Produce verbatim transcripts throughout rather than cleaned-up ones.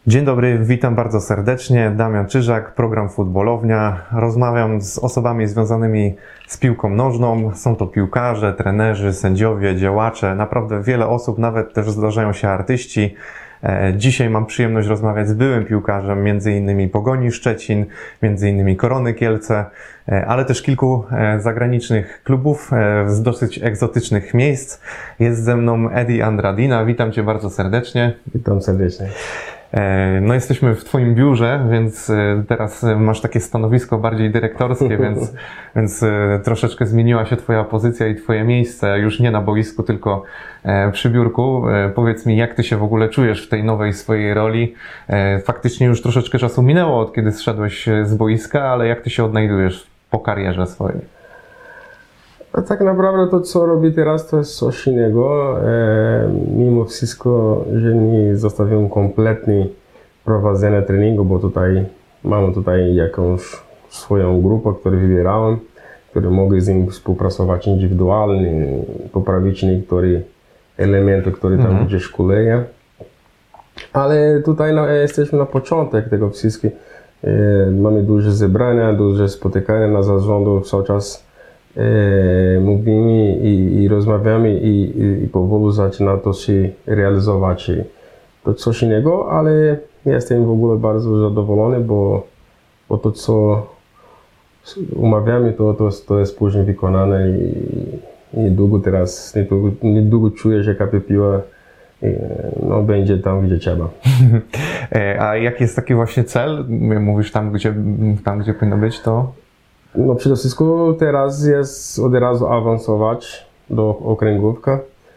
Dzień dobry, witam bardzo serdecznie. Damian Czyżak, program Futbolownia. Rozmawiam z osobami związanymi z piłką nożną. Są to piłkarze, trenerzy, sędziowie, działacze. Naprawdę wiele osób, nawet też zdarzają się artyści. Dzisiaj mam przyjemność rozmawiać z byłym piłkarzem, między innymi Pogoni Szczecin, między innymi Korony Kielce, ale też kilku zagranicznych klubów z dosyć egzotycznych miejsc. Jest ze mną Edi Andradina. Witam Cię bardzo serdecznie. Witam serdecznie. No jesteśmy w Twoim biurze, więc teraz masz takie stanowisko bardziej dyrektorskie, więc, więc troszeczkę zmieniła się Twoja pozycja i Twoje miejsce, już nie na boisku, tylko przy biurku. Powiedz mi, jak Ty się w ogóle czujesz w tej nowej swojej roli? Faktycznie już troszeczkę czasu minęło, od kiedy zszedłeś z boiska, ale jak Ty się odnajdujesz po karierze swojej? A tak naprawdę to, co robię teraz, to jest coś innego. E, mimo wszystko, że nie zostawiam kompletnie prowadzenia treningu, bo tutaj mam tutaj jakąś swoją grupę, którą wybierałem, które mogę z nimi współpracować indywidualnie, poprawić niektóre elementy, które tam Mhm. gdzieś szkoleję. Ale tutaj na, jesteśmy na początku tego wszystkiego. E, mamy duże zebrania, duże spotykania na zarządu cały czas. E, mówimy i, i rozmawiamy i, i, i powoli zaczyna to się realizować. To coś innego, ale jestem w ogóle bardzo zadowolony, bo, bo to co umawiamy, to, to, to jest później wykonane i, i długo teraz, niedługo, niedługo czuję, że K P Piła no, będzie tam, gdzie trzeba. A jaki jest taki właśnie cel? Mówisz tam, gdzie, tam, gdzie powinno być to? No przede wszystkim teraz jest od razu awansować do okręgówka.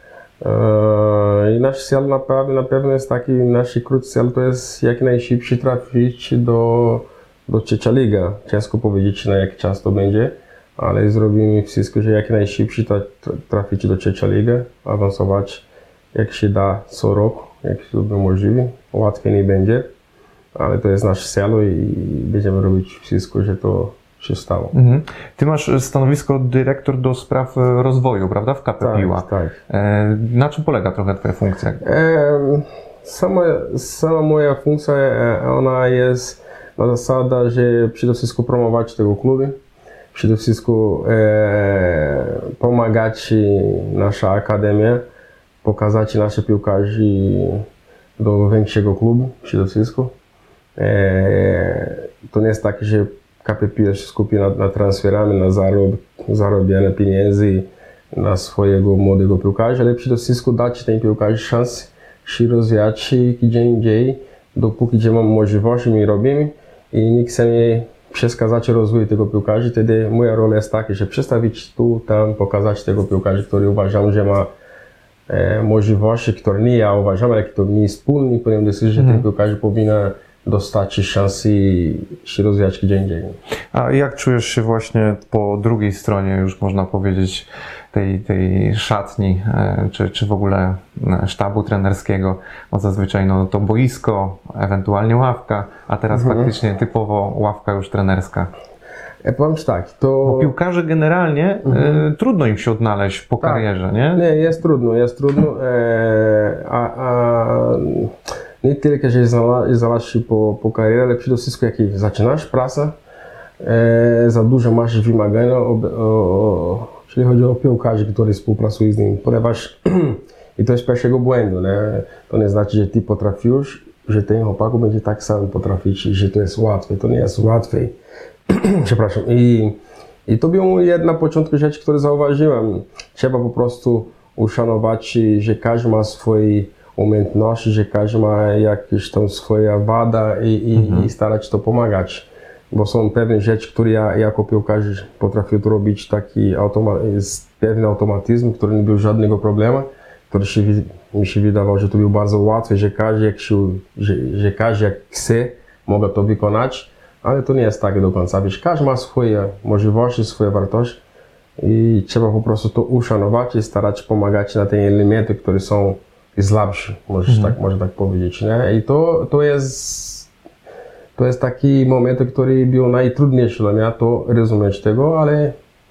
I nasz cel naprawdę na pewno jest taki, nasz krótki cel to jest jak najszybciej trafić do, do trzecia liga. Ciężko powiedzieć, na jaki czas to będzie, ale zrobimy wszystko, że jak najszybciej trafić do trzecia liga, awansować jak się da co rok, jak to będzie możliwe. Łatwiej nie będzie, ale to jest nasz cel i będziemy robić wszystko, że to się stało. Mhm. Ty masz stanowisko dyrektor do spraw rozwoju, prawda, w K P Piła? Tak, tak. E, na czym polega trochę Twoja funkcja? E, sama, sama moja funkcja, ona jest na zasadzie, że przede wszystkim promować tego klubu, przede wszystkim e, pomagać nasza akademia, pokazać nasze piłkarzy do większego klubu, przede wszystkim. E, to nie jest tak, że K P Piła się skupi na, na transferami, na zarob, zarobienie pieniędzy na swojego młodego piłkarza, ale przede wszystkim dać tym piłkarzom szansę się rozwijać gdzie indziej, dopóki gdzie mamy możliwości, my robimy i nie chcemy przeszkadzać rozwoju tego piłkarza. Wtedy moja rola jest taka, że przedstawić tu, tam, pokazać tego piłkarza, który uważam, że ma e, możliwości, które nie ja uważam, ale które my wspólnie powinien decyzję, że ten piłkarz powinien dostać szansę się rozwijać gdzie indziej. A jak czujesz się właśnie po drugiej stronie, już można powiedzieć, tej, tej szatni, czy, czy w ogóle sztabu trenerskiego? Bo zazwyczaj no, to boisko, ewentualnie ławka, a teraz mhm. faktycznie typowo ławka już trenerska. Ja powiem Ci tak, to... Bo piłkarze generalnie mhm. y, trudno im się odnaleźć po tak. karierze, nie? Nie, jest trudno, jest trudno, e, a, a nie tylko, że znalazł się po, po karierze, ale przede wszystkim jak zaczynasz pracę, e, za dużo masz wymagania, o, o, o, jeśli chodzi o piłkarzy, którzy współpracują z nim, ponieważ i to jest pierwszego błędu, nie? To nie znaczy, że ty potrafisz, że ten chłopak będzie tak samo potrafić, że to jest łatwe, to nie jest łatwe. Przepraszam. I, I to była jedna na początku rzecz, którą zauważyłem. Trzeba po prostu uszanować, że każdy ma swoje umiejętności, że każdy ma jakieś tam swoje wada i, i, mhm. i starać się to pomagać. Bo są pewne rzeczy, które ja jako piłkarz potrafię to robić, taki automa- jest pewien automatyzm, który nie był żadnego problemu, który się, mi się wydawało, że to był bardzo łatwy, że każdy jak, się, że, że każdy jak chce, może to wykonać, ale to nie jest tak do końca. Wiesz, każdy ma swoje możliwości, swoje wartości i trzeba po prostu to uszanować i starać się pomagać na te elementy, które są słabsze, możesz mhm. tak, można tak powiedzieć. Nie? I to, to jest To jest taki moment, który był najtrudniejszy dla mnie, to rozumieć tego, ale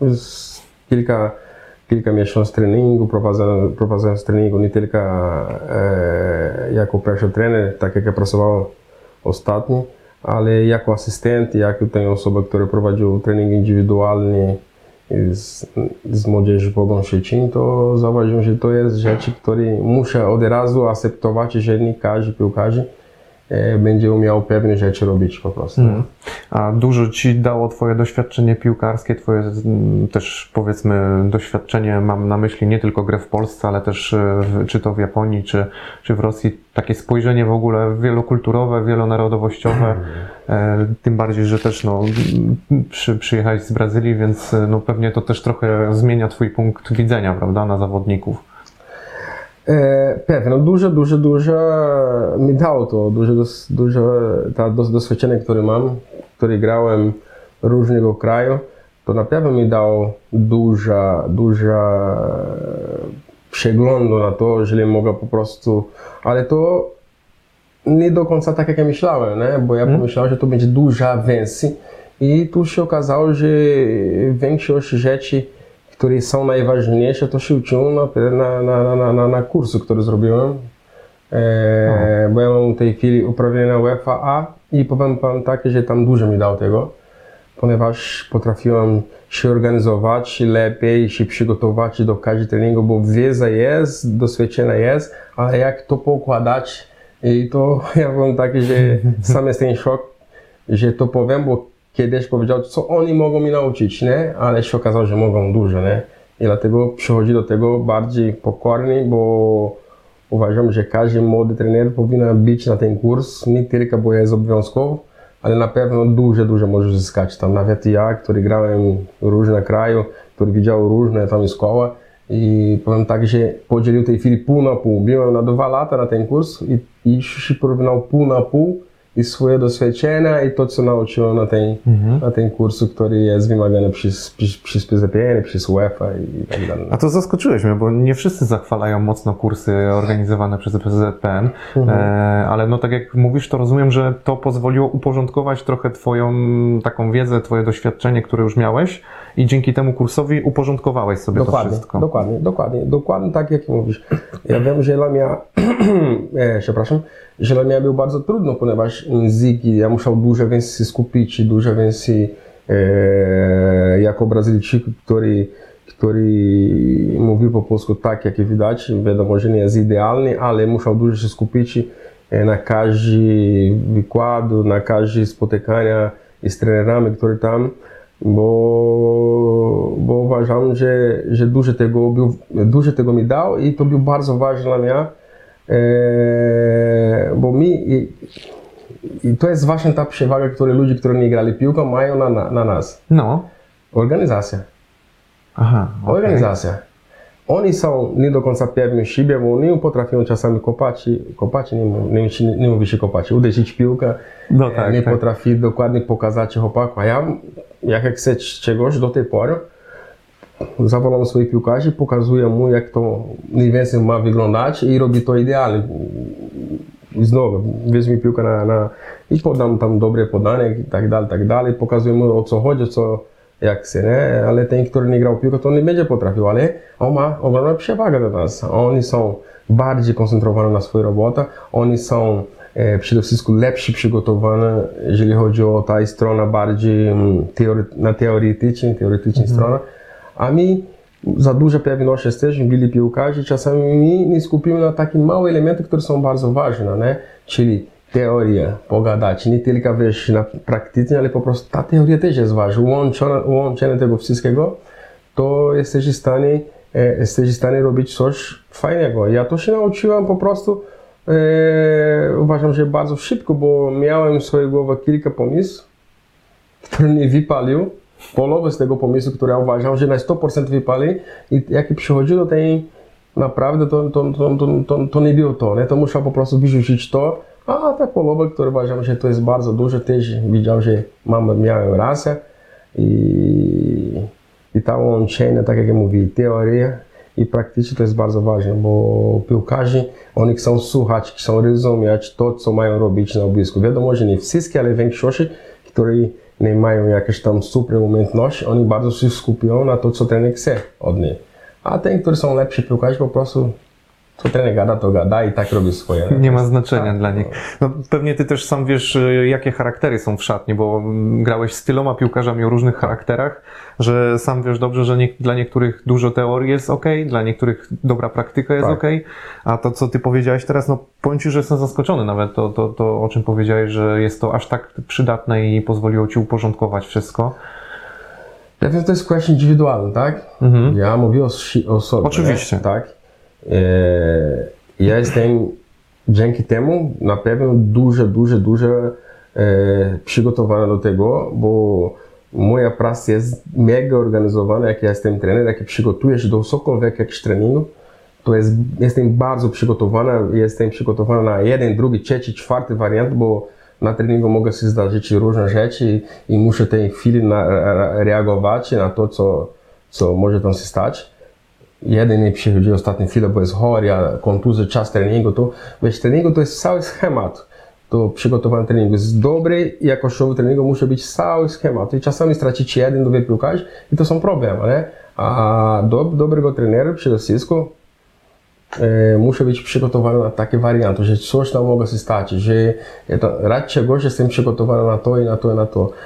kilka, kilka miesięcy treningu, prowadzając treningu nie tylko e, jako pierwszy trener, tak jak ja pracowałem ostatni, ale jako asystent, jako ten osoba, która prowadził trening indywidualny z, z młodzieży Pogoń Szczecin, to zauważyłem, że to jest rzeczy, które muszę od razu akceptować, że nie każdy piłkarz e, będzie umiał pewne rzeczy robić po prostu. Mm. A dużo Ci dało Twoje doświadczenie piłkarskie, Twoje m, też powiedzmy doświadczenie, mam na myśli nie tylko grę w Polsce, ale też w, czy to w Japonii, czy, czy w Rosji, takie spojrzenie w ogóle wielokulturowe, wielonarodowościowe, mm. e, tym bardziej, że też no, przy, przyjechałeś z Brazylii, więc no, pewnie to też trochę zmienia Twój punkt widzenia, prawda, na zawodników. E, pewno, duże, duże, duże mi dało to, duże, duże ta doświadczenie, które mam, które grałem różnego kraju, to na pewno mi dało duża, duża przeglądu na to, jeżeli mogę po prostu, ale to nie do końca tak jak ja myślałem, nie? Bo ja hmm. pomyślałem, że to będzie duża więcej i tu się okazało, że większość rzeczy, które są najważniejsze, to się uczyłem na, na, na, na, na kursu, który zrobiłem. E, bo ja mam w tej chwili uprawnienie na UEFA A i powiem Wam tak, że tam dużo mi dał tego, ponieważ potrafiłem się organizować lepiej, się przygotować do każdego treningu, bo wiedza jest, doświadczenie jest, ale jak to poukładać, i to ja powiem tak, że sam jestem szok, że to powiem, bo kiedyś powiedział, co oni mogą mi nauczyć, nie? Ale się okazało, że mogą dużo, nie? I dlatego przychodzi do tego bardziej pokorny, bo uważam, że każdy młody trener powinien być na ten kurs, nie tylko bo jest obowiązkowy, ale na pewno dużo, dużo może zyskać. Tam nawet ja, który grałem w różne kraje, który widział różne tam szkoły i powiem tak, że podzielił tej chwili pół na pół. Byłem na dwa lata na ten kurs i, i się porównał pół na pół i swoje doświadczenia i to, co nauczyłem na ten, mhm. na ten kursu, który jest wymagany przez, przez, przez P Z P N, przez UEFA i tak dalej. A to zaskoczyłeś mnie, bo nie wszyscy zachwalają mocno kursy organizowane przez P Z P N, mhm. e, ale no tak jak mówisz, to rozumiem, że to pozwoliło uporządkować trochę Twoją taką wiedzę, Twoje doświadczenie, które już miałeś i dzięki temu kursowi uporządkowałeś sobie dokładnie, to wszystko. Dokładnie, dokładnie, dokładnie tak jak mówisz. Ja wiem, że dla mnie, e, przepraszam, że dla mnie było bardzo trudno, ponieważ języki, ja musiał dużo więcej skupić, dużo więcej e, jako Brazylijczyk, który, który mówił po polsku tak, jak widać, wiadomo, że nie jest idealny, ale musiał dużo się skupić e, na każdy wykładu, na każde spotykania z trenerami, które tam, bo, bo uważam, że, że dużo, tego, dużo tego mi dał i to było bardzo ważne dla mnie. Eee, bo mi i, i to jest właśnie ta przewaga, którą ludzie, którzy nie grali piłką, mają na, na, na nas. No. Organizacja. Aha, okay. Organizacja. Oni są nie do końca pewni siebie, bo nie potrafią czasami kopać, kopać nie, nie, nie, nie mówi się kopać, uderzyć piłkę, no tak, nie tak. potrafi dokładnie pokazać chłopaku. A ja, jak chcę czegoś do tej pory, zawołam swoich piłkarzy, pokazuję mu, jak to mniej więcej ma wyglądać i robi to idealnie. I znowu, weźmie piłkę na, na, i podam tam dobre podanie i tak dalej, tak dalej. Pokazuję mu, o co chodzi, co, jak chce, nie? Ale ten, który nie grał piłkę, to nie będzie potrafił, ale on ma ogromną przewagę do nas. Oni są bardziej koncentrowani na swoją robotę, oni są e, przede wszystkim lepsi przygotowani, jeżeli chodzi o ta strona bardziej teory, na teoretyczną, teoretyczną mhm. stronę. A my za dużo pewności jesteśmy, byli piłkarze, czasami my nie skupimy na takie małe elementy, które są bardzo ważne, nie? Czyli teoria, pogadać, nie tylko wiesz na praktyce, ale po prostu ta teoria też jest ważna. Łączone, łączenie tego wszystkiego, to jesteś w stanie, e, jesteś w stanie robić coś fajnego. Ja to się nauczyłem po prostu, e, uważam, że bardzo szybko, bo miałem w swojej głowie kilka pomysłów, które nie wypalił. Połowę z tego pomysłu, który ja uważam, że na sto procent wypali i jak przychodzi do tej naprawdę, to, to, to, to, to, to nie było to, nie? To musiał po prostu wyrzucić to, a ta połowa, która uważam, że to jest bardzo dużo, też widział, że mam, miałem rację i, i ta łączenie, tak jak ja mówię, teoria i praktycznie to jest bardzo ważne, bo piłkarze, oni chcą słuchać, chcą rozumieć to, co mają robić na boisku. Wiadomo, że nie wszystkie, ale większość, którzy nie mają jakieś tam super umiejętności, oni bardzo się skupią na to, co trener chce od nich. A ten, którzy są lepsi piłkarze, po prostu co trener gada, to gada i tak robi swoje. Nie ma znaczenia tak, dla nich. No, pewnie ty też sam wiesz, jakie charaktery są w szatni, bo grałeś z tyloma piłkarzami o różnych charakterach, że sam wiesz dobrze, że nie, dla niektórych dużo teorii jest ok, dla niektórych dobra praktyka jest tak. ok, a to, co ty powiedziałeś teraz, no powiem ci, że jestem zaskoczony nawet to, to, to, o czym powiedziałeś, że jest to aż tak przydatne i pozwoliło ci uporządkować wszystko. Ja wiem, to jest kwestia indywidualna, tak? Mhm. Ja mówię o, o sobie. Oczywiście. Nie? Tak. Ja jestem dzięki temu na pewno dużo, dużo, dużo e, przygotowany do tego, bo moja praca jest mega organizowana, jak ja jestem trener, jak przygotuję się do cokolwiek jakiś treningu, to jest, jestem bardzo przygotowana, jestem przygotowana na jeden, drugi, trzeci, czwarty wariant, bo na treningu mogą się zdarzyć różne rzeczy i muszę w tej chwili na, reagować na to, co, co może tam się stać. Jeden nie przychodzi ostatnią chwilę, bo jest chory, a kontuzja, czas treningu, to wiesz, treningu to jest cały schemat. To przygotowanie treningu jest dobry i jakościowy treningu musi być cały schemat. I czasami stracić jeden, dwie piłkarzy i to są problemy, nie? A do, dobrego trenera przede wszystkim e, musi być przygotowany na takie warianty, że coś tam może się stać, że ja to, raczej czegoś jestem przygotowany na to i na to i na to.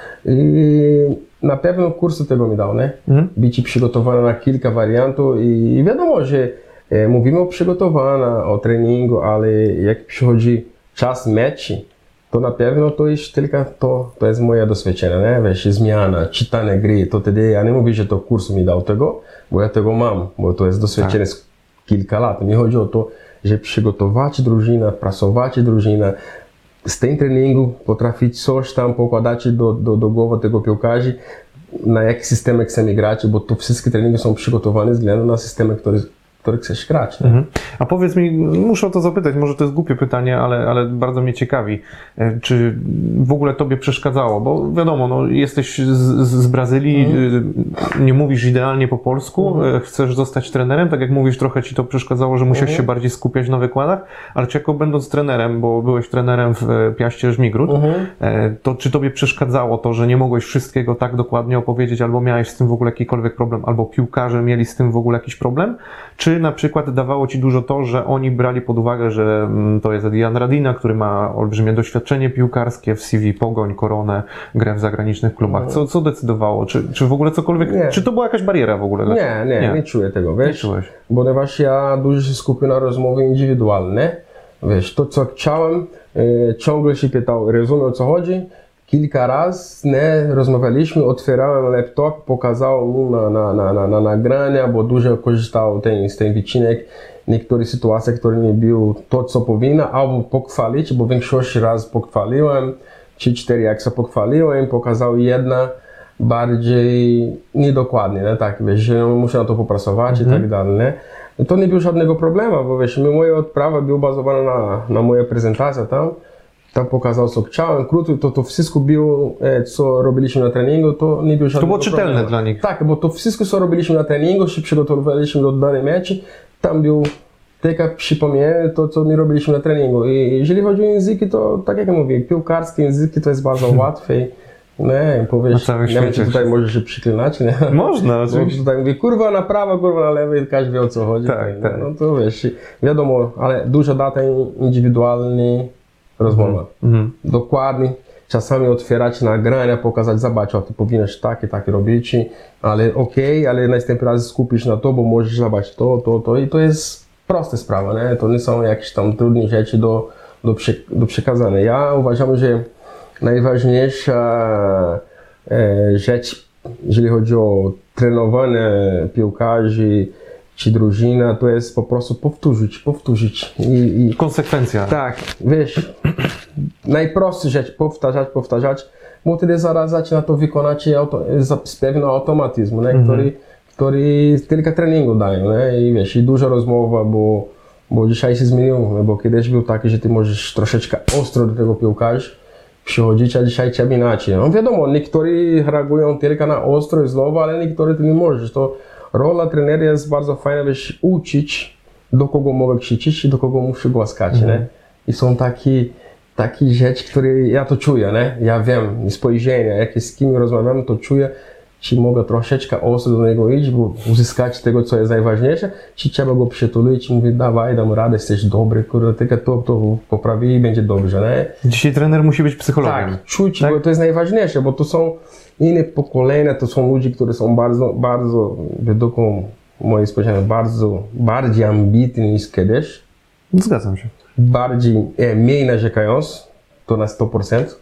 I na pewno kursy tego mi dał, nie? Mhm. Być przygotowany na kilka wariantów i wiadomo, że e, mówimy o przygotowaniu, o treningu, ale jak przychodzi czas meczu, to na pewno to jest tylko to, to jest moje doświadczenie, nie? Wiesz, zmiana, czytanie gry, to wtedy ja nie mówię, że to kurs mi dał tego, bo ja tego mam, bo to jest doświadczenie z kilka lat. Mi chodzi o to, że przygotować drużynę, pracować drużynę, z tym treningu potrafić coś tam pokładać do, do, do głowy tego piłkarzy, na jaki system chcemy grać, bo to wszystkie treningi są przygotowane względem na systemy, które który chcesz grać. Mhm. A powiedz mi, muszę o to zapytać, może to jest głupie pytanie, ale, ale bardzo mnie ciekawi, czy w ogóle tobie przeszkadzało, bo wiadomo, no, jesteś z, z Brazylii, mhm. nie mówisz idealnie po polsku, mhm. chcesz zostać trenerem, tak jak mówisz, trochę ci to przeszkadzało, że musiałeś mhm. się bardziej skupiać na wykładach, ale czy jako będąc trenerem, bo byłeś trenerem w Piaście Żmigród, mhm. to czy tobie przeszkadzało to, że nie mogłeś wszystkiego tak dokładnie opowiedzieć, albo miałeś z tym w ogóle jakikolwiek problem, albo piłkarze mieli z tym w ogóle jakiś problem? Czy na przykład dawało ci dużo to, że oni brali pod uwagę, że to jest Edian Radina, który ma olbrzymie doświadczenie piłkarskie w C V, Pogoń, Koronę, grę w zagranicznych klubach. Co, co decydowało? Czy, czy w ogóle cokolwiek, nie. czy to była jakaś bariera w ogóle? Nie, nie, nie, nie czuję tego, wiesz? Nie czułeś. Ponieważ ja dużo się skupię na rozmowy indywidualne. Wiesz, to co chciałem, e, ciągle się pytał, rozumiem o co chodzi. Kilka razy nie, rozmawialiśmy, otwierałem laptop, pokazał mu na, na, na, na, na nagrania, bo dużo korzystał ten, z tych wycinek, niektóre sytuacje, które nie były to, co powinno, albo pochwalić, bo większość razy pochwaliłem, trzy cztery jak się pochwaliłem, pokazał jedna bardziej niedokładnie, nie? Tak, wiesz, że muszę na to popracować mm-hmm. i tak dalej, nie? To nie było żadnego problemu, bo wiesz, moja odprawa była bazowana na, na moja prezentacja tam. Tam pokazał, co chciałem, krótko, to, to wszystko było, co robiliśmy na treningu, to nie było żadnego To było czytelne problemu. dla nich. Tak, bo to wszystko, co robiliśmy na treningu, się przygotowywaliśmy do danej meczu, tam był tylko przypomnienie to, co my robiliśmy na treningu. I jeżeli chodzi o języki, to tak jak mówię, piłkarskie języki to jest bardzo łatwe. Nie, powiesz, nie wiem, czy tutaj możesz się przyklinać, nie? Można, oczywiście. Bo tutaj mówię, kurwa na prawo, kurwa na lewo i każdy wie, o co chodzi. Tak, no, tak. No to wiesz, wiadomo, ale dużo data indywidualny rozmowa. Mm-hmm. Dokładnie. Czasami otwierać nagrania, pokazać, zobacz, o, ty powinieneś tak i tak robić, ale okej, okay, ale następny raz skupisz na to, bo możesz zobaczyć to, to, to i to jest prosta sprawa, nie? To nie są jakieś tam trudne rzeczy do, do, do przekazania. Ja uważam, że najważniejsza e, rzecz, jeżeli chodzi o trenowanie piłkarzy, czy drużyna, to jest po prostu powtórzyć, powtórzyć. I, i konsekwencja. Tak, wiesz, najprostsza rzecz, powtarzać, powtarzać, bo wtedy zaraz zaczyna to wykonać auto, z pewnego automatyzmu, nie? Mm-hmm. Który, który tylko treningu dają, nie? I wiesz, i dużo rozmowa, bo, bo dzisiaj się zmieniło, bo kiedyś był taki, że ty możesz troszeczkę ostro do tego piłkarza przychodzić, a dzisiaj trzeba inaczej. No wiadomo, niektórzy reagują tylko na ostro i znowu, ale niektórzy ty nie możesz. To rola trenera jest bardzo fajna, wiesz, uczyć, do kogo mogę krzyczeć i do kogo muszę głaskać, mm. nie? I są takie, takie rzeczy, które ja to czuję, nie? Ja wiem, spojrzenia, jak z kim rozmawiam, to czuję, czy mogę troszeczkę ostro do niego iść, bo uzyskać tego, co jest najważniejsze, czy trzeba go przytulić i mówić, dawaj, dam radę, jesteś dobry, kurde, tylko to, to poprawi i będzie dobrze, nie? Dzisiaj trener musi być psychologiem. Tak, czuć, tak? bo to jest najważniejsze, bo to są inne pokolenia, to są ludzie, którzy są bardzo, bardzo, według moich spojrzenia, bardzo, bardziej ambitni niż kiedyś. Zgadzam się. Bardziej, e, mniej narzekając, to na sto procent,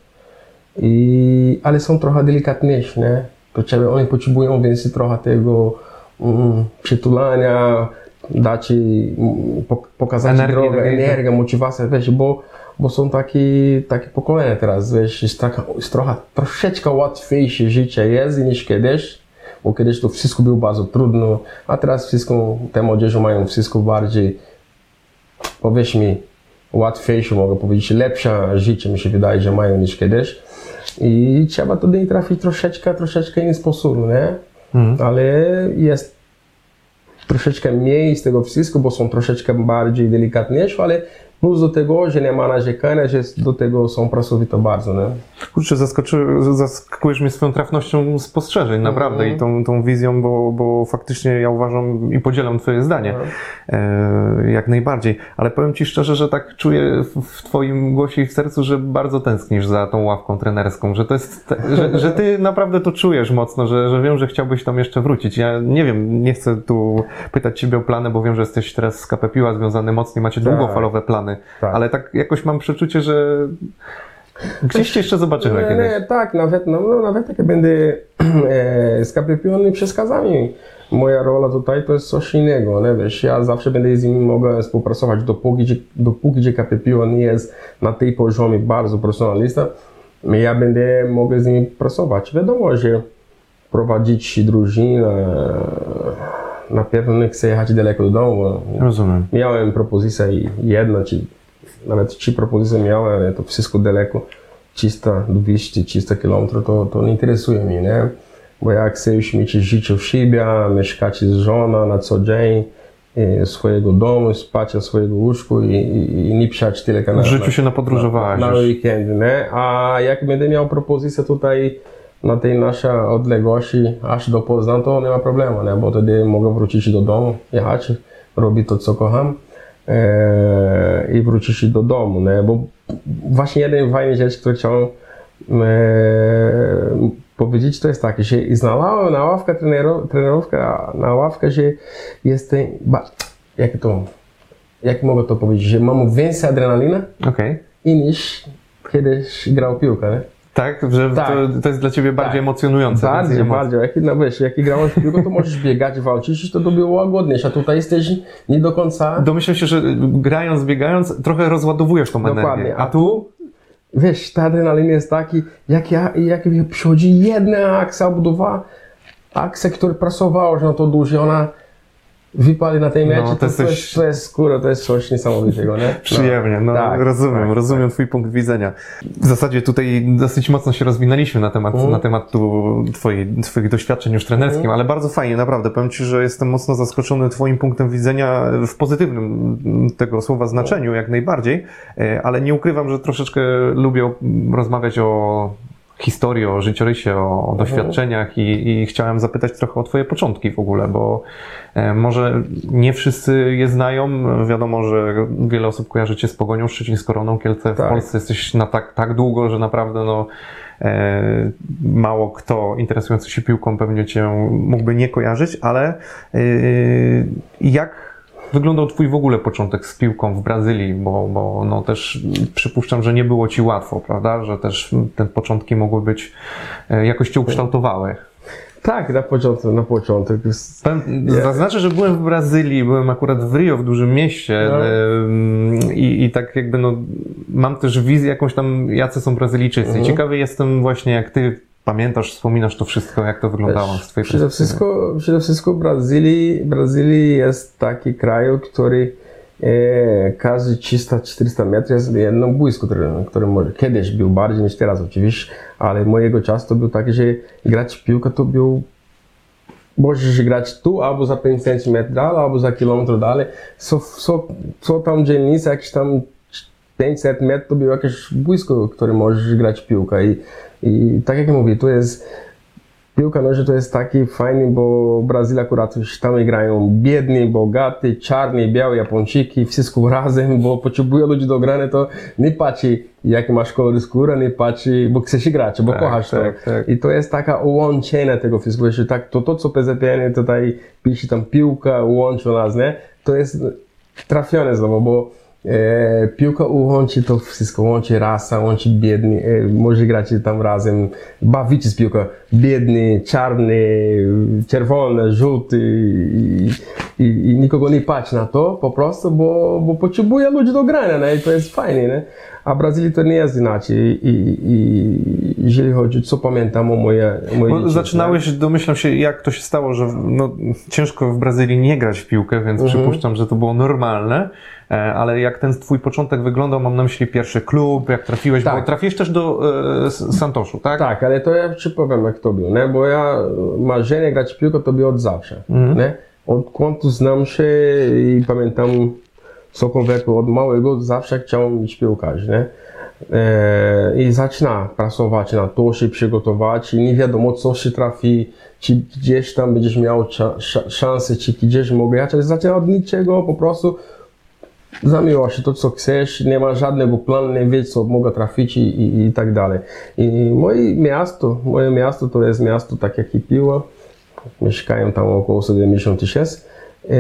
I, ale są trochę delikatniejsi, nie? To trzeba, oni potrzebują więcej trochę tego mm, przytulania, dać mm, pokazać Energii, drogę, energii. energię, motywację, wiesz, bo, bo są takie, takie pokolenia teraz, wiesz, jest, taka, jest trochę, troszeczkę łatwiejsze życie jest niż kiedyś, bo kiedyś to wszystko było bardzo trudno, a teraz wszystko, te młodzieże mają wszystko bardziej, powiedz mi, łatwiejsze, mogę powiedzieć, lepsze życie mi się wydaje, że mają niż kiedyś. I trzeba do nich trafić troszeczkę, troszeczkę inny sposób, nie? Mm. Ale jest troszeczkę mniej z tego wszystko, bo są troszeczkę bardziej delikatniejsze, ale plus do tego, że nie ma narzekania, że do tego są pracowite bardzo, nie? Kurczę, zaskakujesz mnie swoją trafnością spostrzeżeń, naprawdę, mm. i tą, tą wizją, bo, bo faktycznie ja uważam i podzielam twoje zdanie, mm. e, jak najbardziej. Ale powiem ci szczerze, że tak czuję w, w twoim głosie i w sercu, że bardzo tęsknisz za tą ławką trenerską, że to jest, że, że ty naprawdę to czujesz mocno, że, że wiem, że chciałbyś tam jeszcze wrócić. Ja nie wiem, nie chcę tu pytać ciebie o plany, bo wiem, że jesteś teraz z K P Piła związany mocniej, macie tak. długofalowe plany, tak. ale tak jakoś mam przeczucie, że gdzieś cię jeszcze zobaczymy nie, kiedyś. Nie, tak, nawet, no, no, nawet jak będę e, z K P Piła przeszkadzami. Moja rola tutaj to jest coś innego, nie wiesz, ja zawsze będę z nimi mogę współpracować, dopóki, dopóki że K P Piła nie jest na tej poziomie bardzo profesjonalista, ja będę mógł z nimi pracować. Wiadomo, że prowadzić drużynę, na pewno nie chcę jechać daleko do domu. Rozumiem. Miałem propozycję jedna, czy nawet trzy propozycje miałem, ale to wszystko daleko, trzysta, dwieście, trzysta kilometrów, to, to nie interesuje mnie, nie? Bo ja chcę już mieć życie w siebie, mieszkać z żoną na co dzień, swojego domu, spać na swojego łóżku i, i, i nie psiać tyle na, w życiu się napodróżowałeś. Na, na weekend, nie? A jak będę miał propozycję tutaj na tej naszej odległości aż do Poznania, to nie ma problemu, nie? Bo wtedy mogę wrócić do domu, jechać, robić to, co kocham e, i wrócić do domu, nie? Bo właśnie jeden fajny rzecz, którą chciałem e, powiedzieć, to jest takie, że znalazłem na ławkę trenerowka, na ławkę, że jestem, jak to, jak mogę to powiedzieć, że mam więcej adrenalina okay. i niż kiedyś grał piłkę, nie? Tak, że tak. To, to jest dla ciebie bardziej tak. emocjonujące. Bardziej, bardziej. Jak, no wiesz, jak grałeś w piłkę, to możesz biegać, walczyć, to to było łagodniejsze, a tutaj jesteś nie do końca. Domyślam się, że grając, biegając, trochę rozładowujesz tą energię. Dokładnie. A tu, wiesz, ta adrenalina jest taki, jak, ja, jak przychodzi jedna akcja albo dwa akcje, które pracowałeś na to dłużej, ona wypali na tej meczu, no, to, to, jesteś... to, jest, to jest skóra, to jest coś niesamowitego, nie? No. Przyjemnie, no tak, rozumiem, tak, rozumiem tak. twój punkt widzenia. W zasadzie tutaj dosyć mocno się rozwinęliśmy na temat, mm. na temat tu twojej, twoich doświadczeń już trenerskich, mm. ale bardzo fajnie, naprawdę. Powiem ci, że jestem mocno zaskoczony twoim punktem widzenia w pozytywnym tego słowa znaczeniu, jak najbardziej, ale nie ukrywam, że troszeczkę lubię rozmawiać o historii, o życiorysie, o, o doświadczeniach i, i chciałem zapytać trochę o twoje początki w ogóle, bo e, może nie wszyscy je znają. Wiadomo, że wiele osób kojarzy cię z Pogonią Szczecin, z Koroną Kielce. W tak. Polsce jesteś na tak, tak długo, że naprawdę no, e, mało kto interesujący się piłką pewnie cię mógłby nie kojarzyć, ale e, jak wyglądał twój w ogóle początek z piłką w Brazylii, bo, bo no też przypuszczam, że nie było ci łatwo, prawda? Że też te początki mogły być, jakoś cię ukształtowały. Tak, na początek, na początek. Zaznaczę, że byłem w Brazylii, byłem akurat w Rio, w dużym mieście no. i, i tak jakby no, mam też wizję jakąś tam, jacy są Brazylijczycy. Mhm. Ciekawy jestem właśnie, jak ty pamiętasz, wspominasz to wszystko, jak to wyglądało z twojej przede wszystko, przede wszystko Brazylii, Brazylii jest taki kraj, który e, każdy trzysta czterysta metrów jest jedno boisko, które, które może kiedyś był bardziej niż teraz oczywiście, ale mojego czasu to był tak, że grać w piłkę to był możesz grać tu, albo za pięć centymetrów dalej, albo za kilometr dalej. Co, co, co tam dzielnica, jakieś tam pięćset metrów to było jakieś boisko, które możesz grać w piłkę. I, i tak jak mówię, to jest piłka nożna to jest taki fajny, bo Brazyl akurat już tam grają biedni, bogaty, czarni, białe Japończyki, wszystko razem, bo potrzebują ludzi do grania, to nie patrzy jaki masz kolor skóry, nie patrzy, bo chcesz grać, bo tak, kochasz tak, to. tak. I to jest taka łączenie tego wszystkiego, jeśli tak, to to co P Z P N tutaj pisze, tam piłka łączy nas, nie? To jest trafione znowu, bo E, piłka łączy to wszystko, łączy rasa, łączy biedny, e, może grać tam razem, bawić się z piłką, biedny, czarny, czerwony, żółty i, i, i nikogo nie patrzy na to po prostu, bo, bo potrzebuje ludzi do grania, nie? I to jest fajne, nie? A w Brazylii to nie jest inaczej i, i, i jeżeli chodzi, co pamiętam o moje, moje Bo zaczynałeś, domyślam się, jak to się stało, że no, ciężko w Brazylii nie grać w piłkę, więc Mhm. przypuszczam, że to było normalne. Ale jak ten twój początek wyglądał, mam na myśli pierwszy klub, jak trafiłeś, Tak. bo trafiłeś też do e, Santoszu, tak? Tak, ale to ja ci powiem jak to było, nie? Bo ja marzenie grać w piłkę to było od zawsze, Mhm. nie? Odkąd znam się i pamiętam w Sokołowieku, od małego zawsze chciałem być piłkarzem, nie? E, I zaczyna pracować na to, się przygotować i nie wiadomo co się trafi, czy gdzieś tam będziesz miał cza- sz- szansę, czy gdzieś mogę grać, ale zaczyna od niczego, po prostu zamiło się to, co chcesz, nie ma żadnego planu, nie wiesz, co mogę trafić i, i, i tak dalej. I moje miasto, moje miasto to jest miasto tak jak i Piła, mieszkają tam około siedemdziesiąt tysięcy. E,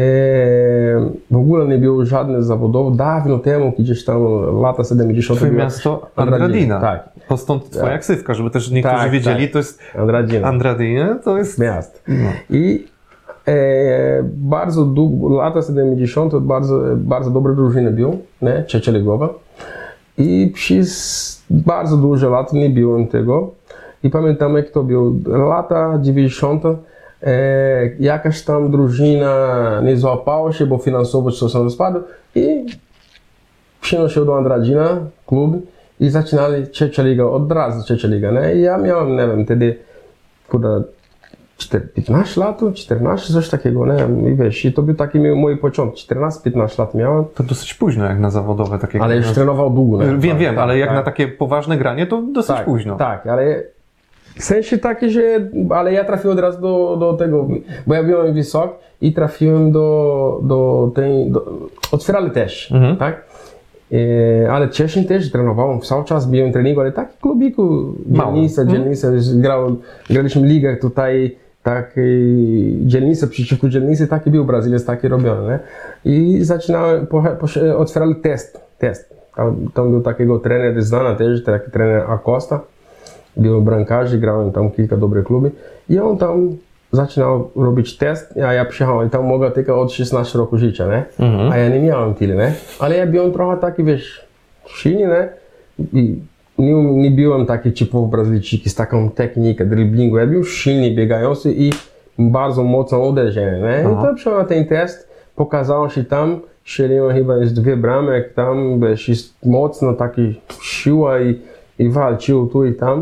w ogóle nie było żadnych zawodów, dawno temu, gdzieś tam lata siedemdziesiąte. Twoje miasto Andradina. Tak. To stąd twoja Tak. ksywka, żeby też niektórzy Tak, wiedzieli, tak. to jest Andradina. Andradina, to jest... Miast. No. I e, bardzo długo, lata siedemdziesiąte bardzo, bardzo dobre drużyny był, nie? Trzecioligowa. I przez bardzo dużo lat nie byłem tego. I pamiętam jak to było, lata dziewięćdziesiąte. E, jakaś tam drużyna nie złapała się, bo finansowo coś tam spadło i przynosił do Andradina klub i zaczynali trzecia liga, od razu trzecia liga, nie? I ja miałem, nie wiem, wtedy kurde, piętnaście lat, czternaście, coś takiego, nie? I wiesz, i to był taki mój początek, czternaście piętnaście lat miałem. To dosyć późno jak na zawodowe takie... Ale już trenował długo, nie? Wiem, wiem, tak, ale jak tak. na takie poważne granie, to dosyć tak, późno. Tak, ale w sensie taki, że, ale ja trafiłem od razu do, do tego, bo ja byłem wysok i trafiłem do, do tej, do, otwierali też, Mhm. tak? E, ale wcześniej też trenowałem, cały czas byłem w treningu, ale taki klubiku, dzielnica, dzielnica, grał, graliśmy w ligach tutaj, tak, dzielnica przeciwko dzielnicy, taki był Brazyliec, taki robiony, nie? I zaczynałem, po, po, otwierali test, test. Tam, tam był takiego trenera znany też, taki trener Acosta. Byłem brankarzy, grałem tam kilka dobrych klubów i on tam zaczynał robić test, a ja przyjechałem i tam mogę tylko od szesnastu roku życia, nie? Mhm. A ja nie miałem tyle, nie? Ale ja byłem trochę taki, wiesz, silny, nie? I nie, nie byłem taki typowy Brazylijczyk z taką techniką driblingu, ja byłem silny, biegający i bardzo mocno uderzony, nie? I to przyjąłem ten test, pokazało się tam, strzeliłem chyba z dwie bramy, tam, wiesz, jest mocno taki siła i, i walczył tu i tam.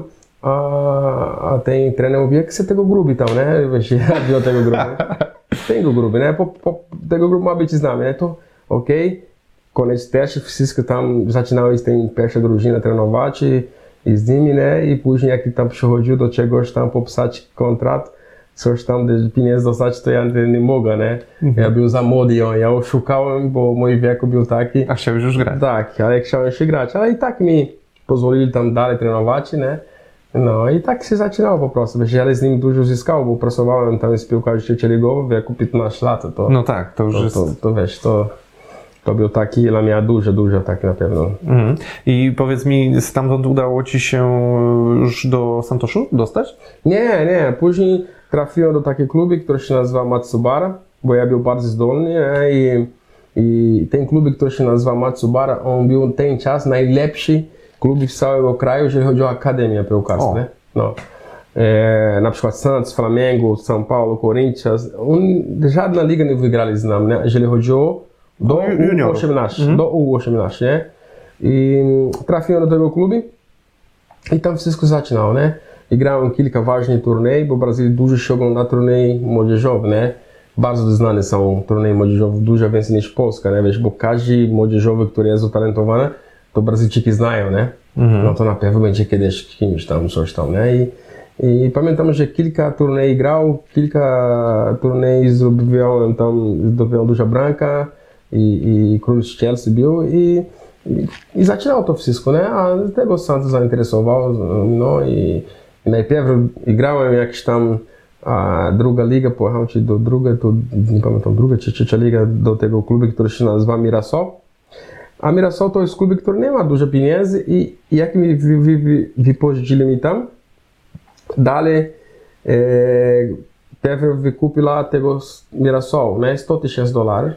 A, a ten trener mówi, jak się tego grubi tam, nie? Wiesz, ja wziął tego gruby. Tego gruby, nie? Po, po, tego gruby ma być z nami, nie? To okej, okay. Koniec też, wszystko tam zaczynały z tej pierwszej drużyny trenować i, i z nimi, nie? I później jak tam przychodził do czegoś tam popisać kontrakt, coś tam, pieniędzy dostać, to ja nie mogę, nie? Mhm. Ja był za młody, ja oszukałem, bo mój wiek był taki. A chciałeś już grać? Tak, ale chciałem się grać, ale i tak mi pozwolili tam dalej trenować, nie? No i tak się zaczynało po prostu, wiesz, ale z nim dużo zyskał, bo pracowałem tam z piłkarzem trzecioligowym w wieku piętnaście lat, to, no tak, to już to, jest... to, to wiesz, to, to był taki dla mnie duży, duży tak na pewno. Mhm. I powiedz mi, stamtąd udało Ci się już do Santoszu dostać? Nie, nie, później trafiłem do takiej klubu, który się nazywa Matsubara, bo ja był bardzo zdolny, nie? I, i ten klub, który się nazywa Matsubara, on był ten czas najlepszy klub z całego kraju, jeżeli chodzi o akademię piłkarską. No. E, na przykład Santos, Flamengo, São Paulo, Corinthians, on, żadna liga nie wygrali z nami, nie? Jeżeli chodzi o do U osiemnaście, mhm. do U osiemnaście, nie? I trafiłem do tego klubu i tam wszystko zaczynało, nie? I grałem kilka ważnych turniejów, bo Brazyl dużo się ogląda turniej młodzieżowy, nie? Bardzo znane są turnieje młodzieżowe, dużo więcej niż Polska, nie? Wiesz, bo każdy młodzieżowy, który jest utalentowany, to Brazylijczyki znają, nie? Mhm. No to na pewno będzie kiedyś kimś tam, coś tam, nie? I, I pamiętam, że kilka turniej grał, kilka turniej zdobywał tam, zdobywał duża bramka i, i król z Chelsea był i, i, i zaczynało to wszystko, nie? A tego Santos zainteresował, no i, i najpierw grałem jakieś tam a druga liga, pojechałem czy do drugiej, to nie pamiętam, druga czy trzecia liga do tego klubu, który się nazywa Mirassol. A Mirassol to jest klub, który nie ma dużo pieniędzy i jak mi wy, wy, wy, wypożyczyli mi tam, dali e, pewnie wykupila tego Mirassol, ne, sto tysięcy dolarów.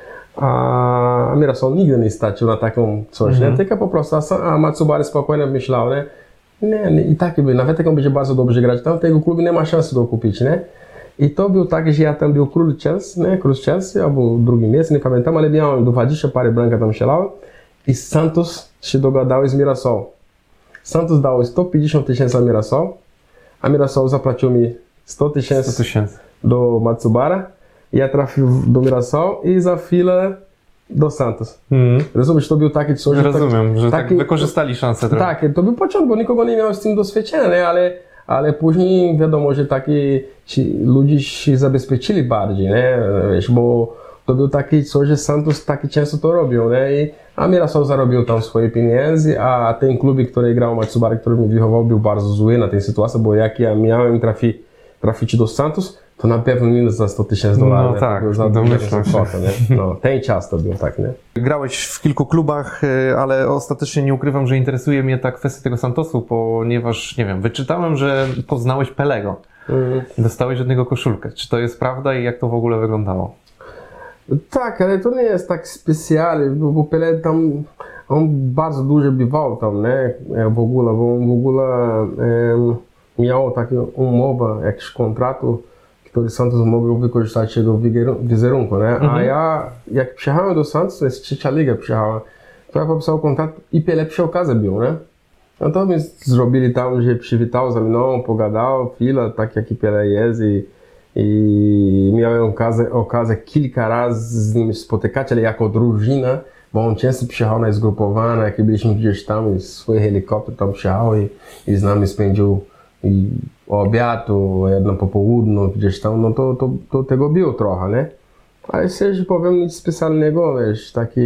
A Mirassol nigdy nie stracił na taką coś, mm-hmm. nie? Tylko po prostu, a Matsubara spokojnie myślał, nie? Nie, nie, i tak by, nawet jak on będzie bardzo dobrze grać, tam tego klubu nie ma szansy do kupić, nie? I to był tak, że ja tam był król Chelsea, nie? Król Chelsea, albo drugi miejsce, nie pamiętam, ale miałem dwadzieścia parę bramka tam strzelałem i Santos się dogadał z Mirassol. Santos dał sto pięćdziesiąt tysięcy na Mirassol, a Mirassol zapłacił mi sto tysięcy do Matsubara. Ja trafił do Mirassol i za chwilę do Santos. Mm. Rozumiesz, to był taki coś, rozumiem, tak, że taki, tak wykorzystali szansę trochę. Tak, to był początek, bo nikogo nie miał z tym doświadczenia, ale, ale później wiadomo, że taki ci ludzie się zabezpieczyli bardziej, nie? Wiesz, bo to był taki coś, że Santos taki często to robił, nie? I, a Mirassol zarobił tam swoje pieniądze, a ten klub, który grał Matsubara, który mnie wychował, był bardzo zły na tej sytuacji, bo jak ja miałem trafi, trafić do Santos, to na pewno nie za sto tysięcy dolarów. No tak, za domyślam się. Kwotę, nie? No, ten czas to był tak, nie? Grałeś w kilku klubach, ale ostatecznie nie ukrywam, że interesuje mnie ta kwestia tego Santosu, ponieważ, nie wiem, wyczytałem, że poznałeś Pelego. Mm. Dostałeś od niego koszulkę. Czy to jest prawda i jak to w ogóle wyglądało? Tak, ale to nie jest tak specjalnie, bo Pelé tam, on bardzo dużo bywał tam, nie? W ogóle, bo on w ogóle um, miał takie umowę, jakiś kontratu, który Santos mógł wykorzystać jego wizerunku, nie? A mhm. ja, jak przyjechałem do Santos, to jest trzecia liga przyjechałem, to ja podpisał kontrakt i Pelé przy okazji był, nie? No to mi zrobili tam, że przywitał ze mną, pogadał chwilę, tak jak i Pelé jest i, i miałem okazję, okazję kilka razy z nim spotykać, ale jako drużyna, bo on często przyjechał na zgrupowane, jak byliśmy gdzieś tam i swój helikopter tam przyjechał i, i z nami spędził i obiadu, jedno po południu, gdzieś tam, no to, to, to tego było trochę, nie? Ale szczerze powiem, nic specjalnego, wiesz, taki...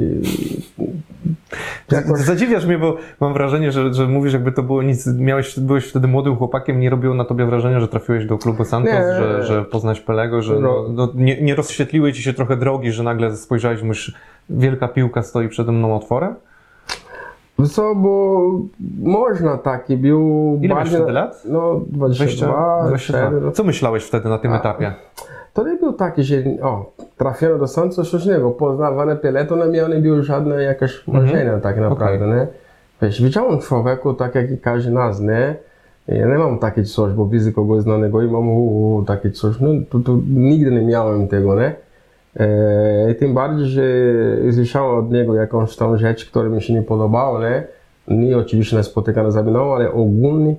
Jakoś... Zadziwiasz mnie, bo mam wrażenie, że, że mówisz, jakby to było nic, miałeś, byłeś wtedy młodym chłopakiem, nie robiło na tobie wrażenia, że trafiłeś do klubu Santos, nie, że, że poznać Pelego, że no, no, nie, nie rozświetliły ci się trochę drogi, że nagle spojrzałeś, myślisz, wielka piłka stoi przede mną otworem? Co, bo można taki, był... Ile masz wtedy lat? No, dwadzieścia dwa, dwadzieścia dwa. Co myślałeś wtedy na tym A, etapie? To nie był taki, że o, trafiłem do Santos, coś innego, poznawane Pelé, to nie miało nie było żadne jakieś marzenia mm-hmm. tak naprawdę, okay. nie? Wiesz, widziałem człowieku tak jak i każdy nas, nie? Ja nie mam takie coś, bo widzę kogoś znanego i mam u, u, takie coś, no to, to nigdy nie miałem tego, nie? E, tym bardziej, że słyszałem od niego jakąś tam rzecz, która mi się nie podobała, nie? Nie oczywiście nie spotykane ze mną, ale ogólnie.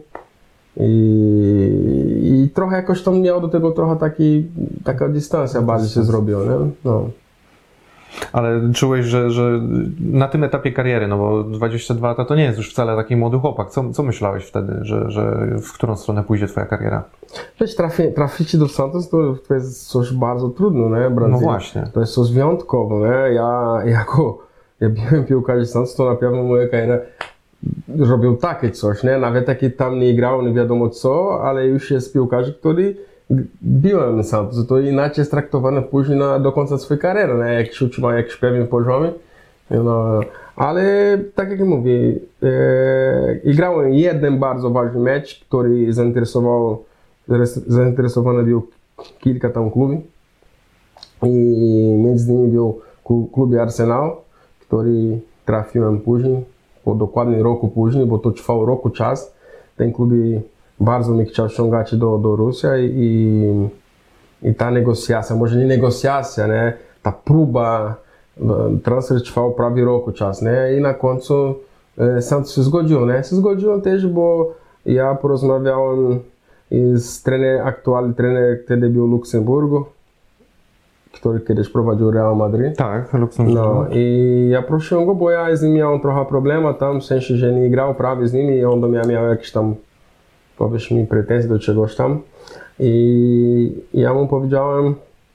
I, i trochę jakoś tam miał do tego trochę taki, taka dystancja bardziej się zrobiła, nie? No. Ale czułeś, że, że na tym etapie kariery, no bo dwadzieścia dwa lata to nie jest już wcale taki młody chłopak. Co, co myślałeś wtedy, że, że w którą stronę pójdzie twoja kariera? Wiesz, trafi, trafić do Santos to, to jest coś bardzo trudne, nie? Brazylii. No właśnie. To jest coś wyjątkowego, nie? Ja jako, ja byłem piłkarzem Santos, to na pewno moja kariera robił takie coś, nie? Nawet jak tam nie grał, nie wiadomo co, ale już jest piłkarz, który biłem Santos, to inaczej jest traktowane później na, do końca swojej kariery, nie? Jak się utrzyma jakiś pewien poziom. No, ale tak jak mówię, e, grałem jeden bardzo ważny mecz, który zainteresował, zainteresowany był kilka tam klubów. I między nimi był klub Arsenal, który trafiłem później, po dokładnie roku później, bo to trwał roku czas. Ten klub bardzo mi chciał ściągać do, do Rosji i, i ta negocjacja, może nie negocjacja, nie? Ta próba, transfer trwał prawie roku czas, nie? I na końcu e, Santos się zgodził, nie? Się zgodziłem też, bo ja porozmawiałem z trenerem, aktualny trener wtedy był w Luksemburgu, który kiedyś prowadził Real Madrid. Tak, Luksemburg. No i ja prosiłem go, bo ja z nim miałem trochę problemu tam, w sensie, że nie grał prawie z nimi i on do mnie miał jakieś tam powiesz mi pretensje do czegoś tam. I ja mu powiedziałem,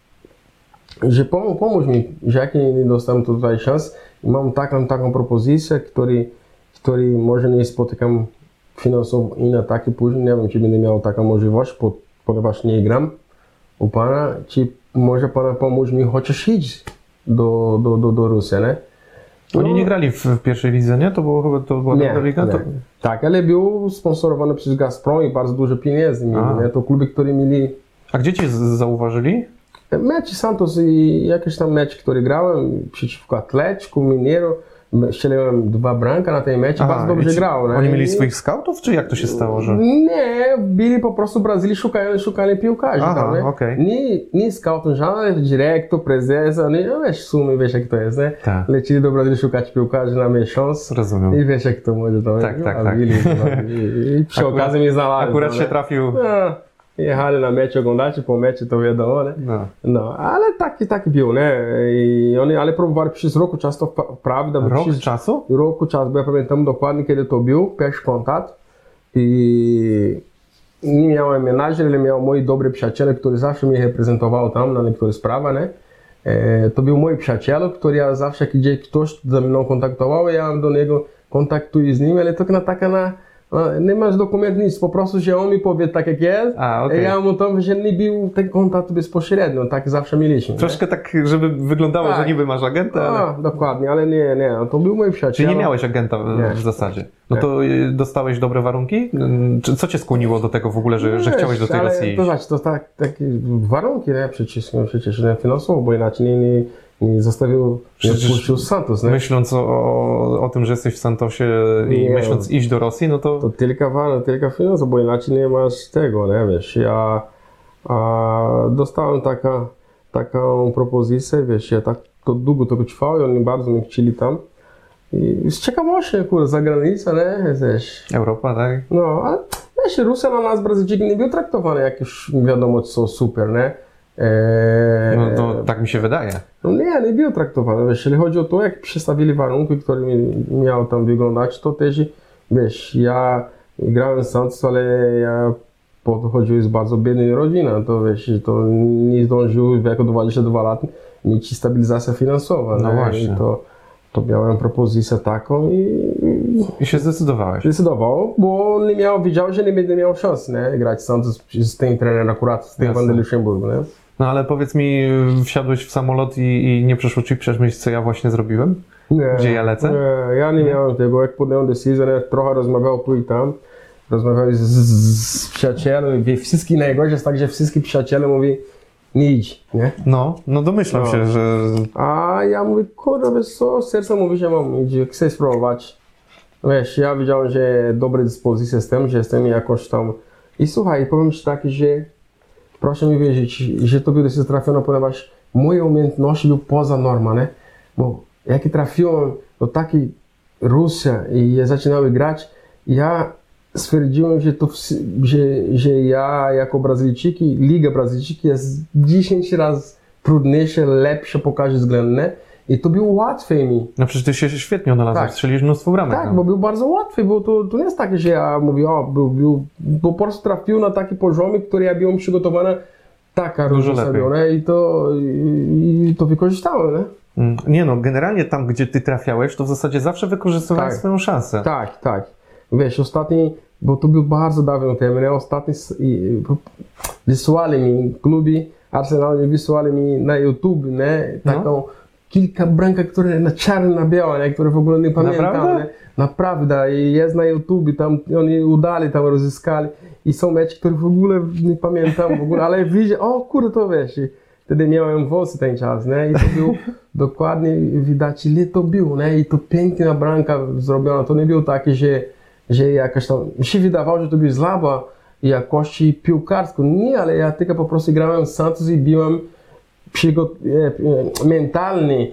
że pom pomóż mi, że jak nie dostałem tutaj szans, mam taką, taką propozycję, który, który może nie spotykam finansowo i na takie później, nie wiem, czy będę miał taką możliwość, ponieważ nie gram u pana, czy może pan pomóż mi chociaż iść do, do, do, do Rosji, nie? Oni No, nie grali w, w pierwszej lidze, nie? To, było, chyba- to była nie, dobra liga? To... nie. Tak, ale był sponsorowany przez Gazprom i bardzo dużo pieniędzy mieli, A. nie? To kluby, które mieli A gdzie cię z- zauważyli? mecz Santos i jakiś tam mecz, który grałem przeciwko Atletico, Mineiro, strzeliłem dwa bramka na tej meczu, bardzo i dobrze ci- grał. Nie? Oni mieli I- swoich scoutów, czy jak to się stało, że... Nie, byli po prostu w Brazylii, szukali, szukali piłkarzy. Aha, tam, nie? okej. Nie, nie scoutem, żaden dyrektor, prezesa, nie, no wiesz, w sumie wiesz jak to jest, nie? Tak. Lecili do Brazylii szukać piłkarzy na miesiąc Rozumiem. i wiesz jak to może to Tak, tak, a tak. byli, I, i przy Akurat- okazji mnie znalazłem. Akurat no, się nie? trafił... No, jechali na mecz oglądać, po meczu to wiadomo, nie? No. No, ale taki, taki był, nie? I oni, ale próbowali przez roku często, prawda? bo Rok przez czasu? roku czasu, bo ja pamiętam dokładnie kiedy to był, pierwszy kontakt i nie miałem menadżer, ale miał mój dobry przyjaciel, który zawsze mnie reprezentował tam na niektórych sprawach, nie? E, to był mój przyjaciel, który ja zawsze, gdzie ktoś ze mną kontaktował, ja do niego kontaktuję z nim, ale tylko na taka na, na nie masz dokument nic, po prostu, że on mi powie tak jak jest, A, okej. ja mu tam, że nie był ten kontakt bezpośrednio, tak zawsze mieliśmy. nie? Troszkę tak, żeby wyglądało, Tak. że niby masz agenta, ale... A, dokładnie, ale nie, nie, to był mój przyjaciel. Czyli nie miałeś agenta w, Nie. w zasadzie. No Nie. to y, dostałeś dobre warunki? Mm, Czy, co cię skłoniło do tego w ogóle, że, że Wiesz, chciałeś do tej ale Rosji iść? To znaczy, to tak, takie warunki, nie? Przecież, no, przecież nie finansowo, bo inaczej nie, nie, nie zostawił, nie Przecież puścił z Santos, nie? Myśląc o, o, o tym, że jesteś w Santosie i Nie. myśląc iść do Rosji, no to... To tylko warunki, tylko finansowo, bo inaczej nie masz tego, nie? Wiesz, ja a, dostałem taka, taką propozycję, wiesz, ja tak to długo to trwało i oni bardzo mnie chcieli tam. I z ciekawości, kurde, za granicę, nie? Wiesz, Europa, tak? no, ale wiesz, Rosja na nas, Brazylijczyki, nie był traktowany jak już wiadomo co super, nie? Eee, No to tak mi się wydaje. No nie, nie był traktowany. Wiesz, jeżeli chodzi o to, jak przedstawili warunki, które miały tam wyglądać, to też, wiesz, ja grałem w Santos, ale ja pochodziłem z bardzo biednej rodziny, to wiesz, to nie zdążył w wieku dwudziestu dwóch lat mieć stabilizacja finansowa. No nie? właśnie. I to, to miałem propozycję taką i I się zdecydowałeś. zdecydował, bo nie miał, wiedział, że nie będzie miał szans, nie? Grać Santos z tym trenerem akurat, z tym Jasne. Van de Luxemburgu, nie? No ale powiedz mi, wsiadłeś w samolot i, i nie przeszło ci przez myśl, co ja właśnie zrobiłem? Nie, Gdzie ja lecę? Nie, ja nie, nie miałem tego. Jak podjąłem decyzję, ja trochę rozmawiał tu i tam. Rozmawiał z, z przyjacielem i wszystkie najgorsze jest tak, że wszystkie przyjaciele mówi nie idź, nie? No, no domyślam No. się, że... A ja mówię, kurde, wiesz co, serce mówi, że mam iść, chcę spróbować. Wiesz, ja wiedziałem, że dobre dyspozycje jestem, że jestem jakoś tam... I słuchaj, powiem ci tak, że proszę mi wierzyć, że to był decyzja trafiona, ponieważ moje umiejętności były poza normą, nie? Bo jak trafiłem do takiej Rosji i zaczynałem grać, ja stwierdziłem, że, to, wsi- że, że ja jako Brazylijczyk, Liga Brazylijczyk jest dziesięć razy trudniejsza, lepsza po każdym względzie i to było łatwiej mi. No przecież ty się świetnie odnalazłeś, Tak. strzelisz mnóstwo bramek. Tak, no. bo był bardzo łatwy, bo to, to nie jest tak, że ja mówię, o, był, był, bo po prostu trafił na taki poziom, który ja byłem przygotowany taka Dużo różnica lepiej. była, nie? I to, i, i to wykorzystałem, nie? Mm, Nie no, generalnie tam, gdzie ty trafiałeś, to w zasadzie zawsze wykorzystywałeś Tak. swoją szansę. Tak, tak. Wiesz, ostatni, bo to był bardzo dawno temu, nie? Ostatni s- i, wysłali mi klubi, Arsenal mi wysłali mi na YouTube, nie? Taką kilka bramek, które na czarno na białe, nie? Które w ogóle nie pamiętam, Naprawdę? nie? Naprawdę. I jest na YouTube, tam oni udali, tam rozzyskali. I są mecze, które w ogóle nie pamiętam, w ogóle, ale widzę, o kurde, to wiesz. I wtedy miałem włosy ten czas, nie? I to było dokładnie widać, ile to było, nie? I to piękna bramka zrobiona. To nie było takie, że, że jakaś tam, mi się wydawało, że to był słaba jakości piłkarsko. Nie, ale ja tylko po prostu grałem w Santos i byłem przygot- e, e, mentalny,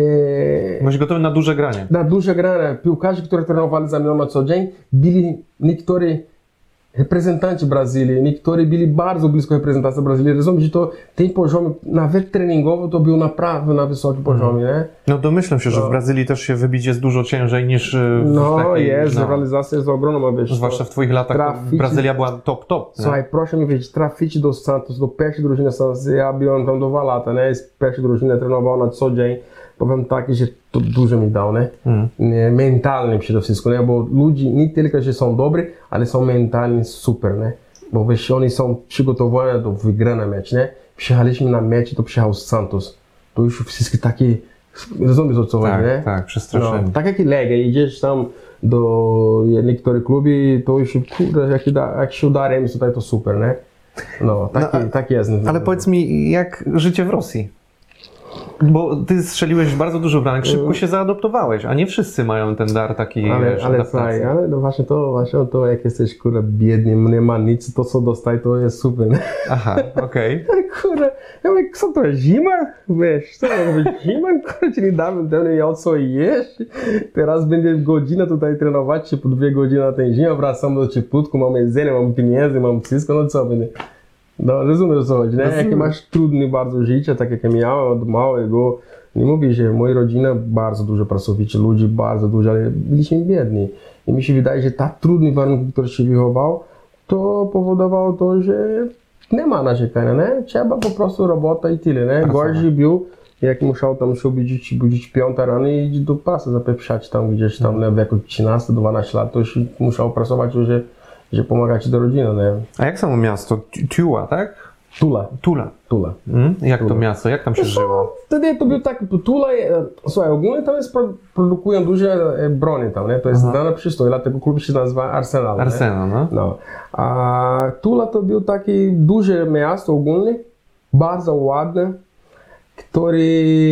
e, Byłeś gotowy na duże granie. na duże grania. Piłkarze, którzy trenowali ze mną na co dzień, byli niektórzy reprezentanci Brazylii, niektórzy byli bardzo blisko reprezentacji Brazylii. Rozumiem, że to ten poziom, nawet treningowo, to był naprawdę na wysokim poziomie, nie? No domyślam się, że No. w Brazylii też się wybić jest dużo ciężej niż w No takiej, jest, no, realizacja jest ogromna, wiesz. zwłaszcza w twoich latach to trafić- Brazylia była top, top. nie? Słuchaj, proszę mi wiedzieć, trafić do Santos, do pierwszej drużyny Santos, ja byłem tam dwa lata, nie? Z pierwszej drużyny trenował na co dzień. Powiem tak, że to dużo mi dał, nie? Mm. Nie, mentalnie przede wszystkim, nie? Bo ludzie nie tylko, że są dobrzy, ale są mentalnie super, nie? Bo wiesz, oni są przygotowani do wygrania mecz, nie? Przyjechaliśmy na mecz, to przyjechał z Santos. To już wszystkie takie, rozumiesz o co chodzi, Tak, nie? tak, przestraszeni. No, tak jak i Legia, idziesz tam do niektórych kluby, to już, kurde, jak, się da, jak się uda remis tutaj, to super, nie? No, tak, No, a- tak jest. Ale powiedz mi, jak życie w Rosji? Bo ty strzeliłeś bardzo dużo bramek, szybko się zaadoptowałeś, a nie wszyscy mają ten dar taki, Ale, wiesz, ale adaptacji. słuchaj, ale no właśnie to, właśnie to, jak jesteś, kurde, biedny, nie ma nic, to co dostaj, to jest super, nie? Aha, okej. Kurde, ja mówię, co to jest, zima? Wiesz, co to jest, zima? Kurde, ci nie damy, damy miał co jeść. Teraz będzie godzina tutaj trenować się, po dwie godziny na ten zimę, wracam do cieplutku, mam jedzenie, mam pieniędzy, mam wszystko, no co będzie. No, rozumiesz o co chodzi, nie? Jakie masz trudny bardzo życie, tak jak ja miałem od małego. Nie mówię, że moja rodzina bardzo dużo pracowici, ludzie bardzo dużo, ale byliśmy biedni. I mi się wydaje, że ta trudny warunki, które się wychował, to powodowało to, że nie ma narzekania, nie? Trzeba po prostu robota i tyle, nie? Gorzej był, jak musiał tam się obudzić, budzić piąta rano i iść do pracy, zapieprzać tam gdzieś tam, nie? W wieku trzynaście dwanaście lat, to już musiał pracować, że, że pomagać do rodziny, nie? A jak samo miasto? Tu- Tula, tak? Tula, Tula. Tula. Mm? Jak to Tula. miasto? Jak tam się żyło? Wtedy to był tak, Tula, e, słuchaj, ogólnie tam jest, pro- produkują duże e, broni tam, nie? To jest dane przystój, dlatego klub się nazywa Arsenal, nie? Arsenal, no? No. A Tula to był taki duże miasto ogólnie, bardzo ładne, który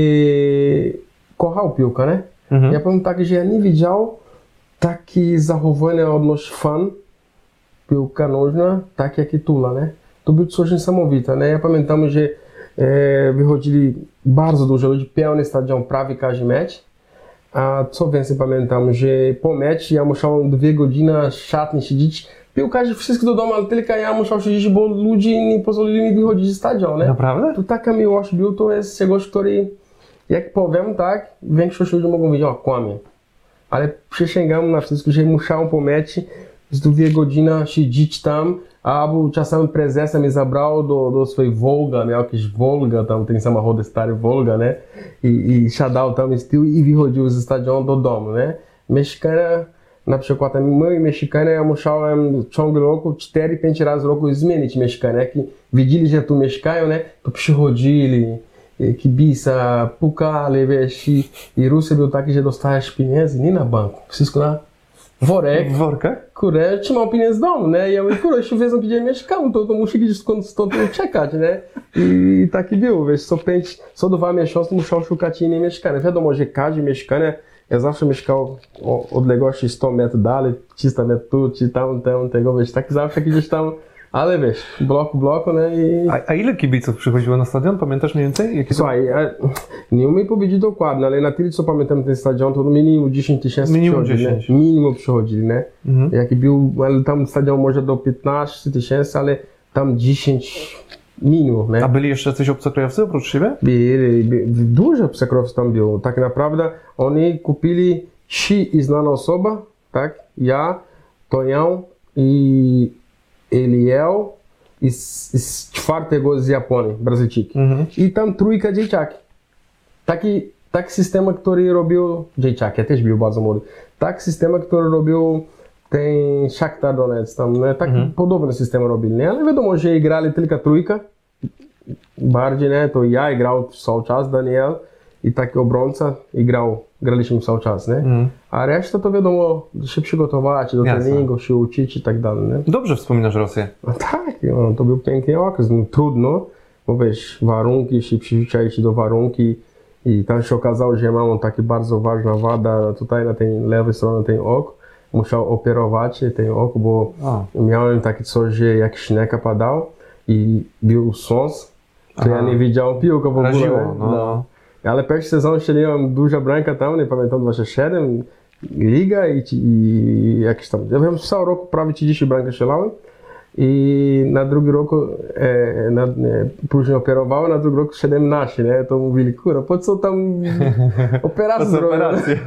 kochał piłkę, nie? Mhm. Ja powiem tak, że ja nie widział takie zachowania odnośnie fan piłka nożna, tak jak i Tula, nie? To było coś niesamowite, nie? Ja pamiętam, że e, wychodzili bardzo dużo ludzi, pełny stadion, prawie każdy mecz. A co więcej pamiętam, że po meczu ja musiałem dwie godziny w szatni siedzieć. Piłkarze wszyscy do domu, ale tylko ja musiał siedzieć, bo ludzie nie pozwolili mi wychodzić z stadionu. nie? Naprawdę? To taka miłość był, to jest czegoś, który, jak powiem, tak, większość ludzi mogą powiedzieć, o, kłamie. Ale przysięgam na wszystko, że musiałem po meczu z dwie godziny siedzieć tam, albo czasami prezesa mnie zabrał do, do swojej Volga, miał jakieś Volga, tam ten samochód stary Volga, nie? I, i siadał tam z tyłu i wychodził ze stadionu do domu, nie? Mieszkania, na przykład moje mieszkanie, ja musiałem w ciągu roku cztery pięć razy w roku zmienić mieszkanie. Jak widzieli, że tu mieszkają, nie? To przychodzili, kibica, pukali, wiesz, i, i Rusy był taki, że dostajesz pieniędzy nie na banku, wszystko na worek. W workach? Kurde, trzymał pieniądze z domu, nie? Ja mówię, kurde, jeśli wiedzą, gdzie mieszkam, to, to muszę gdzieś skąd, stąd uciekać, nie? I taki było, wiesz, co pięć, co dwa miesiące musiał szukać inne mieszkania. Wiadomo, że każde mieszkanie, ja zawsze mieszkał o odległości sto metrów dalej, trzysta metrów tu, czy tam, tam, tego, wiesz, tak zawsze gdzieś tam, ale wiesz, bloku, bloku, nie? I... A, a ile kibiców przychodziło na stadion? Pamiętasz mniej więcej? Jakie to... Słuchaj, ja nie umiem powiedzieć dokładnie, ale na tyle, co pamiętam ten stadion, to minimum dziesięć tysięcy Minimum przychodzili, dziesięć. nie? Minimum przychodzili, nie? Mhm. Jaki był, ale tam stadion może do piętnaście tysięcy, ale tam dziesięć minimum, nie? A byli jeszcze jacyś obcokrajowcy oprócz siebie? Byli, by, dużo obcokrajowców tam było. Tak naprawdę oni kupili trzy i znana osoba, tak? Ja, Tonhão i Eliel i z, i z czwartego z Japonii, Brazylijczyk. Mhm. I tam trójka dzieciaki. Taki, tak system, który robił dzieciaki, ja też był bardzo młody. Tak system, który robił ten Shakhtar Donetsk, tam, nie? Tak Mhm. podobny system robili, nie? Ale wiadomo, że grali tylko trójka. Bardziej, nie? To ja grał cały czas, Daniel i taki obrońca i grał, graliśmy cały czas, nie? Mhm. A reszta to wiadomo, się przygotować do Jasne. treningu, się uczyć i tak dalej, nie? Dobrze wspominasz Rosję. No tak, no, to był piękny okres, no, trudno, bo wiesz, warunki, się przyzwyczaić do warunki i tam się okazało, że mam taka bardzo ważna wada tutaj na tej lewej stronie ten ok, musiał operować ten ok, bo O. miałem takie coś, że jak śnieg padał i był słons, to Aha. ja nie widziałem piłkę w ogóle. Raziło, no. No. Ale pierwszy sezon strzeliłem duża bramka tam, nie pamiętam, dwadzieścia siedem, liga i, i jakieś tam, ja wiem, cały rok prawie trzydzieści bramki strzelałem i na drugi rok e, na, e, później operowałem, na drugi rok siedemnaście, nie? To mówili, kurwa, po co tam operację zrobić?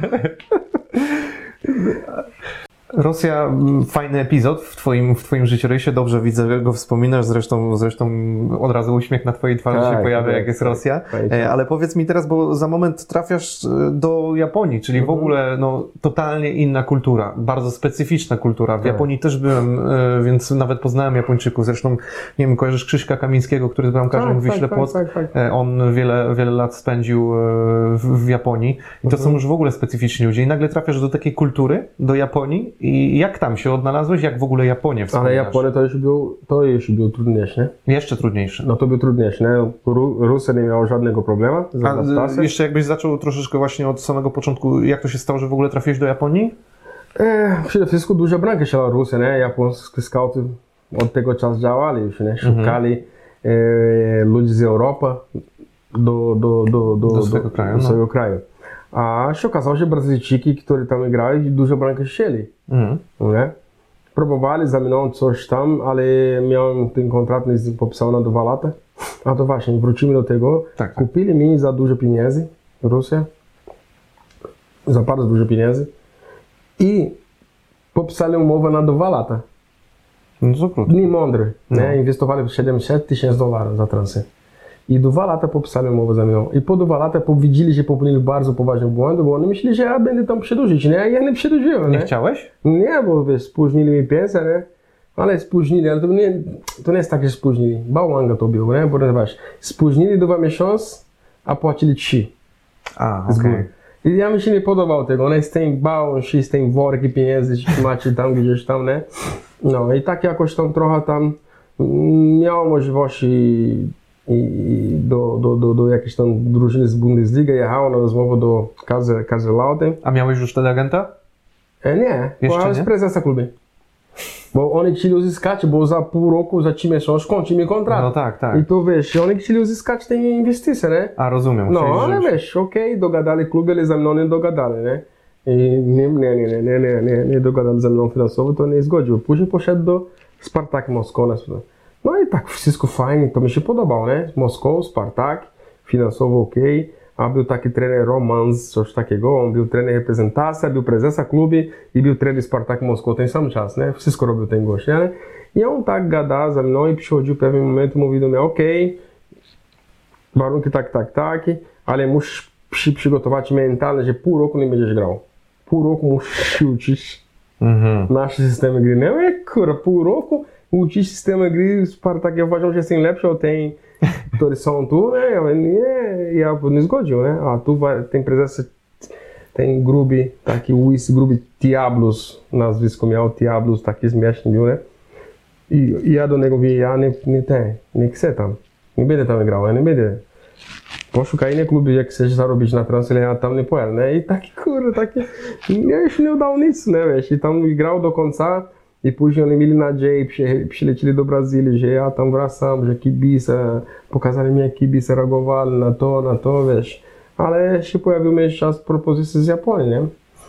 Rosja, fajny epizod w twoim, w twoim życiorysie, dobrze widzę, go wspominasz, zresztą, zresztą od razu uśmiech na twojej twarzy tak, się pojawia, tak, jak jest tak, Rosja. tak, tak. Ale powiedz mi teraz, bo za moment trafiasz do Japonii, czyli mhm. w ogóle no, totalnie inna kultura, bardzo specyficzna kultura. W tak. Japonii też byłem, więc nawet poznałem Japończyków. Zresztą, nie wiem, kojarzysz Krzyśka Kamińskiego, który jest bramkarzem tak, w Wiśle tak, Płock. tak, tak, tak. On wiele, wiele lat spędził w, w Japonii i to mhm. są już w ogóle specyficzni ludzie. I nagle trafiasz do takiej kultury, do Japonii i jak tam się odnalazłeś, jak w ogóle Japonię wspominasz? Ale Japonia to już był, to już był trudniejsze. Jeszcze trudniejsze. No to był trudniejsze, nie? Rusy nie miało żadnego problemu z adaptacją. Jeszcze jakbyś zaczął troszeczkę właśnie od samego początku, jak to się stało, że w ogóle trafiłeś do Japonii? E, przede wszystkim dużo bramki strzelała Rusy, nie? Japońskie skauty od tego czasu działali już, nie? Szukali mhm. e, ludzi z Europy do, do, do, do, do swojego kraju. Do swojego no. kraju. A się okazało, że Brazylijczyki, którzy tam grają, dużo bramki strzeli. Mhm. Nie? Próbowali ze mną coś tam, ale miałem ten kontrakt podpisany na dwa lata. A to właśnie, wrócimy do tego. Tak. Kupili mi za dużo pieniędzy, Rosja, za bardzo dużo pieniędzy i podpisali umowę na dwa lata. No to krótko. Nie mądry, no. nie? Inwestowali siedemdziesiąt tysięcy dolarów za transfer. I dwa lata podpisali umowę ze mną. I po dwa lata widzieli, że popełnili bardzo poważny błąd, bo oni myśleli, że ja będę tam przedłużyć, nie? Ja nie przedłużyłem, nie? Nie chciałeś? Nie, bo wiesz, spóźnili mi pensję, nie? Ale spóźnili, ale to nie, to nie jest tak, że spóźnili. Bałanga to był, nie? Bo wiesz, spóźnili dwa miesiące, a płacili trzy. A, okej. Okay. I ja mi się nie podobał tego, one z tym bałą się, z tym worki pieniędzy, macie tam gdzieś tam, nie? No i tak jakoś tam trochę tam miało możliwości i do, do, do, do jakiejś tam drużyny z Bundesligi, jechałem na rozmowę do Kaiserslautern. A miałeś już wtedy agenta? E, nie, jeszcze z prezesa klubu. Bo oni chcieli uzyskać, bo za pół roku, za trzy miesiące kończy mi kontrakt. No tak, tak. I to wiesz, oni chcieli uzyskać te inwestycje, nie? A rozumiem. No, ale żebyś... wiesz, okej, okay, dogadali kluby, ale ze mną nie dogadali, nie? I nie, nie, nie, nie, nie, nie, nie, nie dogadali ze mną finansowo, to nie zgodził. Później poszedł do Spartak Moskwa. No i tak wszystko fajnie, to mi się podobało, nie? Moskwa, Spartak, finansowo okej. Okay. A był taki trener Romans, coś takiego, on był trener reprezentacji, był prezesa klubu i był trener Spartak Moskwa ten sam czas, nie? Wszystko robił ten gość, nie? I on tak gada ze mną i przychodził w pewnym momencie, mówi do mnie, okej, okay, warunki tak, tak, tak, ale musisz przy, przygotować mentalnie, że pół roku nie będziesz grał. Pół roku musisz się uczyć mhm. nasze systemy gry. Nie, kurwa, pół roku uczyć systemy gry, Spartak, ja uważam, że jest lepszy od tej, które są tu, nie, ja, nie, ja nie zgodził, nie, a tu ten prezes, ten gruby, taki łysy, gruby Diablus, nazwisko miał Diablus, taki śmieszny był, nie, i, i ja do niego mówię, ja nie, nie ten, nie chcę tam, nie będę tam grał, ja nie będę, poszukaj inne kluby, jak chcesz zarobić na transfer, ja tam nie pojadę, nie, i taki kurde, taki, ja już nie udał nic, nie, wiesz, i tam grał do końca. I później oni mieli nadzieję, przylecieli do Brazylii, że ja tam wracam, że kibice, pokazali mi jak kibice reagowali na to, na to, wiesz. Ale się pojawił mi czas propozycji z Japonii, nie?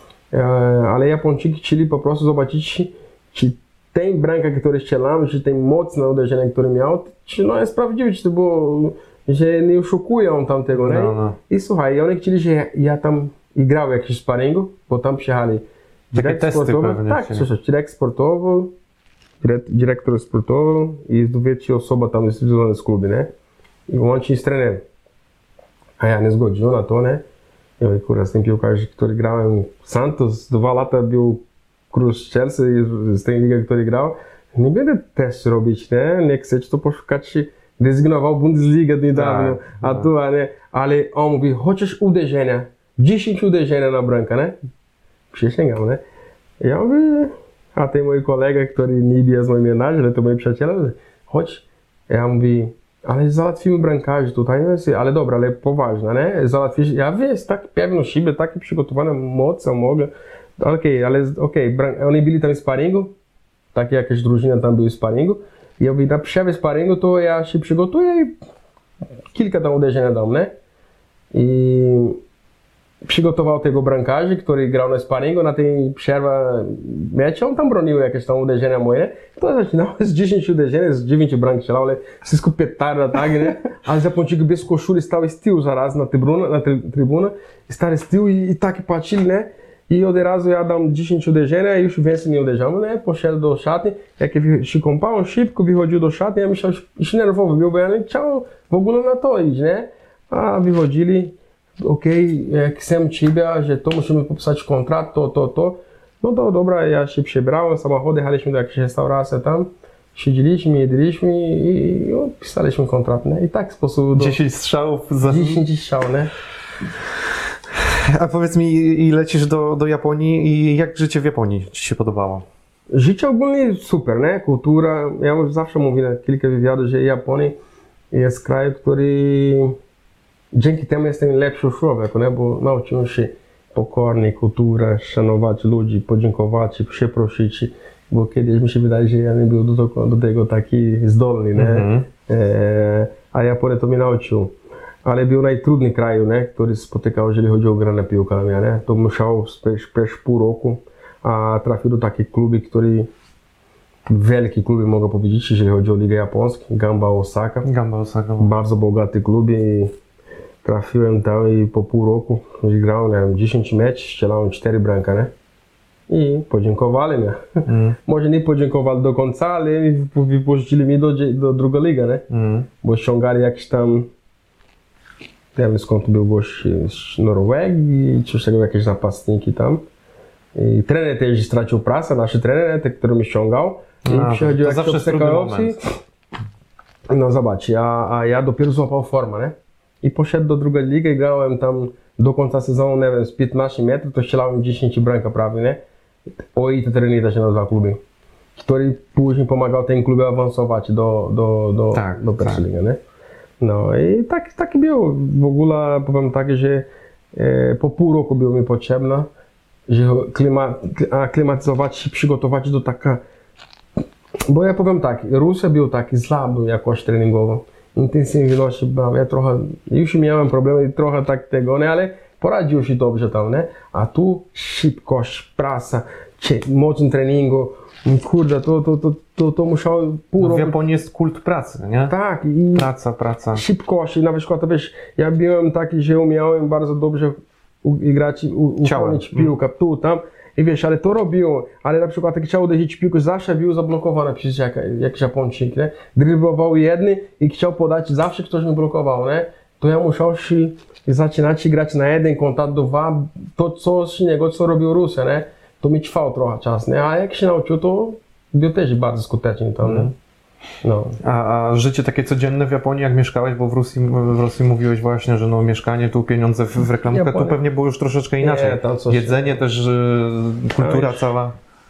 Ale Japończycy chcieli po prostu zobaczyć, czy ten bramka, który strzelałem, czy ten mocne uderzenie, które miał, czy no jest prawdziwe, czy to było, że nie oszukują tamtego, nie? No, no. I słuchaj, oni chcieli, że ja tam grał jakiś sparingu, bo tam przyjechali. Direkt sportowy, tak, słyszę, direkt sportowy, dyrektor sportowy i dwie, trzy osoby tam związane z klubem, nie? I łącznie z trenerem. A ja nie zgodziłem na to, nie? Ja mówię, kurwa, z tym piłkarzem, który grałem w Santos, dwa lata był król z Chelsea, z tej ligi, który grał. Nie będę też robić, nie? Nie chcę to poszukać, rezygnował Bundesliga niedawno, tak, a tu, a nie? Ale on mówi, chociaż uderzenia, dziesięć uderzenia na bramkę, nie? Przysięgam, nie? Ja mówię, a ten mój kolega, który niby jest mój menadżer, to mój przyjaciel, chodź. Ja mówię, ale załatwimy bramkarzy tutaj, ale dobra, ale poważnie, nie? Załatwisz, ja wiesz, tak pewno siebie, takie przygotowane mocno mogę. Okej, okay, ale okej, okay, oni byli tam w sparingu, takie jakieś drużyny tam były w sparingu. Ja mówię, na przerwie sparingu to ja się przygotuję i kilka tam uderzenia dam, nie? I przygotował tego brankarzy, który grał na sparingu, na tej przerwie meczu, on tam bronił jakieś tam uderzenia moje. To zaczynał z dziesięć uderzeń, z dziewięć brank strzelał, ale wszystko petarda, tak, nie? Ale Japończycy bez koszuli stały z tyłu zaraz na trybunę, na trybunę, stali z tyłu i, i tak patrzyli, nie? I od razu ja dam dziesięć uderzenia i już więcej nie uderzamy, nie? Poszedł do szatni, jak się kąpał, on szybko wychodził do szatni, ja myślałem, że nerwowy był, bo ja nie chciał w ogóle na to iść, nie? A wychodzili, okej, okay, jak chcę ciebie, że to musimy podpisać kontrakt, to, to, to. No to dobra, ja się przebrałem, samochód, jechaliśmy do jakiejś restauracji tam, siedzieliśmy, jedliśmy i no, pisaliśmy kontrakt, nie? I tak w sposób... Do... dziesięć strzałów za... dziesięć strzałów, nie? A powiedz mi, i lecisz do, do Japonii i jak życie w Japonii ci się podobało? Życie ogólnie super, nie? Kultura, ja zawsze mówię na kilka wywiadów, że Japonia jest kraj, który dzięki temu jestem lepszy człowiek, nie? Bo nauczyłem się pokornie, kultura, szanować ludzi, podziękować, przeprosić, bo kiedyś mi się wydaje, że ja nie był do tego, do tego taki zdolny, nie? Mm-hmm. E, a Japonia to mnie nauczył. Ale był najtrudny kraj, nie? Który spotykał, jeżeli chodzi o grę na piłkę, nie? To musiał spać pół roku, a trafił do takich kluby, który wielkie kluby mogę powiedzieć, jeżeli chodzi o Ligę Japońską, Gamba Osaka. Gamba Osaka. Bardzo bogaty klub i trafiłem tam i po pół roku grałem, nie wiem, dziesięć meczów, strzelałem cztery bramki, nie? I podziękowali mnie. Mm. Może nie podziękowali do końca, ale wypuścili mnie do, do drugiej ligi, nie? Mm. Bo ściągali jakieś tam, nie wiem skąd był gość z Norwegii, coś takiego, jakieś napastniki tam. I trener też stracił pracę, nasz trener, ten, który mnie ściągał. I a, przychodził jakiś obcokrajowcy. No zobacz, a, a ja dopiero złapał formę, nie? I poszedł do drugiej ligi i grałem tam do końca sezonu, nie wiem, z piętnaście metrów, to strzelałem dziesięć bramek prawie, nie? Oj, to trener się nazywa kluby, który później pomagał tym klubie awansować do, do, do, tak, do pierwszej tak. ligi, nie? No i tak, tak było. W ogóle powiem tak, że e, po pół roku było mi potrzebne, że klimat, aklimatyzować się, przygotować do taka... Bo ja powiem tak, Rusja był taki słaby jakoś treningowo. Intensywność była, ja trochę, już miałem problemy, trochę tak tego, nie, ale poradził się dobrze tam, nie? A tu szybkość, praca, mocny treningu, kurde, to, to, to, to, to musiało pół no, roku... W Japonii jest kult pracy, nie? Tak. I praca, praca. Szybkość, na przykład, wiesz, ja byłem taki, że umiałem bardzo dobrze grać, uchronić piłkę tu, tam. I wiesz, ale to robiło, ale na przykład jak chciał uderzyć piłkę, zawsze był zablokowany przez jak, jak Japończyk, nie? Driblował jedny i chciał podać, zawsze ktoś mnie blokował, nie? To ja musiał się zaczynać grać na jeden kontakt, dwa, to coś innego, co robił Rusja, nie? To mi trwało trochę czas, nie? A jak się nauczył, to był też bardzo skuteczny tam, nie? No. A, a życie takie codzienne w Japonii, jak mieszkałeś, bo w Rosji, w Rosji mówiłeś właśnie, że no mieszkanie, tu pieniądze w, w reklamówkę, Japonia. Tu pewnie było już troszeczkę inaczej. Nie, coś... Jedzenie też, kultura no cała.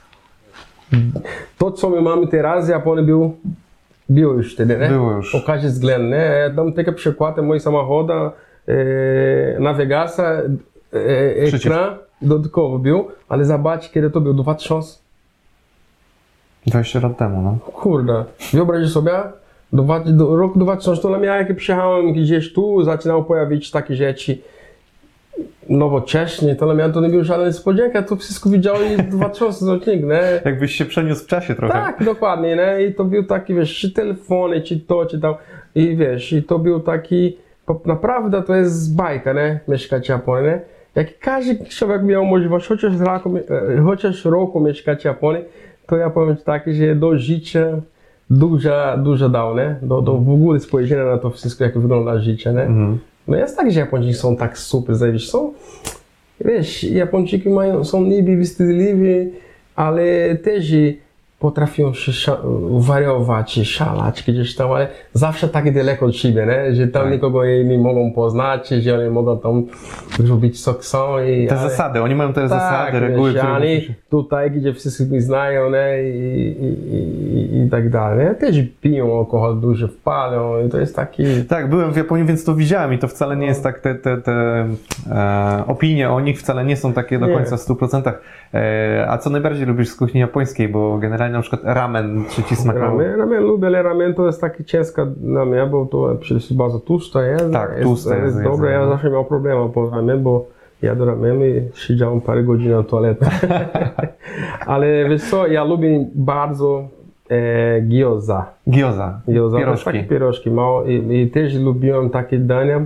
To, co my mamy teraz, Japonii był, było już wtedy, nie? Było już. Po każdym względzie, nie? Ja dam taki przykład, mój samochód, e, nawigacja, e, ekran dodatkowo był, ale zobacz, kiedy to był, dwa tysiące dwadzieścia lat temu, no. Kurde, wyobraź sobie, do, do roku dwa tysiące, to ja jak przyjechałem gdzieś tu, zaczynały pojawić takie rzeczy nowocześnie, to dla mnie to nie było żadna niespodzianka, to wszystko widziałem i dwa tysiące rocznik, nie? Jakbyś się przeniósł w czasie trochę. Tak, dokładnie, nie? I to był taki, wiesz, czy telefony, czy to, czy tam, i wiesz, i to był taki, naprawdę to jest bajka, nie? Mieszkać w Japonii, nie? Jak każdy człowiek miał możliwość chociaż roku, chociaż roku mieszkać w Japonii, to ja powiem tak, że do życia dużo, dużo dał, nie? Do, do w ogóle spojrzenia na to wszystko, jak wygląda życie, nie? Mm. No jest tak, że Japończycy są tak super, zajebiście, są, wiesz, Japończycy mają, są niby wstydliwi, ale też potrafią się wariować, szalać gdzieś tam, ale zawsze tak daleko od siebie, nie? Że tam tak. Nikogo nie mogą poznać, że oni mogą tam robić co chcą. I, te ale... zasady, oni mają te tak, zasady, reguły, wiesz, które oni musi... tutaj, gdzie wszyscy mnie znają, nie? I, i, i, i tak dalej. Nie? Też piją alkohol, dużo wpalą i to jest taki... Tak, byłem w Japonii, więc to widziałem i to wcale nie jest tak, te, te, te e, opinie o nich wcale nie są takie do końca nie. w stu procentach. E, a co najbardziej lubisz z kuchni japońskiej, bo generalnie na przykład ramen, czy ci smakował? Ramen, ramen lubię, ale ramen to jest taki ciężka dla mnie, bo to przecież bardzo tłuste jest. Tak, tłuste jest. jest, jest dobre, ja zawsze miał problemy po ramen, bo Ja dorałem i siedziałem parę godzin na toaletę. Ale wiesz co, ja lubię bardzo e, gyoza. Gyoza, Gyoza, pierożki. takie pierożki mało i, i też lubiłem takie dania.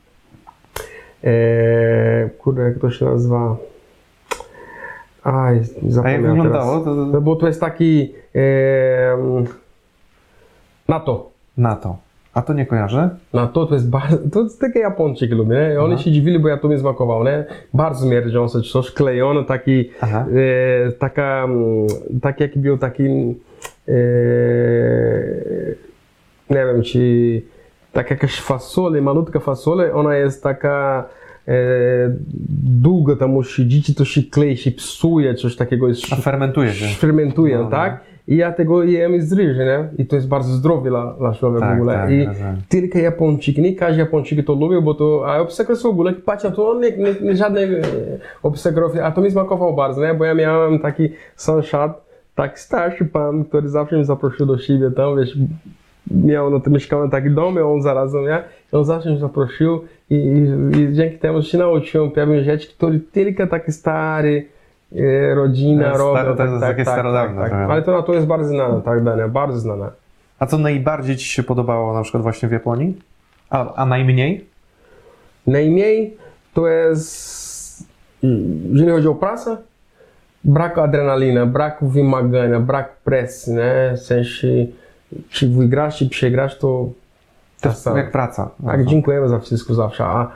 E, kurde, jak to się nazywa? Aj, A zapomniałem jak wyglądało? teraz. To, No bo to jest taki e, natto. NATO. A to nie kojarzę? Natto to jest bardzo, to jest takie Japończyk lubię, nie? I oni Aha. się dziwili, bo ja to mi smakował, nie? Bardzo mierzące, coś klejone, taki, Aha. e, taka, mm, tak jak był taki, e, nie wiem, czy tak jakaś fasole, malutka fasole, ona jest taka e, długo tam musi siedzieć, to się klei, się psuje, coś takiego jest. A fermentuje się. Fermentuje, No, no. tak? I ja tego jem z ryży, nie? I to jest bardzo zdrowe dla, dla człowieka Tak, w ogóle. tak, I rozumiem. tylko Japończycy, nie każdy Japończyk to lubi, bo to, a obsekrów w ogóle, patrzę, to nie, nie, nie żadnej obsekrów, a to mi smakowało bardzo, nie? Bo ja miałem taki sąsiad, tak starszy pan, który zawsze mnie zaprosił do siebie tam, wiesz, miał, no to mieszkałem taki dom, i on zarazem, nie? I on zawsze mnie zaprosił i, i, i dzięki temu się nauczyłem pewnych rzeczy, które tylko taki stary, e, rodzina Stare- robią. to jest takie starodawne tak, trochę. ale to, to jest bardzo znane, tak, dane, bardzo znane. A co najbardziej Ci się podobało na przykład właśnie w Japonii? A, a najmniej? Najmniej to jest, jeżeli chodzi o pracę, brak adrenaliny, brak wymagania, brak presji, nie? W sensie, czy wygrasz, czy przegrasz, to To jest jak praca. tak, dziękujemy za wszystko zawsze, a,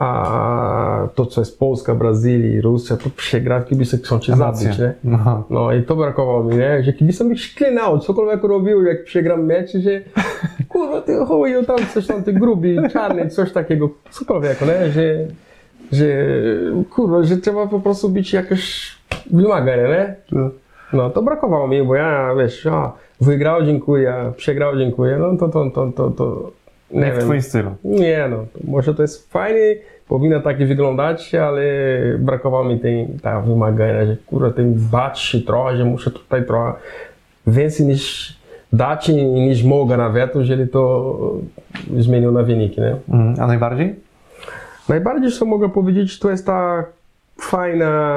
a to, co jest Polska, Brazylia, Rosja, to przegra, kibice chcą cię Emocje. zabić, nie? No. No i to brakowało mi, nie? Że kibice mi szklinało, cokolwiek robił, jak przegram mecz, że kurwa, ty chuju, tam coś tam, ty grubi, czarny, coś takiego, cokolwiek, nie? Że, że kurwa, że trzeba po prostu być jakoś wymagane, nie? No, to brakowało mi, bo ja, wiesz, a, wygrał, dziękuję, przegrał, dziękuję, no to, to, to, to, to nie, Nie wiem. w Twoim stylu. Nie no, może to jest fajnie, powinno tak wyglądać, ale brakowało mi tej tak wymagania, że kurwa, ten bać się trochę, że muszę tutaj trochę więcej niż dać niż mogę nawet, jeżeli to zmienił na wyniki, nie? Mhm. A najbardziej? Najbardziej, co mogę powiedzieć, to jest ta fajna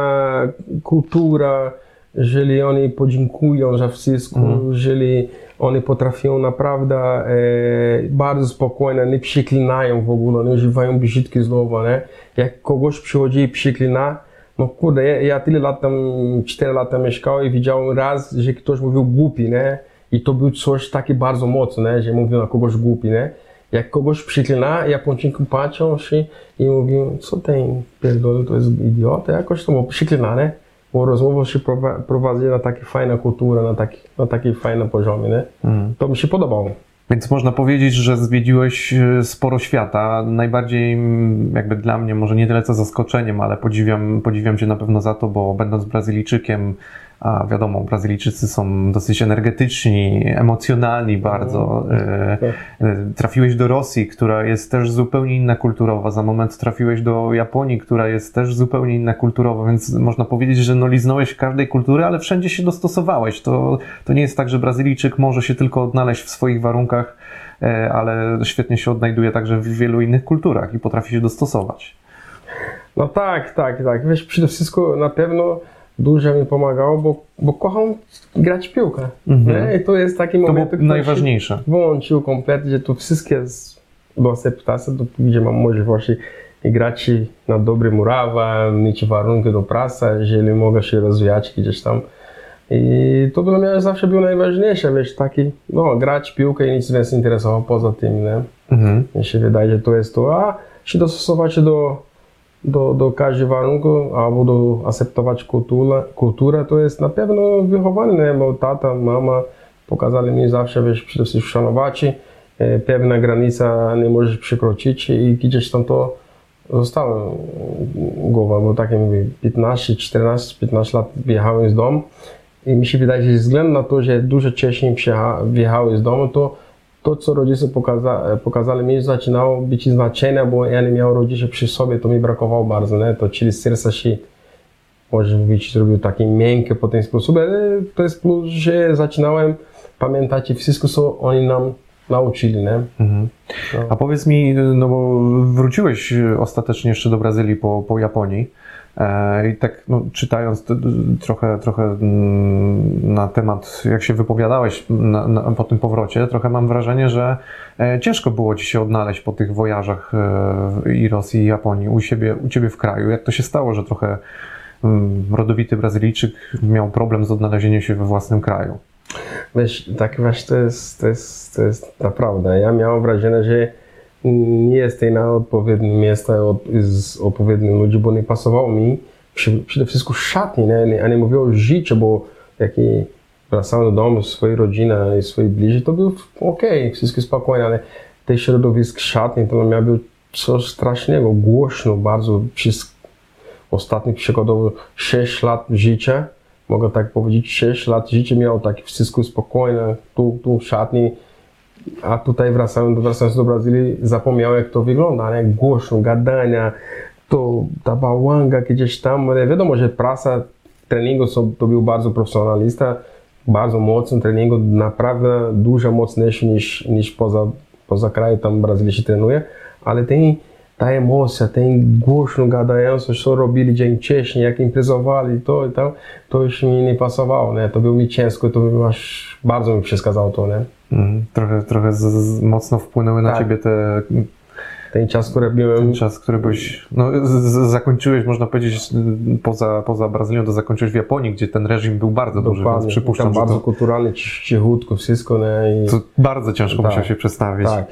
kultura, jeżeli oni podziękują za wszystko, Mhm. jeżeli oni potrafią naprawdę e, bardzo spokojnie, nie przeklinają w ogóle, nie używają brzydkich słów, nie? Jak kogoś przychodzi i przeklina, no kurde, ja, ja tyle lat tam, cztery lata mieszkałem i widziałem raz, że ktoś mówił głupi, nie? I to był coś takie bardzo mocne, że mówił na kogoś głupi, nie? Jak kogoś przeklina, Japończycy patrzą się i mówią, co ten pierdolę, to jest idiota, jakoś to, bo przeklina, nie? Bo rozmowa się prowadzi na takiej fajnej kulturze, na, taki, na takiej fajnym poziomie, nie? Mhm. To mi się podobało. Więc można powiedzieć, że zwiedziłeś e, sporo świata. Najbardziej mm, jakby dla mnie, może nie tyle co zaskoczeniem, ale podziwiam, podziwiam Cię na pewno za to, bo będąc Brazylijczykiem, a wiadomo, Brazylijczycy są dosyć energetyczni, emocjonalni bardzo. E, e, trafiłeś do Rosji, która jest też zupełnie inna kulturowa. Za moment trafiłeś do Japonii, która jest też zupełnie inna kulturowa, więc można powiedzieć, że no liznąłeś każdej kultury, ale wszędzie się dostosowałeś. To, to nie jest tak, że Brazylijczyk może się tylko odnaleźć w swoich warunkach, e, ale świetnie się odnajduje także w wielu innych kulturach i potrafi się dostosować. No tak, tak, tak. Wiesz, przede wszystkim na pewno dużo mi pomagało, bo, bo kocham grać w piłkę. Mhm. Nie? I to jest taki To moment, było najważniejsze. Włączył kompletnie, że to wszystkie jest do akceptacji, gdzie mam możliwość grać na dobre murawa, mieć warunki do pracy, jeżeli mogę się rozwijać gdzieś tam. I to dla mnie zawsze było najważniejsze, wiesz, taki, no, grać w piłkę i nic więcej interesowało poza tym, nie? Mhm. Mi się wydaje, że to jest to, a się dostosować do, do, do każdego warunku, albo do akceptować kulturę, kulturę, to jest na pewno wychowanie, bo tata, mama pokazali mi zawsze, wiesz, przede wszystkim szanować, e, pewna granica nie możesz przekroczyć i gdzieś tam to zostało głowa, bo tak jak mówię, piętnaście, czternaście, piętnaście lat wyjechałem z domu i mi się wydaje, że ze względu na to, że dużo wcześniej wyjechałem z domu, to to, co rodzice pokaza, pokazali mi, zaczynało być znaczenia, bo ja nie miałem rodziców przy sobie, to mi brakowało bardzo, nie? To czyli serce się, może mówić, zrobił takie miękkie po ten sposób, ale to jest plus, że zaczynałem pamiętać wszystko, co oni nam nauczyli, nie? Mhm. No. A powiedz mi, no bo wróciłeś ostatecznie jeszcze do Brazylii po, po Japonii e, i tak no, czytając t, trochę, trochę mm, na temat, jak się wypowiadałeś na, na, po tym powrocie, trochę mam wrażenie, że e, ciężko było ci się odnaleźć po tych wojażach e, i Rosji, i Japonii u siebie, u ciebie w kraju. Jak to się stało, że trochę mm, rodowity Brazylijczyk miał problem z odnalezieniem się we własnym kraju? Wiesz, tak właśnie to jest, to jest, to jest naprawdę. Ja miałem wrażenie, że nie jestem na odpowiednim miejscu z odpowiednimi ludźmi, bo nie pasowało mi przede wszystkim szatni, nie? A nie mówię o życiu, bo jak wracałem do domu, swojej rodziny i swojej bliżej, to było okej, wszystko spokojnie, ale te środowisk szatni, to miało być coś strasznego, głośno bardzo przez ostatnich przykładowo sześć lat życia. Mogę tak powiedzieć, sześć lat życia miał tak wszystko spokojne, tu, tu w szatni, a tutaj wracając, wracając do Brazylii, zapomniałem jak to wygląda, nie? Głośno, gadania, to ta bałanga gdzieś tam, ale wiadomo, że praca treningu to był bardzo profesjonalista, bardzo mocny treningu, naprawdę dużo mocniejszy niż, niż poza, poza krajem, tam w Brazylii się trenuje, ale ten ta emocja, ten głośno gadający, co robili dzień wcześniej, jak imprezowali, to i tam, to już mi nie pasowało, nie? To było mi ciężko, to by aż bardzo mi przeszkadzało to, nie? Mm, trochę trochę z, z, mocno wpłynęły na tak. ciebie te... Ten czas, który byłem... Ten czas, który byś... No, z, z, zakończyłeś, można powiedzieć, poza, poza Brazylią, to zakończyłeś w Japonii, gdzie ten reżim był bardzo duży, więc przypuszczam, tam że bardzo to... kulturalny, cichutko, wszystko, nie? I... To bardzo ciężko tak. musiał się przestawić. Tak.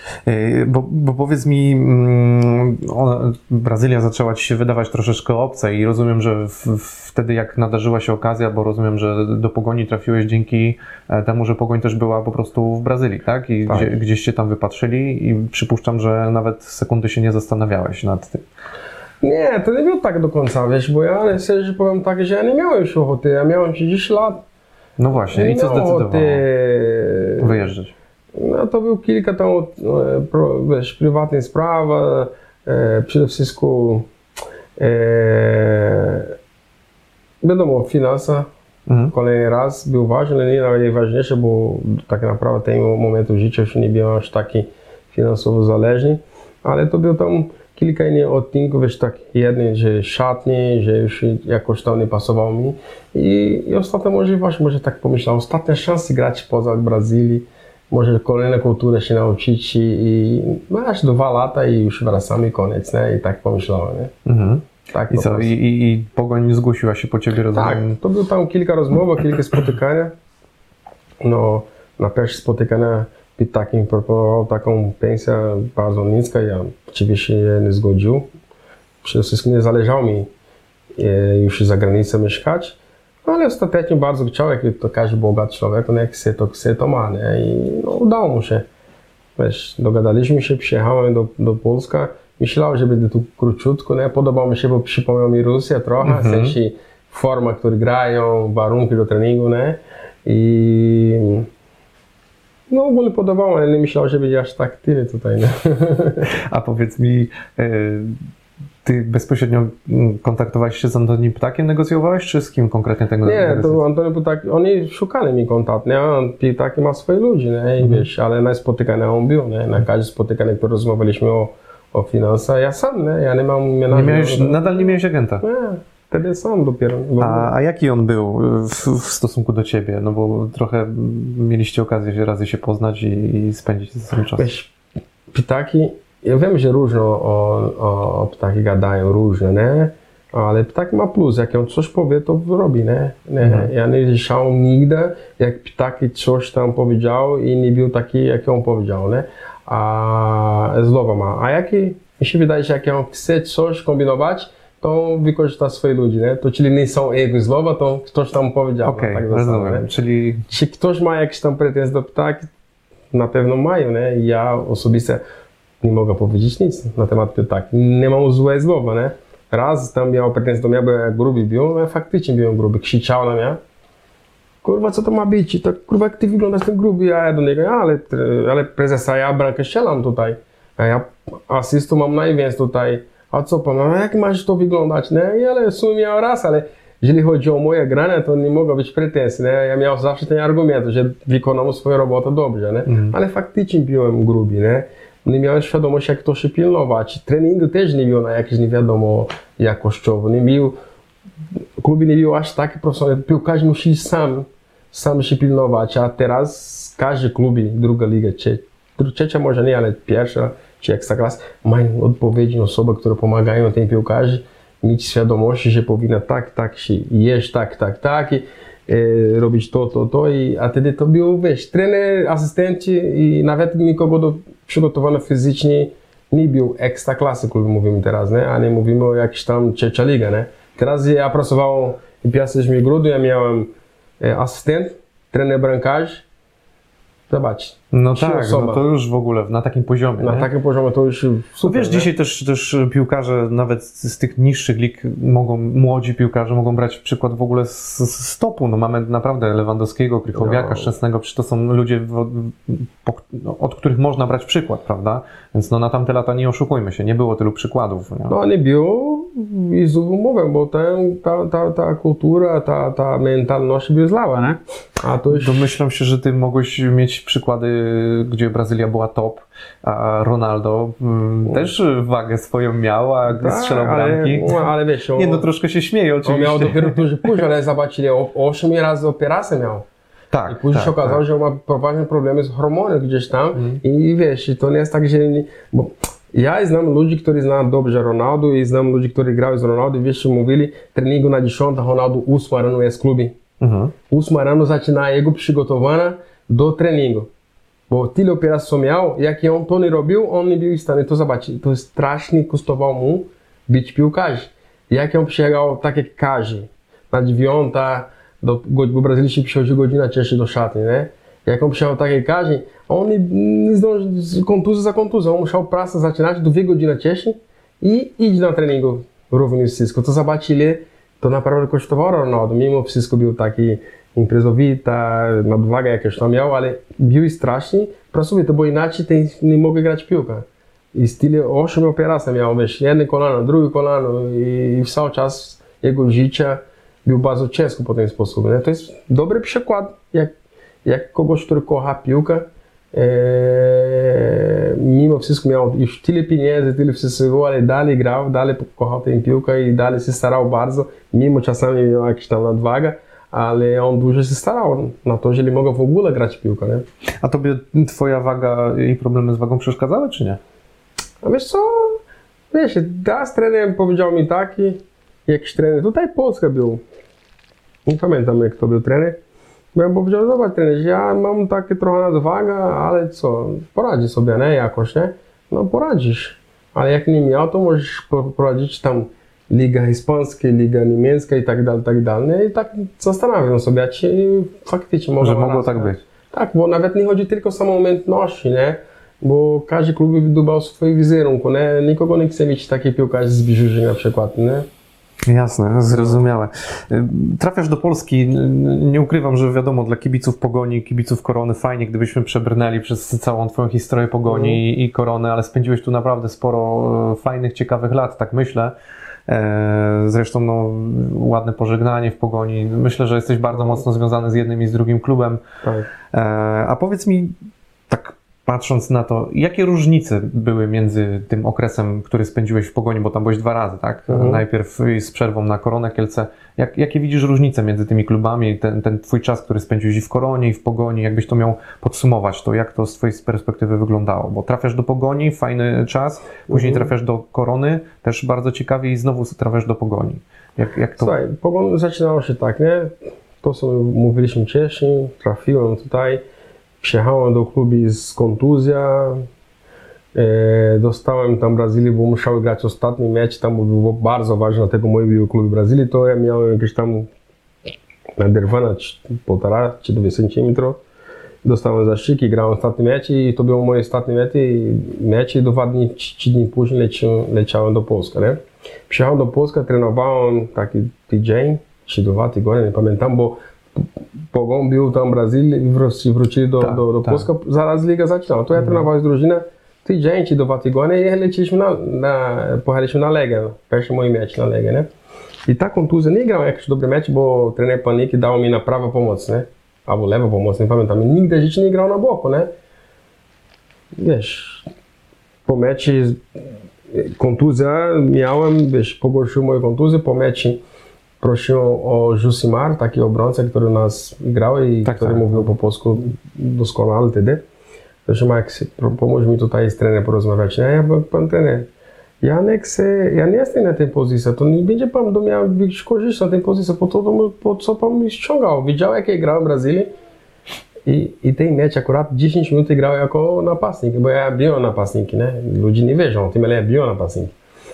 Bo, bo powiedz mi, mm, ona, Brazylia zaczęła ci się wydawać troszeczkę obca i rozumiem, że w, wtedy jak nadarzyła się okazja, bo rozumiem, że do Pogoni trafiłeś dzięki temu, że Pogoń też była po prostu w Brazylii, tak? I tak. Gdzie, gdzieś cię tam wypatrzyli i przypuszczam, że nawet sekundy się nie zastanawiałeś nad tym. Nie, to nie było tak do końca, wiesz, bo ja szczerze powiem tak, że ja nie miałem już ochoty, ja miałem trzydzieści lat. No właśnie, i co zdecydowało wyjeżdżać? No to było kilka tam, wiesz, prywatnych spraw, e, przede wszystkim e, wiadomo, finanse, mhm. kolejny raz był ważny, ale nie najważniejsze, bo tak naprawdę w tym momentu życia już nie byłem aż taki finansowo zależny, ale to było tam kilka innych odcinków, wiesz, tak jedny, że szatni, że już jakoś tam nie pasowało mi i, i ostatnia możliwość, może tak pomyślałem, ostatnia szansa grać poza Brazylii, może kolejne kultury się nauczyć i, i masz dwa lata i już wracamy, koniec, nie? I tak pomyślałem, nie? Mhm. Tak, I co, i, i, i Pogoń zgłosiła się po ciebie, rozumiem? Tak, to było tam kilka rozmów, kilka spotykania. No, na pierwsze spotkania Pitaki mi proponował taką pensję bardzo niską, ja oczywiście nie zgodził. Przede wszystkim nie zależało mi już za granicą mieszkać. Ale ostatecznie bardzo chciał, jak to każdy bogaty człowiek, on jak chce, to chce, to ma, nie? I no, udało mu się. Wiesz, dogadaliśmy się, przyjechałem do, do Polski. Myślałem, że będzie tu króciutko, nie? Podobało mi się, bo przypomniał mi Rosję trochę, mm-hmm. w sensie forma, które grają, warunki do treningu, nie? I no ogólnie podobało, ale nie myślałem, że będzie aż tak tyle tutaj, nie? A powiedz mi, ty bezpośrednio kontaktowałeś się z Antonim Ptakiem, negocjowałeś, czy z kim konkretnie tego Nie, to Antoni Ptak, oni szukali mi kontakt, nie? Ptak ma swoje ludzi, nie? I mhm. wiesz, ale na spotykaniu on był, nie? Na każde spotkanie, które rozmawialiśmy o, o finansach, ja sam, nie? Ja nie mam... Nie nie miałeś, no, nadal nie miałeś agenta? Nie, wtedy sam dopiero. A, a jaki on był w, w stosunku do ciebie? No bo trochę mieliście okazję się razy się poznać i, i spędzić ze sobą czas. Wiesz, Ptaki, ja wiem, że różno o, o, o ptaki gadają, różne, nie? Ale ptak ma plus, jak on coś powie, to robi, nie? nie? Mhm. Ja nie słyszałem nigdy, jak ptaki coś tam powiedział i nie był taki, jak on powiedział, nie? A słowa ma. A jaki, mi się wydaje, że jak on chce coś kombinować, to wykorzysta swoje ludzi, nie? To czyli nie są jego słowa, to ktoś tam powiedział. Okej, okay, tak rozumiem, czyli... Czy ktoś ma jakieś tam pretensje do ptaki? Na pewno mają, nie? Ja osobiście nie mogę powiedzieć nic na temat ptaki. Nie mam złe słowa, nie? Raz tam miał pretensje do mnie, bo ja gruby był, ja faktycznie byłem gruby, krzyczał na mnie. Kurwa, co to ma być? To, kurwa, jak ty wyglądasz ten gruby, a ja do niego, ale, ale prezesa, ja bramkę strzelam tutaj. A ja asystu mam najwięcej tutaj. A co pan, a jak masz to wyglądać, nie? I ale w sumie miał raz, ale jeżeli chodzi o moje granie, to nie mogło być pretensji, nie? Ja miałem zawsze ten argument, że wykonam swoją robotę dobrze, nie? Mm. Ale faktycznie byłem gruby, nie? Nie miałem świadomości, jak to się pilnować. Treningu też nie było na jakieś nie wiadomo jakościowo. Nie był, kluby nie były aż takie profesjonalne. Piłkarze musieli sam, sam się pilnować, a teraz każdy klub, druga liga, trzecia może nie, ale pierwsza czy ekstraklasa, mają odpowiednie osoby, które pomagają tym piłkarzom mieć świadomość, że powinna tak, tak się jeść, tak, tak, tak i e, robić to, to, to i a wtedy to był, wiesz, trener, asystenci i nawet nikogo do przygotowano fizycznie nie był ekstra klasy, jak mówimy teraz, nie? A nie mówimy o jakiejś tam trzecia liga, nie? Teraz ja pracowałem w Piastrze Żmigródu, ja miałem e, asystent, trener bramkarz. Zobacz. No tak, no to już w ogóle na takim poziomie. Na nie? takim poziomie to już super. No wiesz, nie? Dzisiaj też, też piłkarze nawet z, z tych niższych lig mogą, młodzi piłkarze mogą brać przykład w ogóle z, z topu. No mamy naprawdę Lewandowskiego, Krychowiaka, no. Szczęsnego, przecież to są ludzie, w, po, no, od których można brać przykład, prawda? Więc no na tamte lata nie oszukujmy się, nie było tylu przykładów. Nie? No nie było i z umową, bo ten, ta, ta, ta kultura, ta, ta mentalność była zlała, nie? A to już... Domyślam się, że ty mogłeś mieć przykłady, gdzie Brazylia była top, a Ronaldo mm, no. też wagę swoją miał, a gdy tak, strzelał bramki. Ale, ale wiesz, on, nie, no troszkę się śmieje oczywiście. On miał dopiero duży później, ale zobaczyli, osiem razy operację miał. Tak, I później tak, się okazało, tak. że ma poważne problemy z hormonami gdzieś tam mm. i wiesz, to nie jest tak, że... Nie, bo ja znam ludzi, którzy znają dobrze Ronaldo i znam ludzi, którzy grają z Ronaldo i wiesz, mówili, treningu na dziesiątą, Ronaldo ósma rano jest w klubie. Mhm. ósma rano zaczyna jego przygotowania do treningu. Bo tyle operacji miał, jak on to nie robił, on nie był w stanie to zobaczyć. To strasznie kosztowało mu być piłkarzem. Jak on przyjechał, tak jak każdy, na dziewiąta, do, bo Brazylii się przychodzi godzina wcześniej do szatni, nie? Jak on przyjechał tak jak każdy, on nie, nie zdążył, kontuzja za kontuzją, on musiał pracę zaczynać dwie godziny wcześniej i iść na treningu również wszystko. To zobaczyli, to naprawdę kosztowało Ronaldo, mimo wszystko był taki imprezowita, nadwaga jakieś tam miał, ale był strasznie pracowity, bo inaczej ten nie mogę grać w piłkę. I z tyle osiem operacji miał, wiesz, jedno kolano, drugie kolano i, i cały czas jego życie był bardzo ciężko po ten sposób. Nie? To jest dobry przykład, jak, jak kogoś, który kocha piłkę, e, mimo wszystko miał już tyle pieniędzy, tyle wszystkiego, ale dalej grał, dalej kochał tę piłkę i dalej się starał bardzo, mimo czasami miał jakąś tam nadwagę, ale on dużo się starał na to, jeżeli mogę w ogóle grać w piłkę. Nie? A tobie twoja waga i problemy z wagą przeszkadzały, czy nie? A wiesz co, wiesz, teraz trener powiedział mi taki, jakiś trener, tutaj Polska był, nie pamiętam jak to był trener, bo ja powiedział, zobacz trener, ja mam takie trochę nadwaga, ale co, poradzi sobie, nie, jakoś, nie? No poradzisz, ale jak nie miał, to możesz poradzić tam Liga Hiszpańska, Liga Niemiecka i tak dalej, tak dalej. I tak zastanawiam sobie, czy faktycznie mogło, że mogło tak być. Tak, bo nawet nie chodzi tylko o samą umiejętności, nie? Bo każdy klub dbał o swoje wizerunku, nie? Nikogo nie chce mieć takiej piłkarzy z Biżuży na przykład, nie? Jasne, zrozumiałe. Trafiasz do Polski, nie ukrywam, że wiadomo, dla kibiców Pogoni, kibiców Korony fajnie, gdybyśmy przebrnęli przez całą twoją historię Pogoni mm. i Korony, ale spędziłeś tu naprawdę sporo fajnych, ciekawych lat, tak myślę. Zresztą no, ładne pożegnanie w Pogoni. Myślę, że jesteś bardzo mocno związany z jednym i z drugim klubem. Tak. A powiedz mi, tak patrząc na to, jakie różnice były między tym okresem, który spędziłeś w Pogoni, bo tam byłeś dwa razy, tak? Mhm. Najpierw z przerwą na Koronę Kielce. Jak, jakie widzisz różnice między tymi klubami, ten, ten twój czas, który spędziłeś i w Koronie, i w Pogoni, jakbyś to miał podsumować, to jak to z twojej perspektywy wyglądało? Bo trafiasz do Pogoni, fajny czas, później mhm. trafiasz do Korony, też bardzo ciekawie i znowu trafiasz do Pogoni. Jak, jak to... Słuchaj, Pogon zaczynało się tak, nie? To, co mówiliśmy wcześniej, trafiłem tutaj, przyjechałem do klubu z kontuzja, e, dostałem tam Brazylię, bo musiał grać ostatni mecz, tam było bardzo ważne, dlatego mój był klub Brazylii, to ja miałem jakieś tam naderwane półtora czy dwa centymetry. Dostałem zastrzyki, grałem ostatni mecz i to był mój ostatni mecz i, mecz i dwa dni, trzy dni później leciałem, leciałem do Polski. Nie? Przyjechałem do Polski, trenowałem taki tydzień, czy dwa tygodnie, nie pamiętam, bo Pogon był tam w Brazylii i wrócili do, tak, do, do Polski, tak. Zaraz liga zaczynała. To ja trenowałem z drużyną tydzień czy dwa tygodnie i leciliśmy na, na, pojechaliśmy na Legę, pierwszy mój mecz na Legę, nie? I ta kontuzja, nie grałem jakiś dobry mecz, bo trener Paniki dał mi na prawa pomoc, nie? Albo lewa pomoc, nie pamiętam. Nigdy życie nie grał na boku, nie? Wiesz, po meczu kontuzja miałem, wiesz, pogorszył moje kontuzje, po meczu prosiłem o Jusimar, taki obrońca, który u nas grał i tak, który tak. mówił po polsku doskonale wtedy. Proszę Max, pomóż mi tutaj z trenerem porozmawiać. Nie? Ja pan trener, ja nie chcę, ja nie jestem na tej pozycji, to nie będzie pan do mnie korzyść na tej pozycji, po to, po co pan mi ściągał. Widział, jak ja grałem w Brazylii i, i ten mecz akurat dziesięć minut grał jako napastnik, bo ja byłem napastnik, nie? Ludzie nie wierzą, tym ale ja byłem napastnik.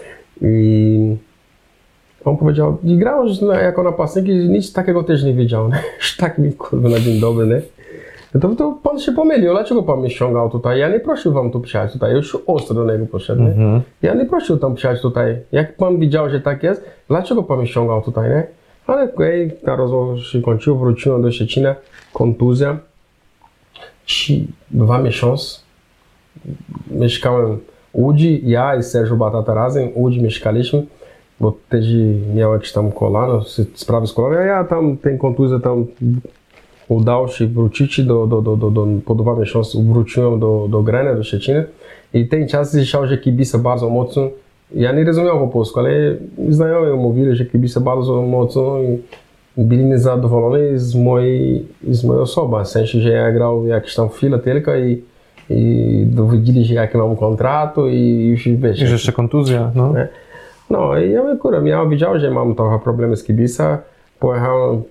I on powiedział, i grał jako napastnik i nic takiego też nie wiedział, nie? Tak mi kurwa na dzień dobry, nie? To, to pan się pomylił, dlaczego pan mnie ściągał tutaj? Ja nie prosił wam tu przyjechać tutaj, już ostro do niego poszedł, nie? Mm-hmm. Ja nie prosił tam przyjechać tutaj. Jak pan widział, że tak jest, dlaczego pan mnie ściągał tutaj, nie? Ale okej, ta rozmowa się kończyła, wróciłem do Szczecina, kontuzja. Trzy, dwa miesiące mieszkałem w Łodzi, ja i Sergio Batata razem w Łodzi mieszkaliśmy, bo też miał jakieś tam kolano, sprawy z kolanem, a ja tam, ten kontuzja tam udało się wrócić do, do, do, do, do, po dwa miesiące wróciłem do, do grania, do Szczecina i ten czas słyszał, że kibice bardzo mocno, ja nie rozumiałem po polsku, ale znajomi mówili, że kibice bardzo mocno byli niezadowoleni z mojej, z mojej osoby, w sensie, że ja grał jakieś tam chwilę tylko i, i dowiedzieli się, jaki mam kontrakt i już wiesz. I że jeszcze kontuzja, no. Nie? No i ja mówię, kurwa, ja wiedział, że mam trochę problemy z kibica, pojechałem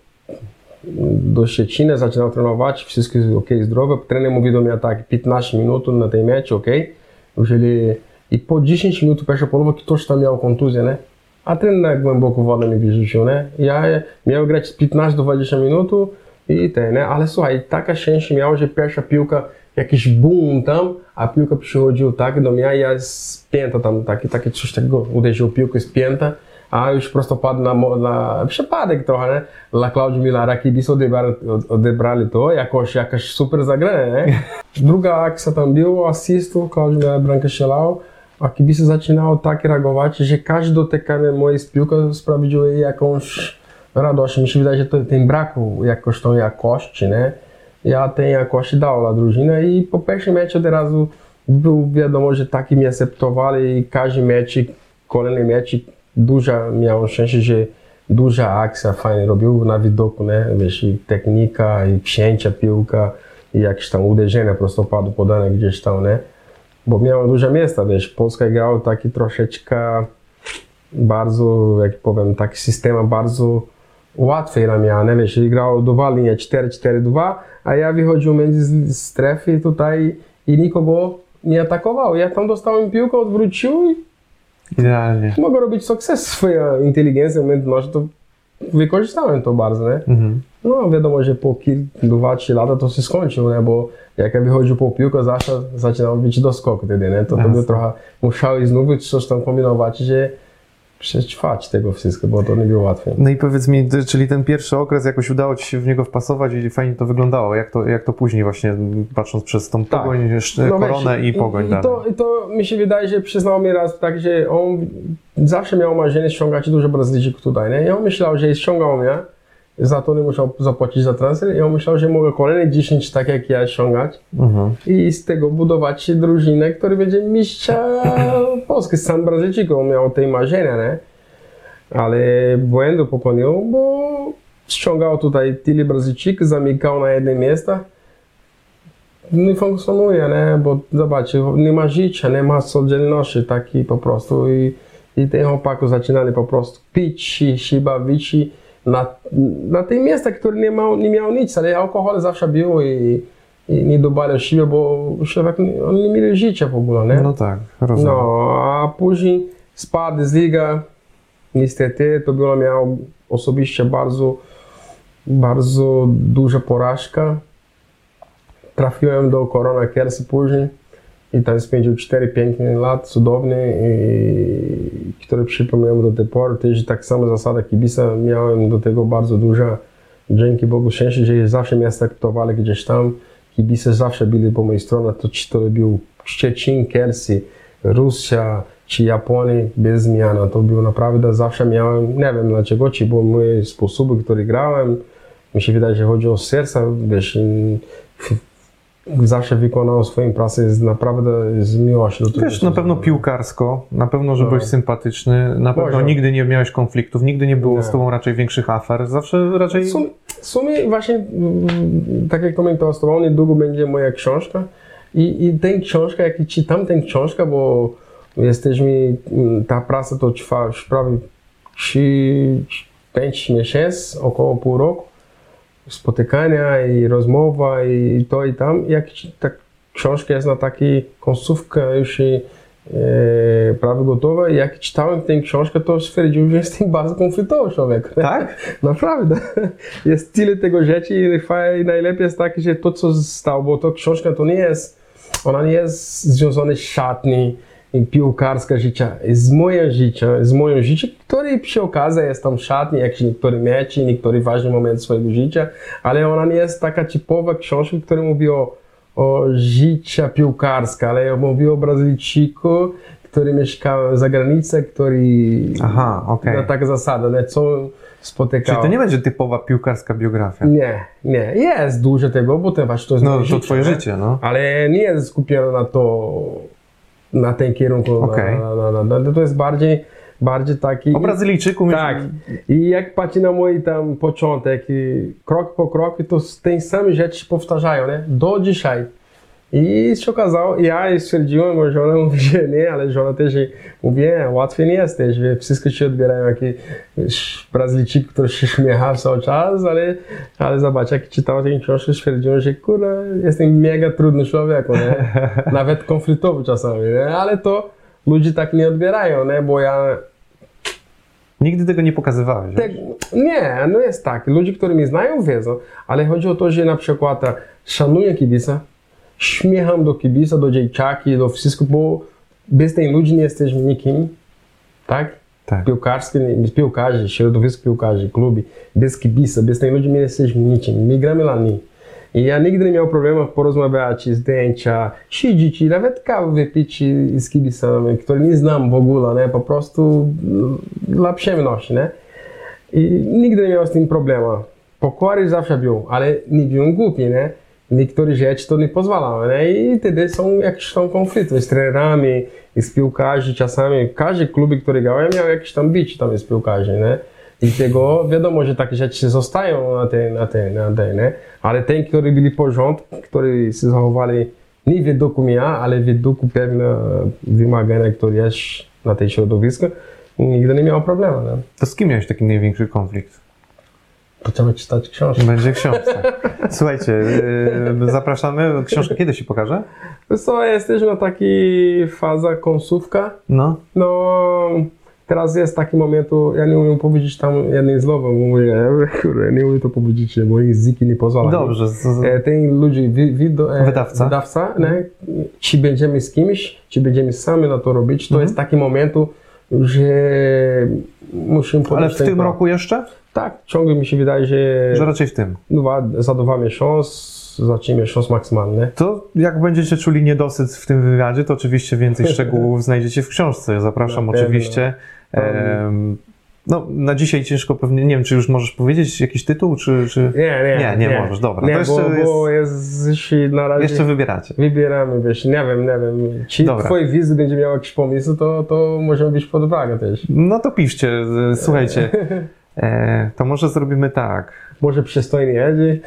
do Szczecina, zaczynał trenować, wszystko jest ok, zdrowe. Trener mówi do mnie tak, piętnaście minut na tej mecz, ok. Jeżeli... I po dziesięć minut pierwsza połowa ktoś tam miał kontuzję, nie? A trener na głęboką wodę mi wyrzucił, nie? Ja miał grać piętnaście do dwudziestu minut i ten, nie? Ale słuchaj, taka szczęście miał, że pierwsza piłka, jakiś boom tam, a piłka przychodziła tak do mnie, ja z pięta tam, takie, takie coś takiego, uderzył piłkę z pięta, a już prosto padł na, na przypadek trochę, nie? Dla Claudio Milara kibice odebrali, odebrali to, jakoś, jakoś super zagrane, nie? Druga akcja tam była, asystu, Claudio Milara bramkę strzelał, a kibice zaczynały tak reagować, że każde dotykanie mojej piłki sprawiło jej jakąś radość. Mi się wydaje, że to, ten brak jakoś tą jakości, nie? Ja tej jakości dał dla drużyny i po pierwszym meczu od razu było wiadomo, że taki mnie akceptowali i każdy mecz, kolejny mecz, duża miałem szczęście, że duża akcja fajnie robił na widoku, nie? Wiesz, i technika, i przyjęcia piłka, i jakieś tam uderzenia prostopadu podane gdzieś tam, nie? Bo miałem duże miejsca, wiesz, Polska grała taki troszeczkę bardzo, jak powiem, taki system bardzo łatwiej dla mnie, nie? Wiesz, grał dwa linie cztery cztery dwa, a ja wychodził między strefy tutaj i nikogo nie atakował. Ja tam dostałem piłkę, odwrócił i idealnie. Mogę robić sukces, swoja inteligencja, umiejętność, to wykorzystałem to bardzo, nie? Mhm. No wiadomo, że po dwa trzy lata to się skończyło, nie? Bo jak ja wychodził po piłkę, zawsze zaczynał być do skoku wtedy, nie? To, to by trochę musiałeś znowu coś tam kombinować, że przetrwać tego wszystkiego, bo to nie było łatwe. No i powiedz mi, czyli ten pierwszy okres jakoś udało ci się w niego wpasować i fajnie to wyglądało. Jak to, jak to później właśnie, patrząc przez tą tak. pogoń, no koronę i, i pogoń i, i, to, I to mi się wydaje, że przyznał mi raz tak, że on zawsze miał marzenie ściągać dużo Brazylijczyków tutaj, nie? I on myślał, że ściągał mnie, za to nie musiał zapłacić za transfer i on myślał, że mogę kolejne dziesięć tak jak ja ściągać mhm. i z tego budować drużynę, który będzie mistrza Polski. Sam Brazylijczyk on miał tej marzenia, nie? Ale błędu popełnił, bo ściągał tutaj tyle Brazylijczyków, zamykał na jednym miejscu. Nie funkcjonuje, nie? Bo zobacz, nie ma życia, nie ma codzienności taki po prostu i, i te chłopaki zaczynali po prostu pić się, bawić się na, na tych miejscach, które nie, ma, nie miał nic, ale alkohol zawsze był i, i nie dbali o siebie, bo człowiek, on nie miał życia w ogóle, nie? No tak, rozumiem. No, a później spadł z liga, niestety to była miał osobiście bardzo, bardzo duża porażka. Trafiłem do Corona Kielce później i tam spędził cztery piękne lat, cudowne, i, które przypomniałem do tej pory. Też tak samo zasada kibica, miałem do tego bardzo dużo, dzięki Bogu szczęście, że zawsze mnie akceptowali gdzieś tam. Kibice zawsze byli po mojej stronie, to czy to był Szczecin, Kielce, Rosja, czy Japonii bez zmiany. To było naprawdę, zawsze miałem, nie wiem dlaczego, czy bo moje sposoby, które grałem, mi się wydaje, że chodzi o serce, wiesz, zawsze wykonał swoją pracę z, naprawdę z miłością. Do tego, Wiesz, na pewno piłkarsko, na pewno, że no. byłeś sympatyczny, na pewno Może. nigdy nie miałeś konfliktów, nigdy nie było Nie. z tobą raczej większych afer, zawsze raczej... W sumie, w sumie właśnie, mm, tak jak komentował z tobą, niedługo będzie moja książka i, i tę książkę, jak czytam tę książkę, bo jesteśmy, ta praca to trwa już prawie trzy pięć miesięcy, około pół roku, spotykania i rozmowa i to i tam. Jak ta książka jest na takiej końcówkę już e, prawie gotowa, jak czytałem tę książkę, to stwierdziłem, że jestem bardzo konfliktowy człowiek. Tak? Naprawdę. Jest tyle tego rzeczy i najlepiej jest tak, że to co stało, bo to książka to nie jest, ona nie jest związana z szatni i piłkarska życia, z moim życiem, z moim życiem, który przy okazji jest tam szatni, jak niektóre mecze, niektóre ważne momenty swojego życia, ale ona nie jest taka typowa książka, która mówi o, o życiu piłkarskim, ale mówi o Brazylijczyku, który mieszkał za granicą, który Aha, okej. na taka zasada, nie, co spotykał. Czyli to nie będzie typowa piłkarska biografia? Nie, nie, jest dużo tego, bo to właśnie to jest No, moje to życie, twoje nie? życie, no. Ale nie jest skupione na to, na tym kierunku, Okej. na, na, na, na, to jest bardziej, bardziej taki... O Brazylijczyku Tak, i jak patrzę na mój tam początek, i krok po kroku, to te same rzeczy się powtarzają, nie? Do dzisiaj. I się okazało, ja stwierdziłem, bo żona mówi, że nie, ale żona też mówi, nie, łatwiej nie jesteś, że wszystko ci odbierają, jaki Brazylijczyk, który się śmiecha cały czas, ale, ale zobacz, jak czytałem tę książkę, stwierdziłem, że kurde, jestem mega trudny człowiek, nie? Nawet konfliktowy czasami, nie? Ale to ludzie tak nie odbierają, nie? Bo ja... Nigdy tego nie pokazywałeś. Tak, nie, no jest tak, ludzie, którzy mnie znają, wiedzą, ale chodzi o to, że na przykład szanuję kibica, śmiecham do kibica, do dzieciaki, do wszystko, bo bez tych ludzi nie jesteśmy nikim, tak? Tak. Piłkarskie, bez piłkarzy, środowisko piłkarzy, kluby, bez kibica, bez tych ludzi nie jesteśmy niczym, my gramy dla nich. I ja nigdy nie miał problemów porozmawiać, zdjęcia, siedzieć, nawet kawę wypić z kibicami, których nie znam w ogóle, nie? Po prostu dla przyjemności, nie? I nigdy nie miał z tym problemu. Pokory zawsze był, ale nie byłem głupi, nie? Niektóre rzeczy to nie pozwalały, nie? I wtedy są jakieś tam konflikty z trenerami, i z piłkarzy czasami. Każdy klub, który grałem, miał jakieś tam bić tam z piłkarzy, nie? I tego wiadomo, że takie rzeczy zostają na tej, na tej, na tej, nie? Ale ten, którzy byli porządku, którzy się zachowali nie według mnie, ale według pewne wymagania, które jest na tej środowisku, nigdy nie miał problemu, nie? To z kim miałeś taki największy konflikt? To trzeba czytać książkę. Będzie książka. Słuchajcie, yy, zapraszamy. Książkę kiedy się pokaże? Co, jesteśmy na takiej fazie końcówka. No. No, teraz jest taki moment, ja nie umiem powiedzieć tam jednym słowem, mówię, kurde, nie umiem to powiedzieć, bo języki nie pozwalają. Dobrze. Z, z... E, ten ludzi, wi, wi, e, Wydawca. wydawca nie? Czy będziemy z kimś, czy będziemy sami na to robić, to Mhm. jest taki moment, że musimy podjąć Ale w ten tym krok. roku jeszcze? Tak, ciągle mi się wydaje, że, Że raczej w tym. dwa, za dwa miesiące, za trzy miesiące maksymalnie. To jak będziecie czuli niedosyt w tym wywiadzie, to oczywiście więcej szczegółów znajdziecie w książce. Zapraszam Na pewno. oczywiście. Em, no, na dzisiaj ciężko pewnie, nie wiem, czy już możesz powiedzieć jakiś tytuł, czy... czy... Nie, nie, Nie, nie możesz, dobra. Nie, To jeszcze bo, bo jest, jest na razie... Jeszcze wybieracie. Wybieramy, wiesz, nie wiem, nie wiem. Czy Dobra. twój wizyt będzie miał jakiś pomysł, to, to możemy być pod uwagę też. No to piszcie, e, słuchajcie. E, to może zrobimy tak. Może przystojnie jedzie.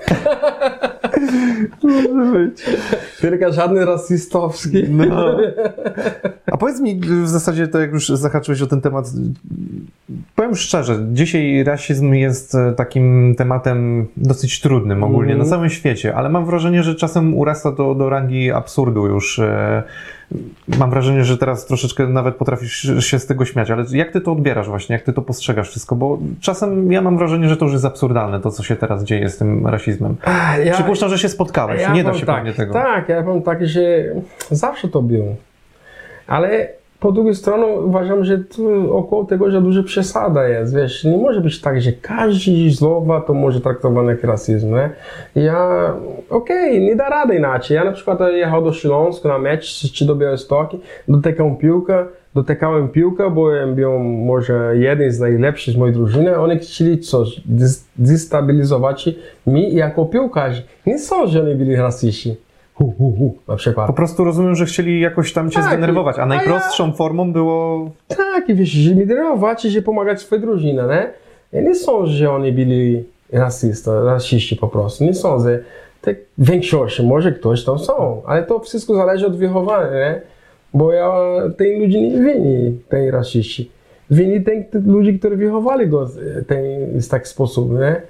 Może być. Tylko żadny rasistowski. No. A powiedz mi, w zasadzie to jak już zahaczyłeś o ten temat, powiem szczerze, dzisiaj rasizm jest takim tematem dosyć trudnym ogólnie Mhm. na całym świecie, ale mam wrażenie, że czasem urasta to do rangi absurdu już. E, Mam wrażenie, że teraz troszeczkę nawet potrafisz się z tego śmiać, ale jak ty to odbierasz właśnie, jak ty to postrzegasz wszystko, bo czasem ja mam wrażenie, że to już jest absurdalne, to co się teraz dzieje z tym rasizmem. Ja, Przypuszczam, że się spotkałeś, ja nie da powiem się tak, pewnie tego. Tak, ja powiem tak, że zawsze to było. Ale po drugiej stronie uważam, że tu około tego, że duża przesada jest, wiesz, nie może być tak, że każdy słowa to może traktować jak rasizm, nie? Ja, okej, okay, nie da rady inaczej. Ja na przykład jechał do Śląsku na mecz, czy do Białegostoku, dotykałem piłkę, dotykałem piłkę, bo ja byłem może jeden z najlepszych z mojej drużyny, oni chcieli coś, destabilizować mi jako piłkarz. Nie sądzę, że oni byli rasiści. Hu, hu, hu, na przykład. Po prostu rozumiem, że chcieli jakoś tam cię tak, zdenerwować, a najprostszą a ja... formą było... Tak, i wiesz, że mi denerwować i że pomagać swojej drużynie, nie? Ja nie sądzę, że oni byli rasista, rasiści po prostu, nie sądzę. Tak w większości, może ktoś tam są, ale to wszystko zależy od wychowania, nie? Bo ja tych ludzi nie wini, tej rasiści. Wini tych ludzi, którzy wychowali go w taki sposób, nie?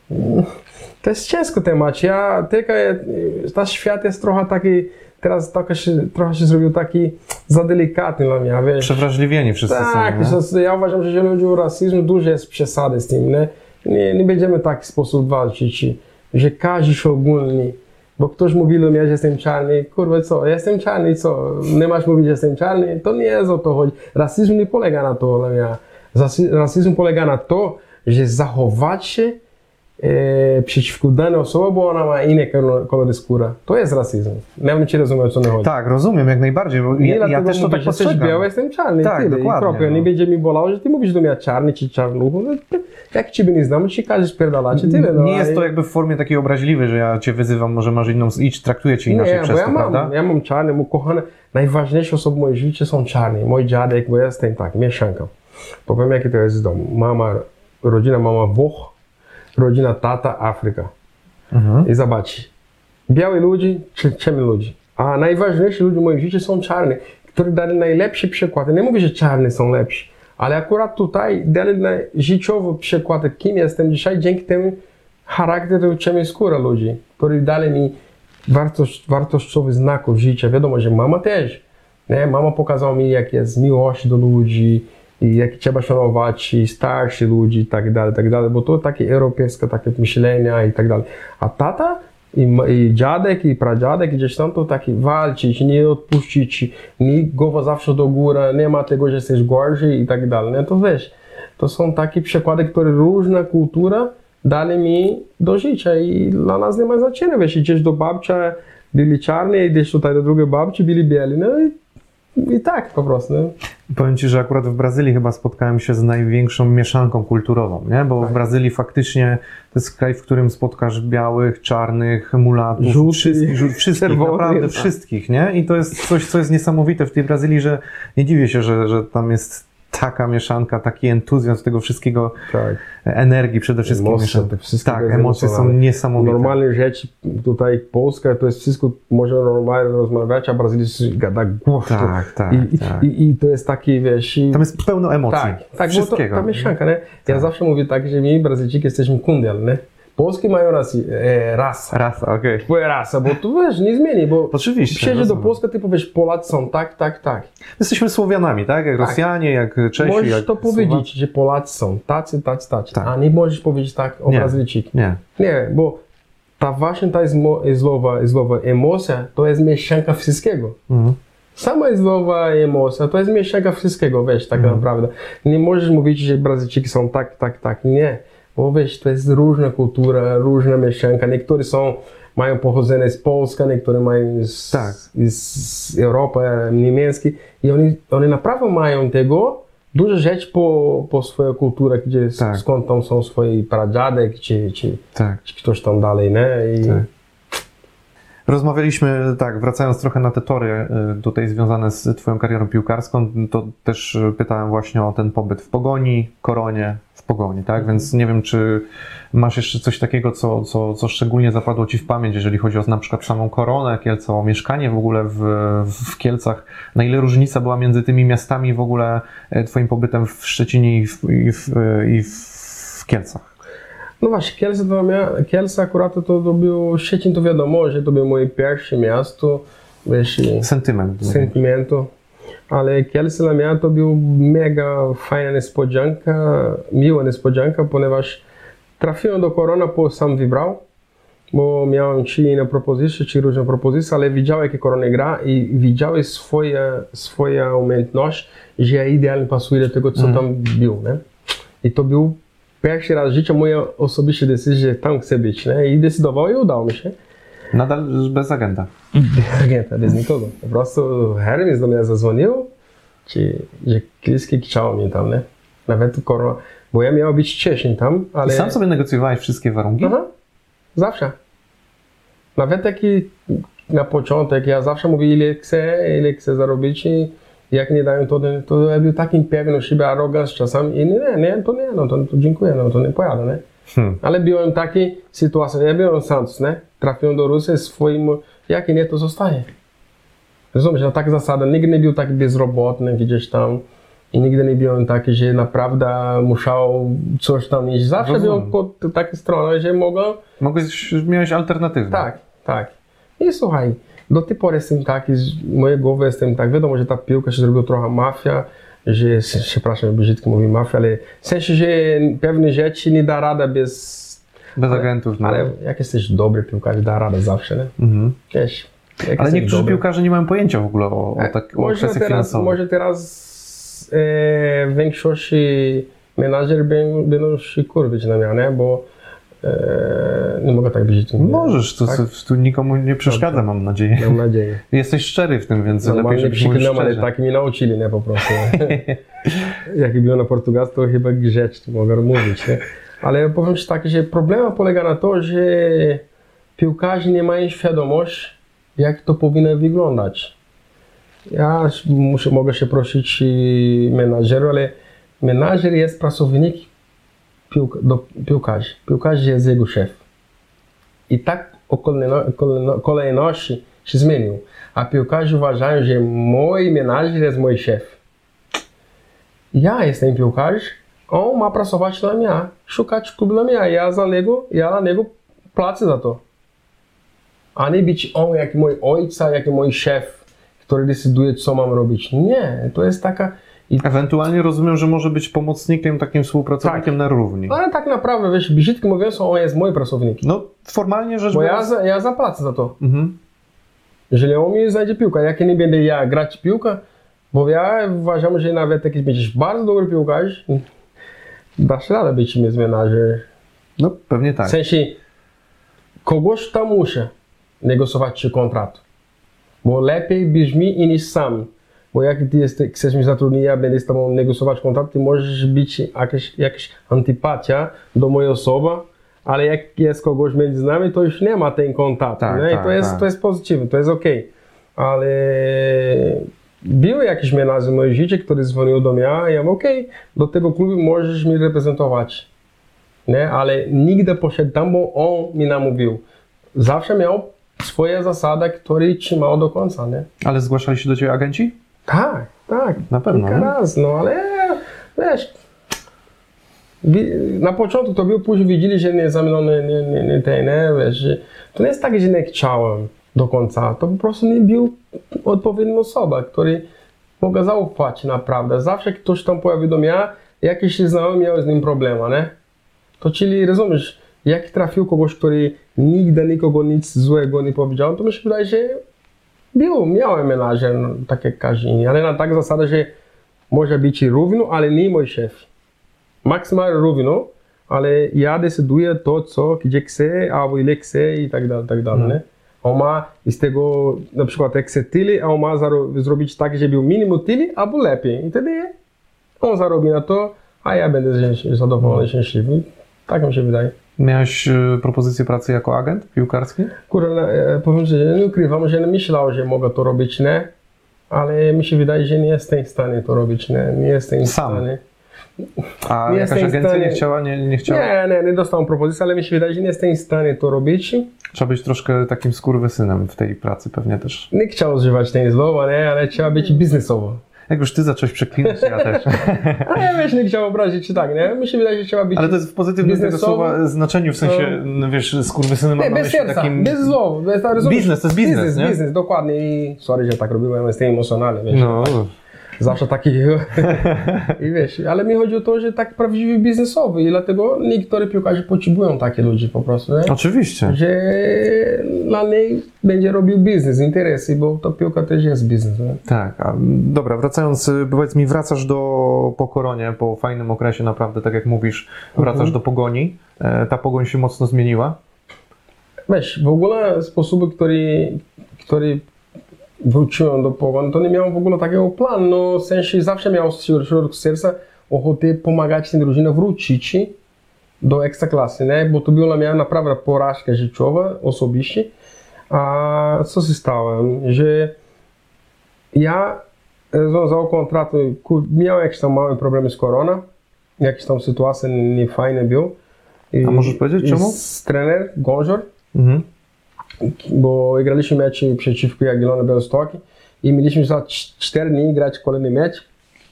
To jest ciężko temat. Ja tylko, ta świat jest trochę taki, teraz trochę się, trochę się zrobił taki za delikatny dla mnie, wiesz. Przewrażliwieni wszyscy tak, są, Tak, ja uważam, że jeżeli chodzi o rasizm, dużo jest przesady z tym, nie? Nie, nie będziemy w taki sposób walczyć, że każdy się ogólni. Bo ktoś mówi do mnie, że jestem czarny, kurwa co, jestem czarny, co, nie masz mówić, że jestem czarny, to nie jest o to chodzi. Rasizm nie polega na to, dla mnie. Rasizm polega na to, że zachować się e, przeciwko danej osobie, bo ona ma inne kolory skóry. To jest rasizm. Nie wiem, czy rozumiesz, o co mi chodzi. Tak, rozumiem, jak najbardziej. Bo ja, ja, ja też to tak postrzegam. Jesteś biały, jestem czarny, tak, tyle. dokładnie. I no. Nie będzie mi bolało, że ty mówisz do mnie czarny czy czarnuchu. Jak ciebie nie znam, ci każesz spierdalać, tyle. No, nie jest to jakby w formie takiej obraźliwej, że ja cię wyzywam, może masz inną i traktuję cię inaczej nie, przez bo ja to, mam, prawda? Ja mam czarny, mój kochany, najważniejsze osoby w moim życiu są czarni. Mój dziadek, bo ja jestem tak, mieszanka. Powiem, jaki to jest dom. Mama, rodzina mama Włoch, rodzina tata Afryka. Mhm. I zobaczcie, biali ludzie, czy ciemni ludzie. A najważniejsi ludzie w moim życiu są czarni, którzy dali najlepszy przykład. Nie mówię, że czarni są lepsi. Ale akurat tutaj dali życiowy przykład, kim jestem dzisiaj, dzięki temu charakteru ciemnej skóry ludzi, którzy dali mi wartość, wartościowy znaków życia. Wiadomo, że mama też. Nie? Mama pokazała mi, jak jest miłość do ludzi, i jak trzeba szanować i starszych ludzi i tak dalej, tak dalej, bo to takie europejskie takie myślenia i tak dalej. A tata i, i dziadek i pradziadek gdzieś tam to taki walczyć, nie odpuścić, nie głowa zawsze do góry, nie ma tego, że jesteś gorszy i tak dalej. Nie? To wiesz, to są takie przykłady, które różna kultura dali mi do życia i dla nas nie ma znaczenia. Wiesz, idziesz do babcia, byli czarni, idziesz tutaj do drugiej babci, byli bieli. No i, i tak po prostu. Nie? Powiem Ci, że akurat w Brazylii chyba spotkałem się z największą mieszanką kulturową, nie? Bo tak. w Brazylii faktycznie to jest kraj, w którym spotkasz białych, czarnych, mulatów, Żółty, wszystkich, żół, wszystkich czerwony, naprawdę tak. wszystkich, nie? I to jest coś, co jest niesamowite w tej Brazylii, że nie dziwię się, że, że tam jest taka mieszanka, taki entuzjazm tego wszystkiego, tak. energii przede wszystkim. Emocje, te wszystkie tak, emocje są niesamowite. Normalne rzeczy, tutaj Polska, to jest wszystko, można normalnie rozmawiać, a Brazylijczycy gada głośno. Tak, tak, I, tak. I, i, I to jest taki, wiesz... I... Tam jest pełno emocji, tak, tak, wszystkiego. Bo to, ta mieszanka, nie? Ja tak. zawsze mówię tak, że my Brazylijczycy jesteśmy kundial, nie? Polski mają rasy, e, rasa. Rasa, okej. Okay. Twoja rasa, bo to wiesz, nie zmieni, bo oczywiście. Przyjedzie do Polski, ty powiesz, Polacy są tak, tak, tak. Jesteśmy Słowianami, tak? Jak tak. Rosjanie, jak Czesi. Możesz jak to powiedzieć, że Polacy są tacy, tacy, tacy. Tak. A nie możesz powiedzieć tak o Brazylijczyku. Nie. Nie, bo ta właśnie ta słowa, słowa emocja, to jest mieszanka wszystkiego. Mhm. Sama słowa emocja, to jest mieszanka wszystkiego, wiesz, tak mhm. naprawdę. Nie możesz mówić, że Brazylijczycy są tak, tak, tak. Nie. Bo wiesz, to jest różna kultura, różna mieszanka. Niektórzy są, mają pochodzenie z Polski, niektórzy mają z, tak. z Europy niemieckiej. I oni, oni naprawdę mają tego, dużo rzeczy po, po swojej kulturze, gdzie tak. skąd tam są swoi pradziadek, czy, czy, tak. czy ktoś tam dalej, nie? I... Tak. Rozmawialiśmy, tak, wracając trochę na te tory tutaj związane z Twoją karierą piłkarską, to też pytałem właśnie o ten pobyt w Pogoni, Koronie, w Pogoni, tak? Mhm. Więc nie wiem, czy masz jeszcze coś takiego, co, co, co szczególnie zapadło Ci w pamięć, jeżeli chodzi o na przykład samą Koronę, Kielce, o mieszkanie w ogóle w, w Kielcach. Na ile różnica była między tymi miastami w ogóle Twoim pobytem w Szczecinie i w, i w, i w Kielcach? No właśnie, Kielce, to mia, Kielce akurat to, to było, Szczecin to wiadomo, że to było moje pierwsze miasto, wiesz, sentyment. sentymentu, ale Kielce dla mnie to było mega fajna niespodzianka, miła niespodzianka, ponieważ trafiłem do Korona, bo sam wybrał bo miałem czy inne propozycje, czy różne propozycje, ale widział, jakie Korony gra i widziałeś swoje, swoje umiejętności, że ja idealnie pasuje do tego, co mm. tam był, nie? I to był pierwszy raz w życiu moja osobista decyzja, że tam chcę być, nie? I decydował i udało mi się. Nadal bez agenta? Bez agenta, bez nikogo. Po prostu Hermes do mnie zadzwonił, czy, że Kliski chciał mnie tam, nie? Nawet Korona, bo ja miał być wcześniej tam, ale... I sam sobie negocjowałeś wszystkie warunki? Aha, zawsze. Nawet taki na początek, ja zawsze mówię, ile chcę, ile chcę zarobić i jak nie dają to, to ja był takim pewny siebie, arogans czasami i nie, nie, to nie, no to, to dziękuję, no to nie pojadę, nie? Hmm. Ale byłem w takiej sytuacji, ja byłem w Santos, nie? Trafiłem do Rusji swoim, jak nie, to zostaje. Rozumiesz, na tak zasada, nigdy nie był taki bezrobotny gdzieś tam i nigdy nie byłem taki, że naprawdę musiał coś tam iść. Zawsze Rozumiem. byłem pod taką stroną, że mogłem... Mogłeś, miałeś alternatywę. Tak, tak. I słuchaj, do tej pory jestem taki, z mojej głowy jestem tak, wiadomo, że ta piłka się zrobiła trochę mafia, że, przepraszam, brzydko mówi mafia, ale w sensie, że pewne rzeczy nie da rada bez... Bez ale, agentów. No. Ale jak jesteś dobry piłkarz, da radę zawsze, nie? Mhm. Wiesz, ale niektórzy dobry. piłkarze nie mają pojęcia w ogóle o, o, tak, o kwestiach teraz, finansowych. Może teraz e, w większości menadżer będą się kurwić na mnie, nie? Bo e, nie mogę tak być. Możesz, to, tak? Tu nikomu nie przeszkadza, Dobrze. mam nadzieję. Mam nadzieję. Jesteś szczery w tym, więc Normalnie lepiej, żebyś mówił ale tak mi nauczyli, nie po prostu. Jak byłem na portugalsku, to chyba grzecznie mogę mówić, nie? Ale powiem Ci tak, że problem polega na to, że piłkarze nie mają świadomości, jak to powinno wyglądać. Ja muszę, mogę się prosić menadżeru, ale menadżer jest pracownik piłka, do piłkarzy. Piłkarz jest jego szef. I tak kolejności się zmienił. A piłkarze uważają, że mój menadżer jest mój szef. Ja jestem piłkarz, on ma pracować na mnie, szukać klubu na mnie, ja za niego, ja na niego płacę za to. A nie być on jak mój ojca, jak mój szef, który decyduje, co mam robić. Nie, to jest taka... I... Ewentualnie rozumiem, że może być pomocnikiem, takim współpracownikiem tak. na równi. Ale tak naprawdę, wiesz, brzydko mówiąc, on jest mój pracownik. No, formalnie rzecz Bo biorąc... ja, za, ja zapłacę za to. Mhm. Jeżeli on mi znajdzie piłkę, jak nie będę ja grać piłkę, bo ja uważam, że nawet jakiś będziesz bardzo dobry piłkarz, dasz radę być mi menadżer. No, pewnie tak. W sensie, kogoś tam muszę negocjować ci kontrakt. Bo lepiej brzmi i niż sam. Bo jak ty jest, chcesz mi zatrudnić, ja będę z tobą negocjować kontrakt, ty możesz być jakaś, jakaś antypatia do mojej osoby, ale jak jest kogoś między nami, to już nie ma ten kontakt. Tak, tak, I to, jest, tak. to jest pozytywne, to jest okej. Okay. Ale były jakieś menadżer w moim życiu, który dzwonił do mnie, ja mówię, okej, okay, do tego klubu możesz mi reprezentować. Nie? Ale nigdy poszedł tam, bo on mi namówił. Zawsze miał swoje zasady, które trzymał do końca. Nie? Ale zgłaszali się do ciebie agenci? Tak, tak. Na pewno. Kilka razy, no ale wiesz, na początku to był, później widzieli, że nie za mną nie, nie, nie, nie, ten, nie, wiesz, że to nie jest tak, że nie chciałem do końca, to po prostu nie był odpowiednią osobą, który mogę zaufać naprawdę. Zawsze ktoś tam pojawił do mnie, jakiś znajomy miał z nim problemy, nie? To czyli rozumiesz, jak trafił kogoś, który nigdy nikogo nic złego nie powiedział, to mi się wydaje, że był, miałem menadżer, no, tak jak każdy inny, ale na tak zasadę, że może być równo, ale nie mój szef. Maksymalnie równo, ale ja decyduję to, co, gdzie chcę, albo ile chcę i tak dalej, tak dalej. Hmm. On ma z tego, na przykład jak chce tyle, a on ma zrobić tak, żeby był minimum tyle, albo lepiej. I wtedy on zarobi na to, a ja będę zadowolony, szczęśliwy. Tak mi się wydaje. Miałeś y, propozycję pracy jako agent piłkarski? Kurwa, e, powiem, że nie ukrywam, że nie myślał, że mogę to robić, nie? Ale mi się wydaje, że nie jestem w stanie to robić, nie? Nie jestem w stanie. A nie jakaś agencja stanie... nie chciała? Nie, nie, chciała? nie, nie, nie dostałem propozycji, ale mi się wydaje, że nie jestem w stanie to robić. Trzeba być troszkę takim skurwysynem w tej pracy pewnie też. Nie chciał używać tej słowa, nie? Ale trzeba być biznesowo. Jak już ty zacząłeś przeklinać, ja też. Ale ja wiesz, nie chciał obrazić, czy tak, nie? Mi się wydaje, że trzeba być. Ale to jest w pozytywnym tego słowa znaczeniu, w sensie, no, wiesz, skurwysynem mam na myśli takim... Bez słowa, bez słowa. Biznes, to jest biznes, biznes, nie? Biznes, dokładnie. I sorry, że tak robiłem, jestem emocjonalny, wiesz. No. zawsze taki i wiesz, ale mi chodzi o to, że tak prawdziwy biznesowy i dlatego niektórzy piłkarze potrzebują takie ludzi po prostu, nie? Oczywiście. Że dla niej będzie robił biznes, interesy, bo to piłka też jest biznes, nie? Tak, a, dobra, wracając, powiedz mi, wracasz do po Koronie, po fajnym okresie naprawdę, tak jak mówisz, wracasz mhm. do Pogoni, e, ta Pogoń się mocno zmieniła? Wiesz, w ogóle sposoby, który, który wróciłem do Pogoni, to nie miałem w ogóle takiego planu, no w sensie zawsze miałem w środku serca ochotę pomagać tym drużynom wrócić do ekstraklasy, nie? Bo to była dla mnie naprawdę porażka życiowa, osobiście. A co się stało? Że ja związał kontrakt, miałem jakieś tam małe problemy z korona, jakieś tam sytuacje niefajne były. A możesz powiedzieć czemu? Z trener Gążor, mhm. bo graliśmy mecz przeciwko Jagiellonii Białymstoki i mieliśmy za cztery dni grać kolejny mecz.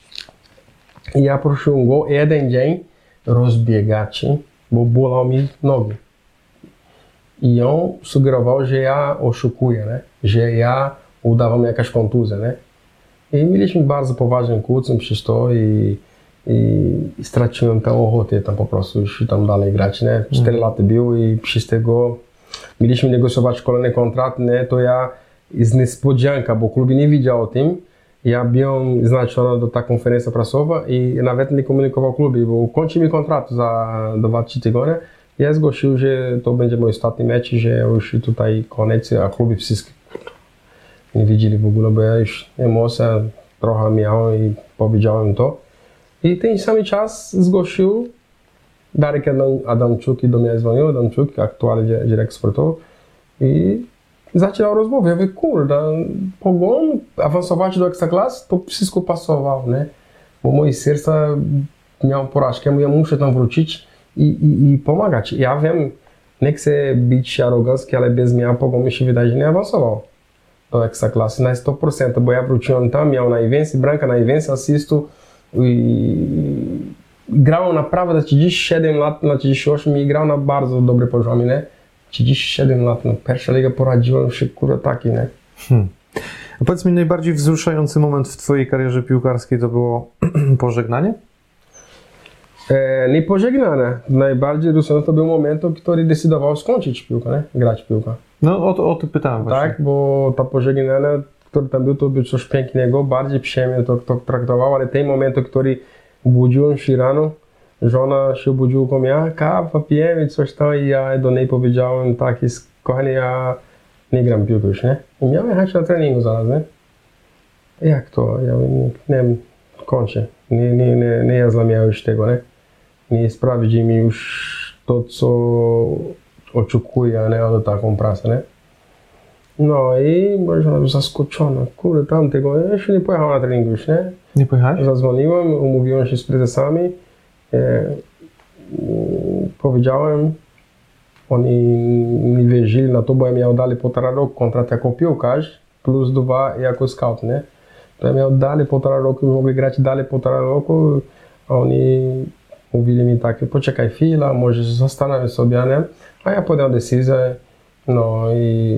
I ja prosiłem go jeden dzień rozbiegać, bo bolał mi nogi. I on sugerował, że ja oszukuję, nie? Że ja udawam jakąś kontuzję. Nie? I mieliśmy bardzo poważną kłótnię przez to i, i, i straciłem tę ochotę tam po prostu już tam dalej grać. Nie? Cztery mm. lata był i przez tego mieliśmy negocjować kolejny kontrakt, nie? To ja z niespodzianka, bo klub nie wiedział o tym. Ja byłem znaczony do ta konferencja prasowa i nawet nie komunikował klubie, bo kończy mi kontrakt za dwa trzy tygodnie. Ja zgłosił, że to będzie mój ostatni mecz, że już tutaj koniec, a kluby wszystkie nie widzieli w ogóle, bo ja już emocje trochę miałem i powiedziałem to. I ten sam czas zgłosił Darek Adamczuk i do mnie dzwonił, Adamczuk, aktualnie dyrektor sportowy i zaczęła rozmowę. Ja mówię, kurde, Pogoń, awansować do ekstraklasy, to wszystko pasowało, nie? Bo moje serce miało porażkę, ja muszę tam wrócić i, i, i pomagać. Ja wiem, nie chcę być arogancki, ale bez mnie Pogoń mi się wydaje, że nie awansował do ekstraklasy na sto procent, bo ja wróciłem tam, miał najwięcej bramka, najwięcej asystów i grał naprawdę trzydzieści siedem lat na trzydzieści osiem i grał na bardzo dobry poziomie, nie? trzydzieści siedem lat, no pierwsza liga poradziłem się, kurde, taki, nie? Hmm. A powiedz mi, najbardziej wzruszający moment w twojej karierze piłkarskiej to było pożegnanie? E, nie pożegnane. Najbardziej wzruszający to był moment, który decydował skończyć piłkę, nie? Grać piłkę. No o to, o to pytałem właśnie. Tak, bo ta pożegnanie, który tam był, to był coś pięknego, bardziej przyjemnie to, to traktował, ale ten moment, który budziłem się rano, żona się obudziła ko mnie, kawa pijemy, coś tam i ja do niej powiedziałem, tak jest, kochanie, ja nie gram piłkę już, nie? I miałem jechać na treningu zaraz, nie? Jak to? Ja nie, nie kończę, nie, nie, nie, nie ja zlamiałem już tego, nie? Nie sprawdzi mi już to, co oczekuję, nie? Od taką pracę, nie? No i moja żona zaskoczona, kurde, tamtego, ja jeszcze nie pojechał na trening już, nie? Nie pojechałeś? Zadzwoniłem, umówiłem się z prezesami, e, powiedziałem, oni mi wierzyli na to, bo ja miał dalej półtora roku kontrakt jako piłkarz, plus dwa jako scout, nie? To ja miał dalej półtora roku, mogli grać dalej półtora roku, a oni mówili mi tak, poczekaj chwilę, możesz zastanowić sobie, nie? A ja podjąłem decyzję, no i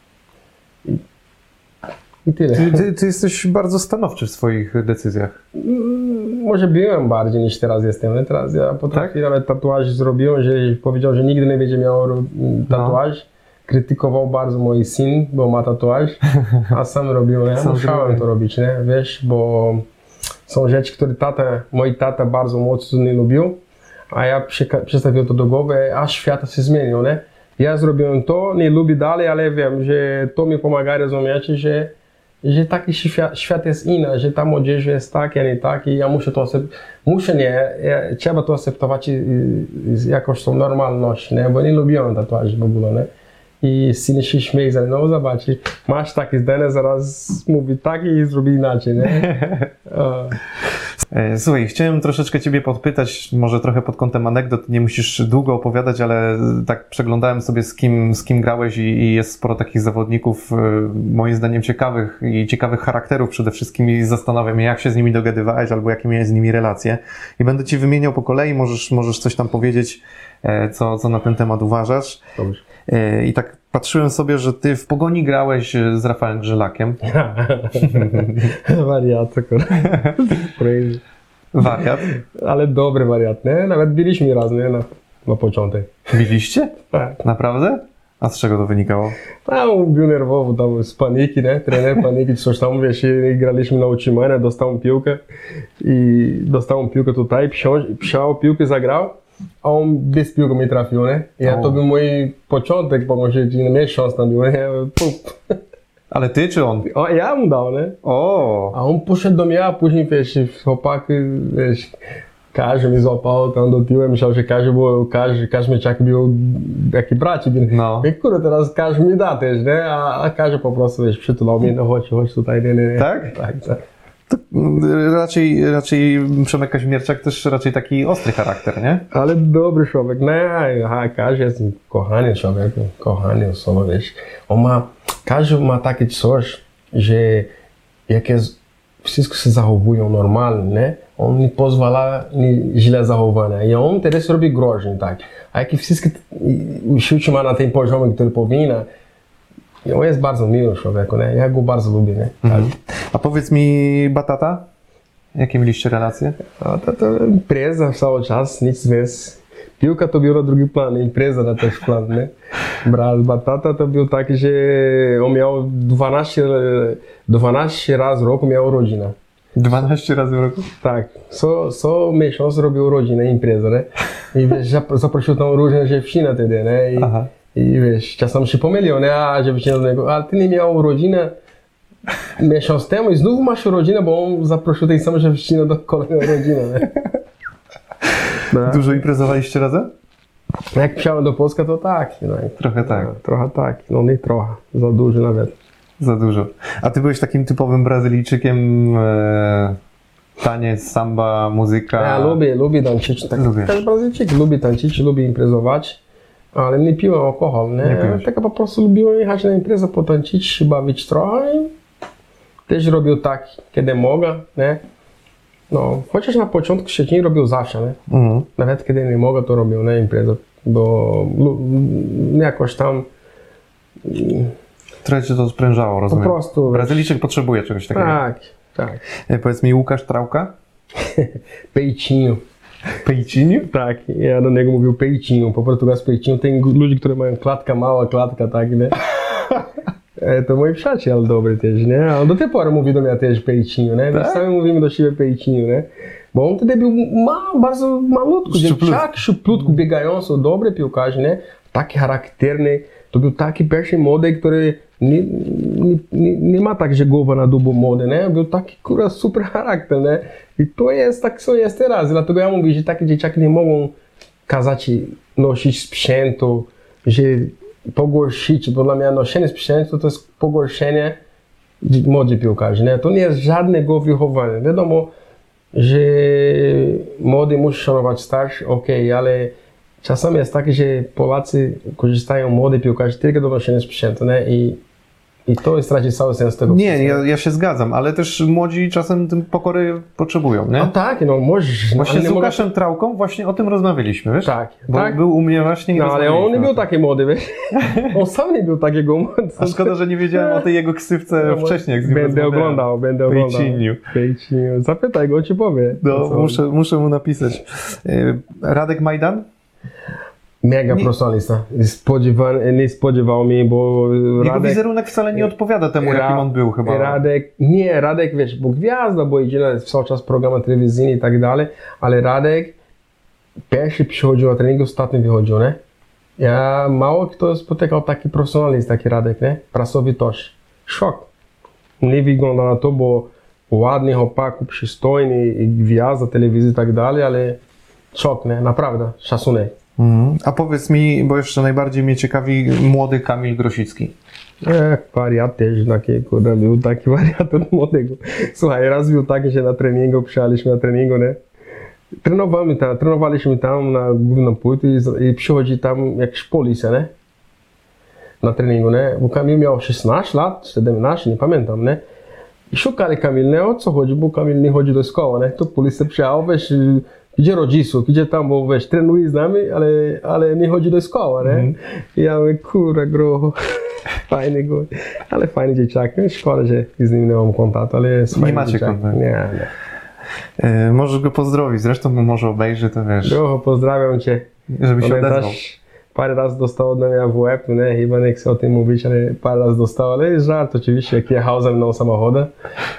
I tyle. Ty, ty, ty jesteś bardzo stanowczy w swoich decyzjach. Może byłem bardziej niż teraz jestem. Teraz ja potrafię, tak? Nawet tatuaż zrobiłem, że powiedział, że nigdy nie będzie miał tatuaż. No. Krytykował bardzo mój syn, bo ma tatuaż, a sam robiłem. Ja sam musiałem zrobiłem. to robić, nie? Wiesz, bo są rzeczy, które tata, mój tata bardzo mocno nie lubił, a ja przestawiłem to do głowy, a świat się zmienił, nie? Ja zrobiłem to, nie lubię dalej, ale wiem, że to mi pomaga rozumieć, że że taki świat, świat jest inny, że ta młodzież jest tak, a nie tak i ja muszę to akceptować. Muszę nie, ja, trzeba to akceptować jakoś tą normalność, nie? Bo nie lubiłem tatuaży w ogóle, nie? I syn się śmieje ze mną, zobacz, masz takie zdanie, zaraz mówi tak i zrobi inaczej, nie? Słuchaj, chciałem troszeczkę ciebie podpytać, może trochę pod kątem anegdot, nie musisz długo opowiadać, ale tak przeglądałem sobie z kim, z kim grałeś i, i jest sporo takich zawodników, moim zdaniem ciekawych i ciekawych charakterów przede wszystkim i zastanawiam się, jak się z nimi dogadywałeś albo jakie miałeś z nimi relacje i będę ci wymieniał po kolei, możesz, możesz coś tam powiedzieć, co, co na ten temat uważasz. Dobrze. I tak patrzyłem sobie, że ty w Pogoni grałeś z Rafałem Grzelakiem. Wariat, kurwa. Crazy. Wariat? Ale dobry wariat, nie? Nawet biliśmy raz, nie? Na, na początek. Biliście? Tak. Naprawdę? A z czego to wynikało? Tam był nerwowy, tam z paniki, nie? Trener paniki, coś tam, wiesz, i graliśmy na utrzymanie, dostał piłkę i dostał piłkę tutaj, psiał piłkę, zagrał, a on bez piłki mi trafił, nie? I ja, to był mój początek, bo może nie miałem szans tam był, nie? Pup. Ale ty czy on? O, ja mu dał, nie? O. A on poszedł do mnie, a później, wiesz, chłopaki, wiesz, każdy mi złapał tam do tyłu, myślał, że każdy był, każdy, każdy meczak był taki braci. No. I kurde, teraz każdy mi da też, nie? A, a każdy po prostu, wiesz, przytulał mnie, no chodź, chodź tutaj, nie, nie, nie. Tak? Tak, tak. To raczej, raczej Przemek Kaźmierczak też raczej taki ostry charakter, nie? Ale dobry człowiek, nie, a każdy jest kochany człowiek, kochany osoba, wiesz. On ma, każdy ma takie coś, że jak jest, wszystko się zachowują normalnie, nie? On nie pozwala źle zachowania i on teraz robi groźnie, tak. A jak wszystko się trzyma na tym poziomie, który powinien, i on jest bardzo miły człowiek, nie? Ja go bardzo lubię, nie? Mhm. A powiedz mi, Batata, jakie mieliście relacje? A to, to impreza cały czas, nic więcej. Piłka to był na drugi plan, impreza na też plan, nie? Brat Batata to był taki, że on miał dwanaście, dwanaście razy w roku miał rodzinę. dwanaście razy w roku? Tak, co, co miesiąc robił rodzinę, imprezę, nie? I wiesz, zaprosił tam różne dziewczyny wtedy, nie? I, Aha. I wiesz, czasem się pomylił, nie? A dziewczyna do niego, ale ty nie miał rodzinę miesiąc temu i znów masz rodzinę, bo on zaprosił tej samej dziewczyny do kolejnej rodziny, nie? No. Dużo imprezowaliście razem? Jak przyjechałem do Polski, to tak. No, Trochę tak. No, trochę tak, no nie trochę, za dużo nawet. Za dużo. A ty byłeś takim typowym Brazylijczykiem, e, taniec, samba, muzyka? Ja lubię, lubię tańczyć, tak, Lubię. też Brazylijczyk lubi tańczyć, lubi imprezować, ale nie piłem alkohol, nie? Nie piłeś. Tak po prostu lubiłem jechać na imprezę, potańczyć, bawić trochę i też robił tak, kiedy mogę, nie? No, chociaż na początku się nie robił zawsze, nie? Mhm. Nawet kiedy nie mogę, to robił, nie? Imprezę, bo lu- jakoś tam Trochę cię to sprężało, rozumiem. po prostu... Brazylijczyk potrzebuje czegoś takiego. Tak, tak. E, powiedz mi, Łukasz Trałka? Peitinho. Pejciniu? Tak, ja do niego mówił peitinho, po portugalsku peitinho. Tem ludzi, którzy mają klatka mała, klatka, tak, nie? E, to mój przyjaciel dobry też, nie? A on do tej pory mówi do mnie też peitinho, nie? My Tak? sami mówimy do siebie peitinho, nie? Bo on wtedy był ma, bardzo malutko, dzieciak, szczuplutko, biegający, dobry piłkarz, nie? Taki charakterny, to był taki pierwszy młody, który nie, nie, nie, nie ma tak, że głowa na dubu młody, nie? Był taki, kurwa, super charakter, nie? I to jest tak, co jest teraz, dlatego ja mówię, że takie dzieciaki nie mogą kazać nosić sprzętu, że pogorszyć, bo dla mnie noszenie sprzętu to jest pogorszenie młodych piłkarzy, nie? To nie jest żadnego wychowania. Wiadomo, że młody musi szanować starszy, okej, okay, ale czasami jest tak, że Polacy korzystają młode piłkarze tylko do noszenia sprzętu, nie? I, i to jest traci cały sens tego. Nie, ja, ja się zgadzam, ale też młodzi czasem tym pokory potrzebują, nie? No tak, no możesz. Właśnie ale z nie Łukaszem Trałką właśnie o tym rozmawialiśmy, wiesz? Tak, Bo tak. był u mnie właśnie i No ale on nie rozmawialiśmy był o tym. taki młody, wiesz? On sam nie był takiego młody. A szkoda, że nie wiedziałem o tej jego ksywce No, wcześniej, jak z nim Będę rozmawiałem. oglądał, będę oglądał. Pejciniu. Pejciniu. Zapytaj go, on ci powie. No, Co? muszę, muszę mu napisać. Y, Radek Majdan? Mega Nie- profesjonalista. Spodziewa- nie spodziewał mnie, bo Jego Radek... wizerunek wcale nie odpowiada temu, jakim Ra- on był chyba. Radek, nie, Radek, wiesz, bo gwiazda, bo idzie na cały czas programy telewizyjne i tak dalej, ale Radek pierwszy przychodził na trening, ostatni wychodził, nie? Ja mało kto spotykał taki profesjonalista, taki Radek, nie? Pracowitość. Szok. Nie wygląda na to, bo ładny chłopak, przystojny, i gwiazda telewizji i tak dalej, ale szok, nie? Naprawdę, szacunek. Mhm. A powiedz mi, bo jeszcze najbardziej mnie ciekawi młody Kamil Grosicki. Jak wariat też taki, kurde, był taki wariat od młodego. Słuchaj, raz był tak, że na treningu, przyjechaliśmy na treningu, nie? Trenowaliśmy tam, trenowaliśmy tam na głównym płytu i, i przychodzi tam jakiś policja, nie? Na treningu, nie? Bo Kamil miał szesnaście lat, siedemnaście, nie pamiętam, nie? I szukali Kamil, nie? O co chodzi, bo Kamil nie chodzi do szkoły, nie? To policja przyjechał, wiesz, gdzie rodziców, gdzie tam, bo wiesz, trenuje z nami, ale, ale nie chodzi do szkoły, nie? Mm. I ja mówię, kurwa, grocho, fajny go, ale fajny dzieciak. Szkoda, że z nim nie mam kontaktu, ale jest fajny. Nie macie dzieciak. kontaktu? Nie, nie. Yy, możesz go pozdrowić, zresztą mu może obejrzy, to wiesz. Grocho, pozdrawiam cię. Żeby się odezwał. Parę razy dostał ode mnie w łeb, nie? Chyba nie chcę o tym mówić, ale parę razy dostał, ale jest żart oczywiście, jak jechał ze mną samochodem.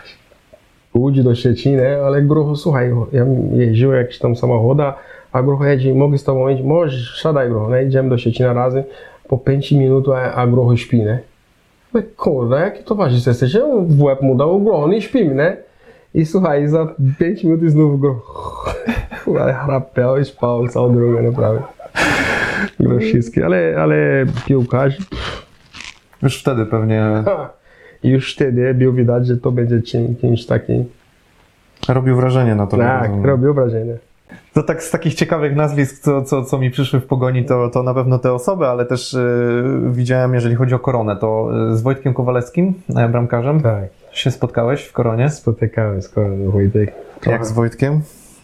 Łódź do Szczeciny, ale grocho, słuchaj, ja jeździłem jakiś tam samochoda, a grocho jedzie, mogę z tobą jeździć, możesz, siadaj grocho, nie? Idziemy do Szczecina razem, po pięć minut, a, a grocho śpi, nie? No kurde, jaki towarzysz jesteś? Ja w łeb mu dał, grocho, nie śpimy, nie? I słuchaj, za pięć minut znów grocho, ale chrapał i spał całą drogę, naprawdę. Grocho wszystkie, ale, ale piłkarz... Już wtedy pewnie... Ha. I już wtedy było widać, że to będzie czym, kimś takim. Robił wrażenie na to. Tak, robił wrażenie. To tak z takich ciekawych nazwisk, co, co, co mi przyszły w pogoni, to, to na pewno te osoby, ale też yy, widziałem, jeżeli chodzi o Koronę, to z Wojtkiem Kowalewskim, bramkarzem, tak. się spotkałeś w Koronie? Spotykałem z Koroną, Wojtek. Jak z Wojtkiem?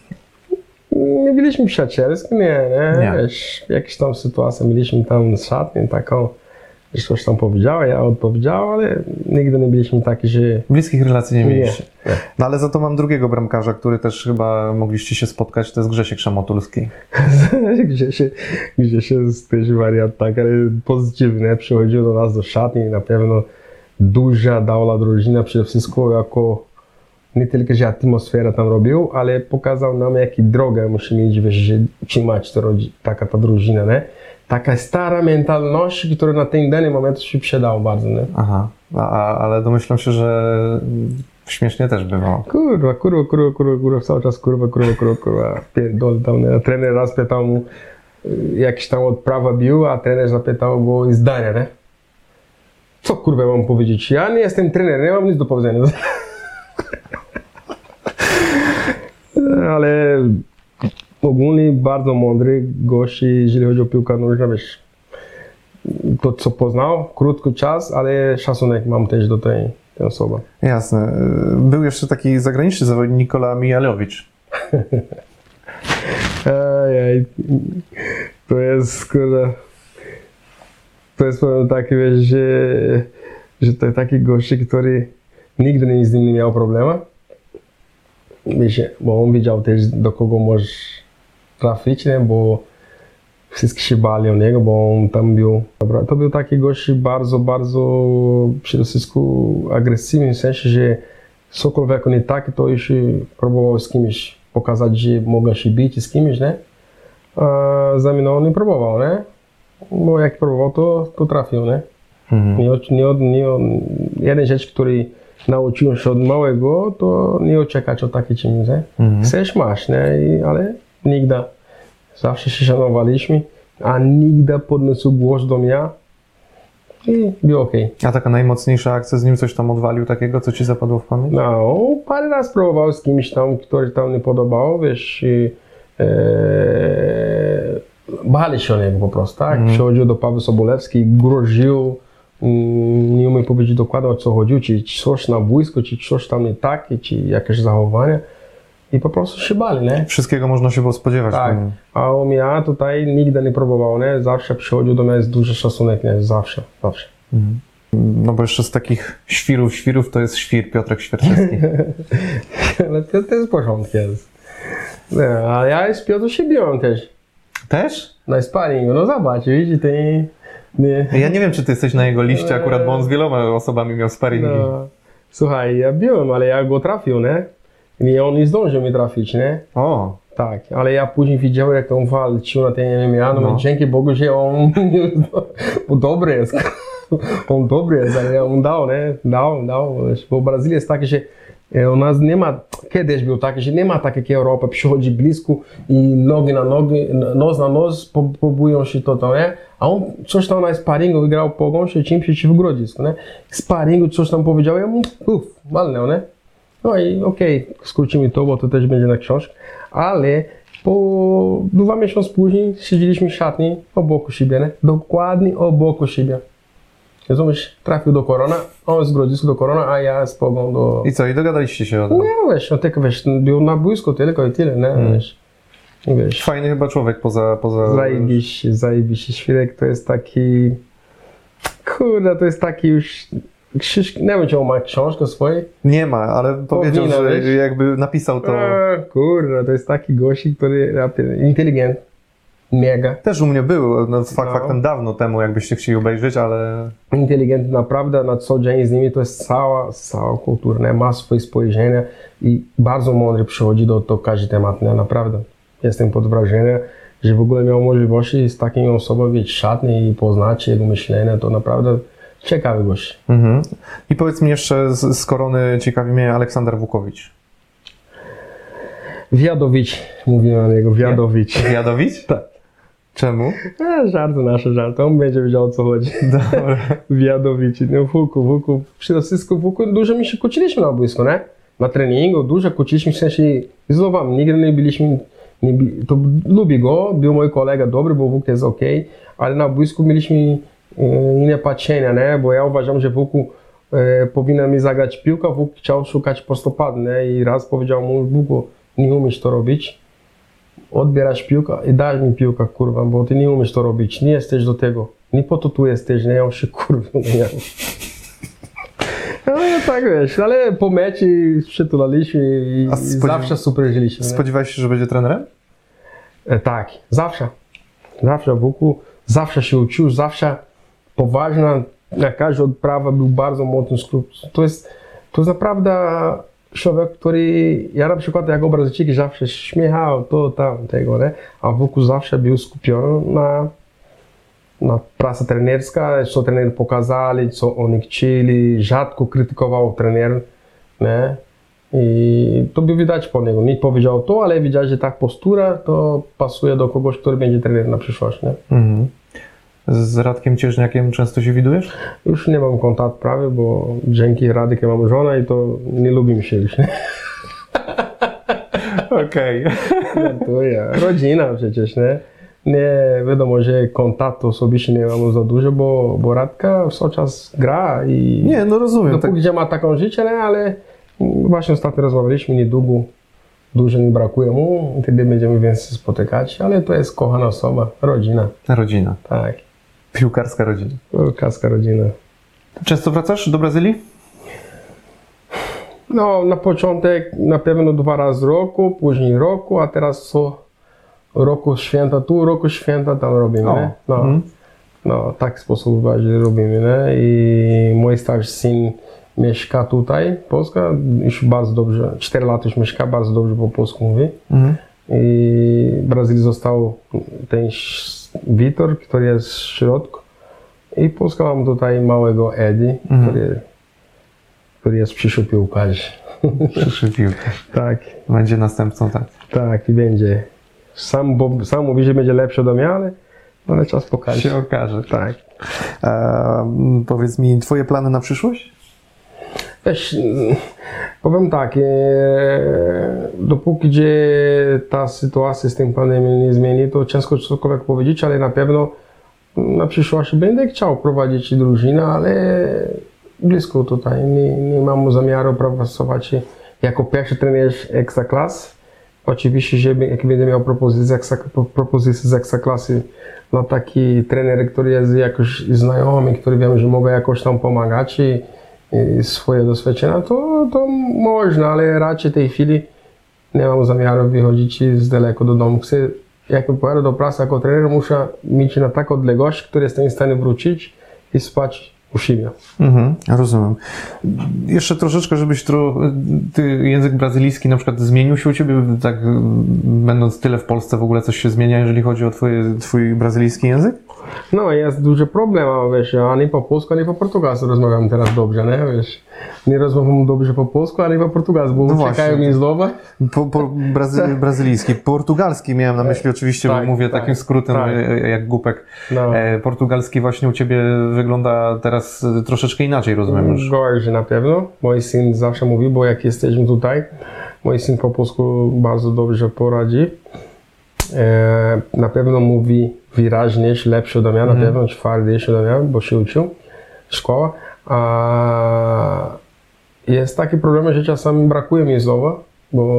Nie byliśmy przyjacielscy, nie, nie. nie. Wiesz, jakieś tam sytuacje, mieliśmy tam z szatnią taką, że coś tam powiedziała, ja odpowiedziałem, ale nigdy nie byliśmy taki, że... Bliskich relacji nie mieliście. Nie, nie. No ale za to mam drugiego bramkarza, który też chyba mogliście się spotkać, to jest Grzesiek Szamotulski. Grzesiek, Grzesiek jest też wariat tak, ale pozytywny, przychodził do nas do szatni, na pewno duża dała drużyna, przede wszystkim jako nie tylko, że atmosfera tam robił, ale pokazał nam, jaką drogę musimy iść, wiesz, że trzymać to, taka ta drużyna, nie? Taka stara mentalność, która na ten dany moment się przydała bardzo, nie? Aha, a, ale domyślam się, że śmiesznie też bywało. Kurwa, kurwa, kurwa, kurwa, kurwa, cały czas kurwa, kurwa, kurwa, kurwa, pierdol tam, nie? Trener raz pytał mu, jakiś tam odprawa bił, a trener zapytał go zdania, nie? Co kurwa mam powiedzieć? Ja nie jestem trenerem, nie mam nic do powiedzenia. Ale ogólnie bardzo mądry gość, jeżeli chodzi o piłkę nożną, wiesz, to co poznał, krótki czas, ale szacunek mam też do tej, tej osoby. Jasne. Był jeszcze taki zagraniczny zawodnik Nikola Mijalowicz. Ej, to jest, kurde, to jest powiem tak, wiesz, że, że to jest taki gość, który nigdy nie z nim nie miał problemu. Wiesz, bo on wiedział też, do kogo możesz trafić, nie? Bo wszyscy się bali o niego, bo on tam był. Dobra, to był taki gość bardzo, bardzo przede wszystkim agresywny, w sensie, że cokolwiek nie tak, to już próbował z kimś pokazać, że mogą się bić z kimś, nie? A za mnie on nie próbował, nie? Bo jak próbował, to, to trafił, nie? Mhm. Nie, nie, nie, jeden rzecz, który nauczyłem się od małego, to nie oczekać o takie czymś, nie? Mhm. Chcesz, masz, nie? I, ale nigdy. Zawsze się szanowaliśmy, a nigdy podniósł głos do mnie i było okej. A taka najmocniejsza akcja z nim, coś tam odwalił takiego, co ci zapadło w pamięć? No, parę razy próbował z kimś tam, który tam nie podobał, wiesz, i, e, bali się o niego po prostu, tak? Mm. Przychodził do Paweł Sobolewski, groził, mm, nie umiem powiedzieć dokładnie, o co chodził, czy coś na wojsko, czy coś tam nie tak, czy jakieś zachowanie. I po prostu się bali, nie? Wszystkiego można się było spodziewać. Tak, a u mnie tutaj nigdy nie próbował, nie? Zawsze przychodził do mnie z duży szacunek, nie? Zawsze, zawsze. Mhm. No bo jeszcze z takich świrów, świrów to jest świr Piotrek Świerczewski. Ale to, to jest porządek jest. Nie, a ja z Piotrem się biłem też. Też? Na sparingu, no zobacz, widzisz, ty... Nie. Ja nie wiem, czy ty jesteś na jego liście akurat, bo on z wieloma osobami miał sparingi. No. Słuchaj, ja biłem, ale ja go trafił, nie? I on nie zdążył mi trafić, nie? O. Tak, ale ja później widziałem, jak on walczył na tej M M A, no, no. Dzięki Bogu, że on dobry jest. On dobry jest, ale on dał, nie? Dał, dał. Bo Brazylia jest taka, że u nas nie ma, kiedyś był taki, że nie ma tak jak Europa, przychodzi blisko i nogi na nogi, nos na nos, próbują się to, to, nie? A on coś tam na sparingu wygrał pogon się czymś przeciw Grodzisku, nie? Sparingu coś tam powiedział, ja mu, uff, walnął, nie? No i okej, okay, skrócimy to, bo to też będzie na książkę, ale po dwa miesiące później siedzieliśmy w szatni obok siebie, nie? Dokładnie obok siebie. Rozumiesz, trafił do Korona, on z Grodzisku do Korona, a ja z Pogą do... I co, i dogadaliście się o tym? Nie, wiesz, no tylko wiesz, był na boisku tylko i tyle, nie, hmm. wiesz. Wiesz, Fajny chyba człowiek poza... poza... zajebiście, zajebiście. Świrek to jest taki... Kurde, to jest taki już... Krzyż... Nie wiem, czy on ma książkę swojej. Nie ma, ale powiedział, Powinna, że wiesz? jakby napisał to... A, kurde, to jest taki gościk, który... Inteligent. Mega. Też u mnie był, no, fakt No. faktem dawno temu, jakbyście chcieli obejrzeć, ale... Inteligentny naprawdę, na co dzień z nimi to jest cała, cała kultura, nie? Ma swoje spojrzenie i bardzo mądry przychodzi do, do każdy temat, nie? Naprawdę. Jestem pod wrażeniem, że w ogóle miał możliwości z taką osobą być szatny i poznać jego myślenie, to naprawdę ciekawy gość. Mhm. I powiedz mi jeszcze, z, z Korony ciekawi mnie Aleksander Wukowicz. Wiadowicz, mówimy na niego, Wiadowicz. Wiadowicz? Tak. Czemu? A, żarty nasze, żarty, on będzie wiedział, o co chodzi. Dobra. Wiadowicz, no Wuku, Wuku, przede wszystkim Wuku, dużo mi się kłóciliśmy na boisku, nie? Na treningu, dużo kłóciliśmy, w sensie z Lwami, nigdy nie byliśmy, nie by, to lubię go, był mój kolega dobry, bo Wuk jest ok, ale na boisku mieliśmy e, inne patrzenia, nie? Bo ja uważam, że Wuku e, powinien mi zagrać piłkę, Wuk chciał szukać prostopadu, nie? I raz powiedział mu, Wuku, nie umiesz to robić, odbierasz piłkę i daj mi piłkę, kurwa, bo ty nie umiesz to robić, nie jesteś do tego, nie po to tu jesteś, nie? On się kurwa nie. No tak wiesz, ale po meczu przytulaliśmy i, A i spodziew- zawsze super żyliśmy. nie? Spodziewałeś się, że będzie trenerem? E, tak, zawsze. Zawsze Wuku, zawsze się uczył, zawsze poważna, na każdą odprawę był bardzo mocny skrup. To jest, to jest naprawdę człowiek, który, ja na przykład jako Brazylijczyk zawsze śmiechał to, tam, tego, nie? A Wuku zawsze był skupiony na, na pracy trenerska, co trenerzy pokazali, co oni chcieli, rzadko krytykował trener, nie? I to by widać po niego. Nie powiedział to, ale widać, że ta postura to pasuje do kogoś, który będzie trenerem na przyszłość, nie? Mhm. Z Radkiem Cieżniakiem często się widujesz? Już nie mam kontaktu prawie, bo dzięki Radykę mam żonę i to nie lubimy się już, nie? Okej. No to ja. Rodzina przecież, nie? Nie, wiadomo, że kontaktu osobiście nie mam za dużo, bo, bo Radka cały czas gra i... Nie, no rozumiem. Dopóki Tak, gdzie ma taką życie, nie? Ale właśnie ostatnio rozmawialiśmy niedługo. Dużo mi brakuje mu, wtedy będziemy więcej spotykać, ale to jest kochana osoba, rodzina, rodzina. tak. Piłkarska rodzina. Kaska rodzina. Często wracasz do Brazylii? No, na początek na pewno dwa razy w roku, później roku, a teraz co roku święta tu, roku święta tam robimy, O, nie? No, mhm. no, tak sposób właśnie robimy, nie? I mój starszy syn mieszka tutaj, Polska, już bardzo dobrze, cztery lata już mieszka, bardzo dobrze po polsku mówi. Mhm. I w Brazylii został ten Witor, który jest w środku. I Polska mam tutaj małego Eddie, Mhm. który, który jest przyszły piłkarz. Przyszły piłkarz. Tak, Będzie następcą, tak. tak i będzie. Sam, bo, sam mówi, że będzie lepszy ode mnie, ale, ale czas pokaże. Się okaże. Tak. E, powiedz mi, twoje plany na przyszłość? Wiesz, powiem tak, e, dopóki gdzie ta sytuacja z tym pandemią nie zmieni, to ciężko cokolwiek powiedzieć, ale na pewno na przyszłość będę chciał prowadzić drużynę, ale blisko tutaj. Nie, nie mam zamiaru pracować jako pierwszy trener Ekstraklasy. Oczywiście, że jak będę miał propozycję, propozycję z Ekstraklasy na taki trener, który jest jakoś znajomy, który wiem, że mogę jakoś tam pomagać i, i swoje doświadczenia, to, to można, ale raczej w tej chwili nie mam zamiaru wychodzić z daleko do domu. Chcę, jak pojadę do pracy jako trener, muszę mieć na taką odległość, który jestem w stanie wrócić i spać u siebie. Mhm, rozumiem. Jeszcze troszeczkę, żebyś tro... ty język brazylijski na przykład zmienił się u ciebie, tak będąc tyle w Polsce w ogóle coś się zmienia, jeżeli chodzi o twoje, twój brazylijski język? No, jest duży problem, wiesz, ani po polsku, ani po portugalsku rozmawiam teraz dobrze, nie, wiesz. Nie rozmawiam dobrze po polsku, ani po portugalsku, bo No uciekają właśnie. mi słowa. Po, po brazy... brazylijski. Portugalski miałem na myśli oczywiście, Tak, bo mówię tak, takim skrótem tak. e, jak głupek. No. E, portugalski właśnie u ciebie wygląda teraz e, troszeczkę inaczej, rozumiem już. Gorzej na pewno. Mój syn zawsze mówi, bo jak jesteśmy tutaj, mój syn po polsku bardzo dobrze poradzi. E, na pewno mówi wyraźnie, lepszy ode mnie, na Mhm. pewno twardszy ode mnie, bo się uczył szkoła. A jest taki problem, że czasami brakuje mi słowa, bo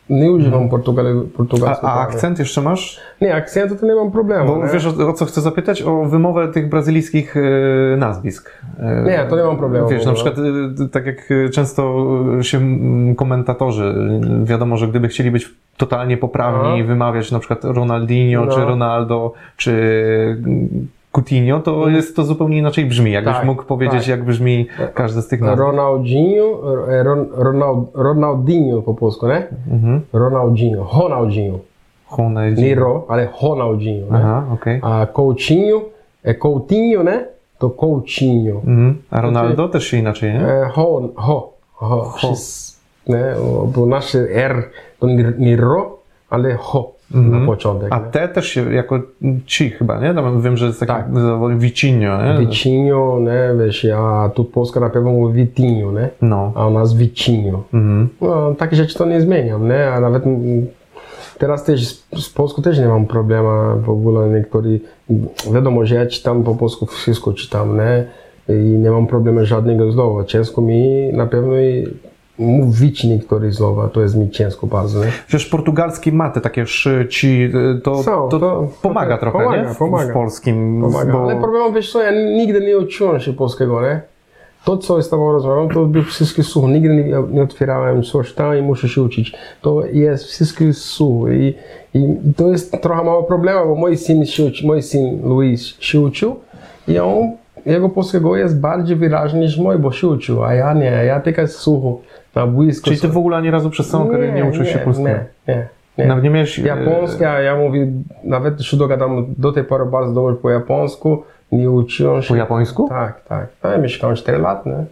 nie używam portugal, portugalskiego. A, a akcent jeszcze masz? Nie, akcentu to nie mam problemu. Bo nie? wiesz o, o co chcę zapytać? O wymowę tych brazylijskich e, nazwisk. E, Nie, to nie mam problemu. Wiesz, na przykład e, tak jak często się m, komentatorzy, wiadomo, że gdyby chcieli być totalnie poprawni Aha. i wymawiać na przykład Ronaldinho, No. czy Ronaldo, czy Coutinho, to jest to zupełnie inaczej brzmi. Jakbyś Tak, mógł powiedzieć, tak. jak brzmi każdy z tych nazw. Ronaldinho, Ron, Ronald, Ronaldinho po polsku, nie? Mhm. Ronaldinho, Ronaldinho. Ronaldinho. Nie Ro, ale Ronaldinho, nie? Aha, okej. A Coutinho, e Coutinho, nie? To Coutinho. Mhm. A Ronaldo też się inaczej, nie? E, ho, ho, ho. Wszyscy, nie? Bo nasze R to nie, nie Ro, ale Ho na początek. A nie? te też się jako ci chyba, nie? Tam wiem, że jest taki Tak. Vicinho, nie? Vicinho, nie? Wiesz, a tu Polska na pewno mówi Vitinho, nie? No. A u nas Vicinho. Mhm. No, takie rzeczy to nie zmieniam, nie? A nawet mm, teraz też z, z polsku też nie mam problemu w ogóle. Niektórzy, wiadomo, że ja czytam po polsku wszystko czytam, nie? I nie mam problemu żadnego słowa. Ciężko mi na pewno i mówić niektóre słowa, to jest mi ciężko bardzo, nie? Przecież portugalski ma te takie szy, ci, to, Są, to, to- pomaga to- trochę, pomaga, nie? W, pomaga. w polskim. Pomaga. Bo... Ale problem, wiesz co, ja nigdy nie uczyłem się polskiego, nie? To, co z tobą rozmawiam, to był wszystko sucho. Nigdy nie, nie otwierałem coś tam i muszę się uczyć. To jest wszystko sucho. I, i to jest trochę mało problemu, bo mój syn, się uczy, mój syn Luis się uczył i on, jego polskiego jest bardziej wyraźny niż mój, bo się uczył, a ja nie, ja tylko sucho, na blisko. Czyli ty w ogóle ani razu przez całą karierę nie uczył się polskiego? Nie, nie, nie. Nawet nie miałeś... e, Japoński, a ja mówię, nawet się dogadam do tej pory bardzo dobrze po japońsku, nie uczyłem się. Po japońsku? Tak, tak. Ja mieszkałem cztery lata, nie?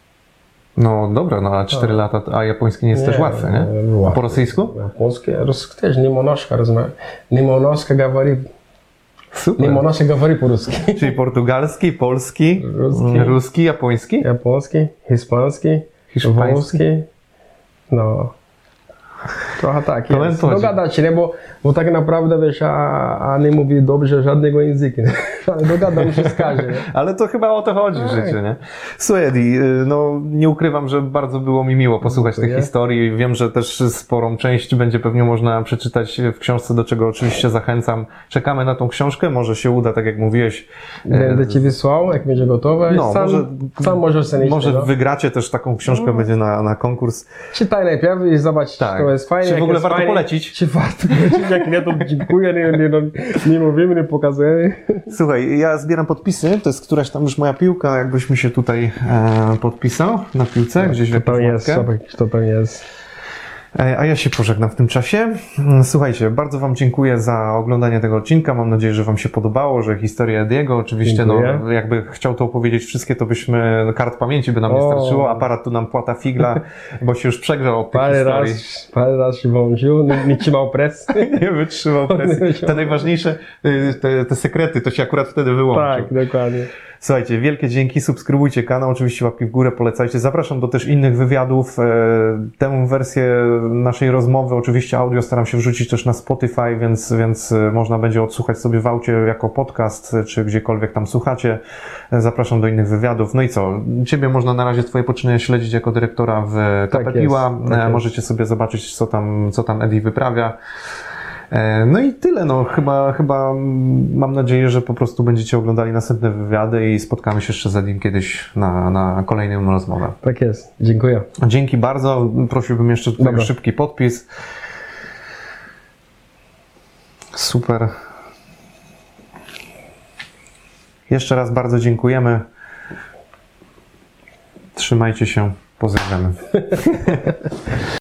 No dobra, no ale cztery lata, a japoński nie jest też łatwy, nie? A łatwe. po rosyjsku? Japoński, rosyjski też, немножко rozmawiam. Немножко говори, Super. немножко говори по-русски. Czyli portugalski, polski, Ruski. ruski, japoński? Japoński, hiszpański, Hiszpański. włoski, no. Trochę tak To jest. chodzi. Dogadać się, nie? Bo, bo tak naprawdę, wiesz, a, a nie mówi dobrze żadnego języka, nie? Ale dogadam się z każdym, nie? Ale to chyba o to chodzi w Tak. życiu, nie? Słuchaj, Eddie, no nie ukrywam, że bardzo było mi miło posłuchać tych Dziękuję. historii. Wiem, że też sporą część będzie pewnie można przeczytać w książce, do czego oczywiście zachęcam. Czekamy na tą książkę, może się uda, tak jak mówiłeś. Będę ci wysłał, jak będzie gotowe. No, sam, może- sam możesz sobie Może no. wygracie też taką książkę, będzie na, na konkurs. Czytaj najpierw i zobacz, Tak. czy to jest fajne. Czy w jak ogóle jest warto fajne, polecić? Czy warto polecić, jak nie, to dziękuję, nie, nie, no, nie mówimy, nie pokazujemy. Słuchaj, ja zbieram podpisy, to jest któraś tam już moja piłka, jakbyś mi się tutaj e, podpisał na piłce, gdzieś w To jakąś jest, łapkę. zobacz, kto to jest. E, A ja się pożegnam w tym czasie. Słuchajcie, bardzo Wam dziękuję za oglądanie tego odcinka. Mam nadzieję, że Wam się podobało, że historia Ediego. Oczywiście, no, Dziękuję. jakby chciał to opowiedzieć wszystkie, to byśmy, kart pamięci by nam nie O. starczyło. Aparat tu nam płata figla, bo się już przegrzał od tych Parę historii. raz, parę raz się włączył, nie, nie trzymał presji. Nie wytrzymał presji. Te najważniejsze, y, te, te sekrety, to się akurat wtedy wyłączył. Tak, dokładnie. Słuchajcie, wielkie dzięki, subskrybujcie kanał, oczywiście łapki w górę, polecajcie. Zapraszam do też innych wywiadów. E, Tę wersję naszej rozmowy, oczywiście audio staram się wrzucić też na Spotify, więc, więc e, można będzie odsłuchać sobie w aucie jako podcast, e, czy gdziekolwiek tam słuchacie. E, Zapraszam do innych wywiadów. No i co? Ciebie można na razie Twoje poczynienia śledzić jako dyrektora w K P Piła. jest, tak E, jest. Możecie sobie zobaczyć, co tam, co tam Eddie wyprawia. E, No i tyle, no chyba, chyba mm, mam nadzieję, że po prostu będziecie oglądali następne wywiady i spotkamy się jeszcze z Edim kiedyś na, na kolejną rozmowę. Tak jest, dziękuję. Dzięki bardzo, prosiłbym jeszcze tutaj o Dobra. szybki podpis. Super. Jeszcze raz bardzo dziękujemy. Trzymajcie się, pozdrawiamy.